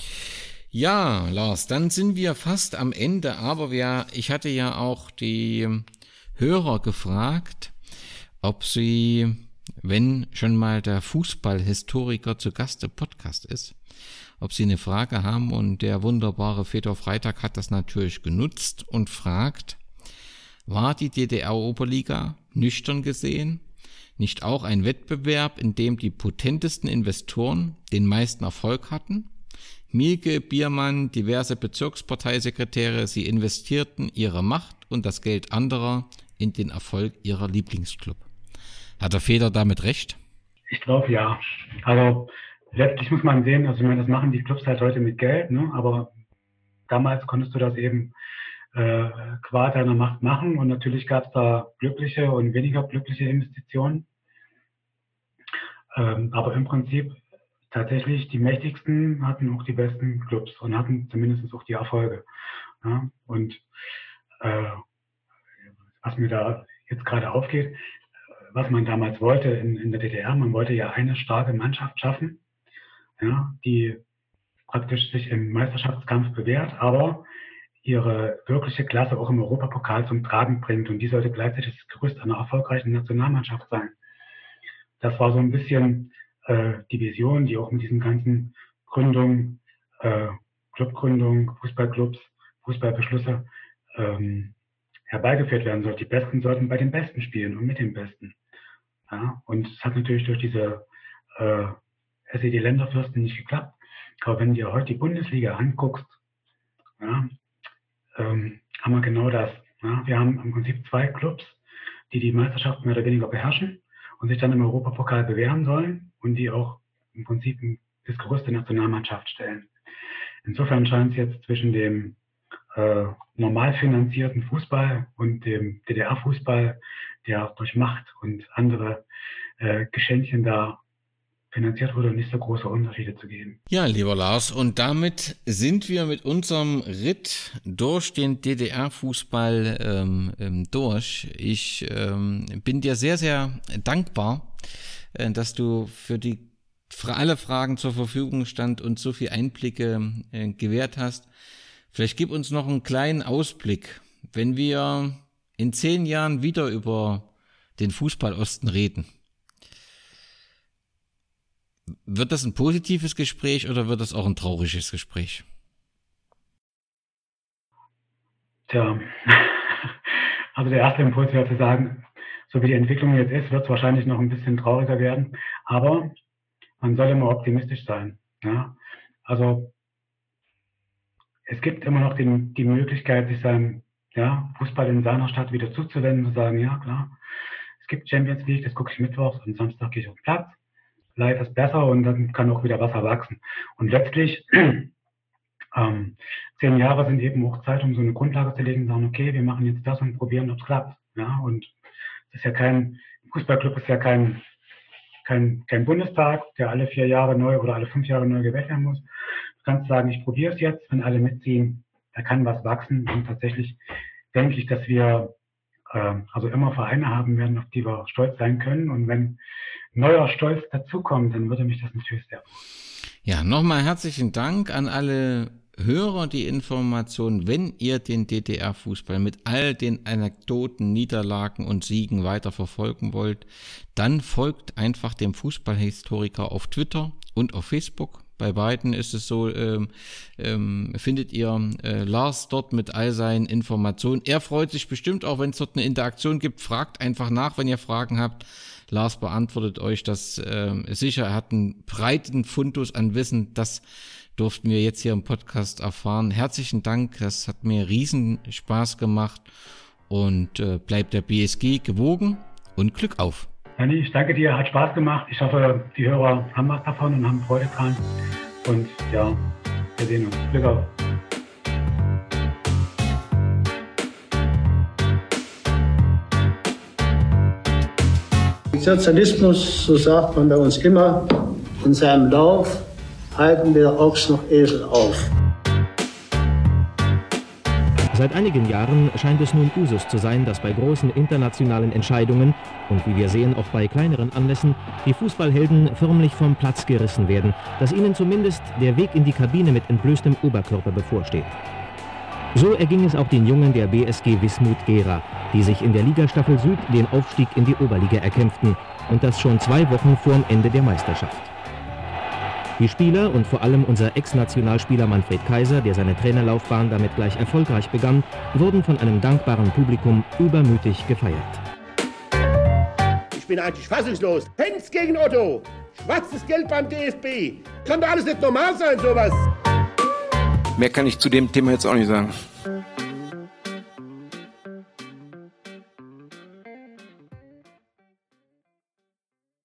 Ja, Lars, dann sind wir fast am Ende, aber ich hatte ja auch die Hörer gefragt, ob sie, wenn schon mal der Fußballhistoriker zu Gast im Podcast ist, ob sie eine Frage haben, und der wunderbare Fedor Freitag hat das natürlich genutzt und fragt: War die DDR-Oberliga nüchtern gesehen nicht auch ein Wettbewerb, in dem die potentesten Investoren den meisten Erfolg hatten? Mielke, Biermann, diverse Bezirksparteisekretäre, sie investierten ihre Macht und das Geld anderer in den Erfolg ihrer Lieblingsclub. Hat der Feder damit recht? Ich glaube, ja. Also letztlich muss man sehen, also ich meine, das machen die Clubs halt heute mit Geld, ne? Aber damals konntest du das eben qua deiner Macht machen, und natürlich gab es da glückliche und weniger glückliche Investitionen. Aber im Prinzip tatsächlich die mächtigsten hatten auch die besten Clubs und hatten zumindest auch die Erfolge. Ja? Und was mir da jetzt gerade aufgeht, was man damals wollte in der DDR, man wollte ja eine starke Mannschaft schaffen, ja, die praktisch sich im Meisterschaftskampf bewährt, aber ihre wirkliche Klasse auch im Europapokal zum Tragen bringt, und die sollte gleichzeitig das Gerüst einer erfolgreichen Nationalmannschaft sein. Das war so ein bisschen die Vision, die auch mit diesen ganzen Gründungen, Clubgründung, Fußballclubs, Fußballbeschlüsse herbeigeführt werden sollte. Die Besten sollten bei den Besten spielen und mit den Besten. Ja, und es hat natürlich durch diese SED-Länderfürsten nicht geklappt. Aber wenn du dir heute die Bundesliga anguckst, ja, haben wir genau das. Ja, wir haben im Prinzip 2 Clubs, die die Meisterschaft mehr oder weniger beherrschen und sich dann im Europapokal bewähren sollen und die auch im Prinzip das Gerüst der Nationalmannschaft stellen. Insofern scheint es jetzt zwischen dem normal finanzierten Fußball und dem DDR-Fußball, der durch Macht und andere Geschenkchen da finanziert wurde, nicht so große Unterschiede zu geben. Ja, lieber Lars, und damit sind wir mit unserem Ritt durch den DDR-Fußball durch. Ich bin dir sehr, sehr dankbar, dass du für alle Fragen zur Verfügung stand und so viel Einblicke gewährt hast. Vielleicht gib uns noch einen kleinen Ausblick, wenn wir in 10 Jahren wieder über den Fußballosten reden. Wird das ein positives Gespräch oder wird das auch ein trauriges Gespräch? Tja, also der erste Impuls wäre zu sagen, so wie die Entwicklung jetzt ist, wird es wahrscheinlich noch ein bisschen trauriger werden, aber man soll immer optimistisch sein. Ja? Also es gibt immer noch die Möglichkeit, sich seinem Fußball in seiner Stadt wieder zuzuwenden und zu sagen, ja klar, es gibt Champions League, das gucke ich mittwochs und Samstag gehe ich auf den Platz. Live ist besser und dann kann auch wieder Wasser wachsen. Und letztlich 10 Jahre sind eben auch Zeit, um so eine Grundlage zu legen und sagen, okay, wir machen jetzt das und probieren, ob es klappt. Ja, und das ist ja Fußballclub ist ja kein kein Bundestag, der alle 4 Jahre neu oder alle 5 Jahre neu gewählt werden muss. Du kannst sagen, ich probiere es jetzt, wenn alle mitziehen, da kann was wachsen. Und tatsächlich denke ich, dass wir also immer Vereine haben werden, auf die wir stolz sein können. Und wenn neuer Stolz dazukommt, dann würde mich das natürlich sehr freuen. Ja, nochmal herzlichen Dank an alle Hörer, die Information, wenn ihr den DDR-Fußball mit all den Anekdoten, Niederlagen und Siegen weiter verfolgen wollt, dann folgt einfach dem Fußballhistoriker auf Twitter und auf Facebook. Bei beiden ist es so, findet ihr Lars dort mit all seinen Informationen. Er freut sich bestimmt auch, wenn es dort eine Interaktion gibt. Fragt einfach nach, wenn ihr Fragen habt. Lars beantwortet euch das sicher. Er hat einen breiten Fundus an Wissen. Das durften wir jetzt hier im Podcast erfahren. Herzlichen Dank. Das hat mir riesen Spaß gemacht. Und bleibt der BSG gewogen und Glück auf. Janni, ich danke dir, hat Spaß gemacht. Ich hoffe, die Hörer haben was davon und haben Freude dran. Und ja, wir sehen uns. Glück auf. Sozialismus, so sagt man bei uns immer, in seinem Lauf halten weder Ochs noch Esel auf. Seit einigen Jahren scheint es nun Usus zu sein, dass bei großen internationalen Entscheidungen und wie wir sehen auch bei kleineren Anlässen die Fußballhelden förmlich vom Platz gerissen werden, dass ihnen zumindest der Weg in die Kabine mit entblößtem Oberkörper bevorsteht. So erging es auch den Jungen der BSG Wismut Gera, die sich in der Ligastaffel Süd den Aufstieg in die Oberliga erkämpften und das schon 2 Wochen vor dem Ende der Meisterschaft. Die Spieler und vor allem unser Ex-Nationalspieler Manfred Kaiser, der seine Trainerlaufbahn damit gleich erfolgreich begann, wurden von einem dankbaren Publikum übermütig gefeiert. Ich bin eigentlich fassungslos. Hengst gegen Otto. Schwarzes Geld beim DFB. Kann doch alles nicht normal sein, sowas. Mehr kann ich zu dem Thema jetzt auch nicht sagen.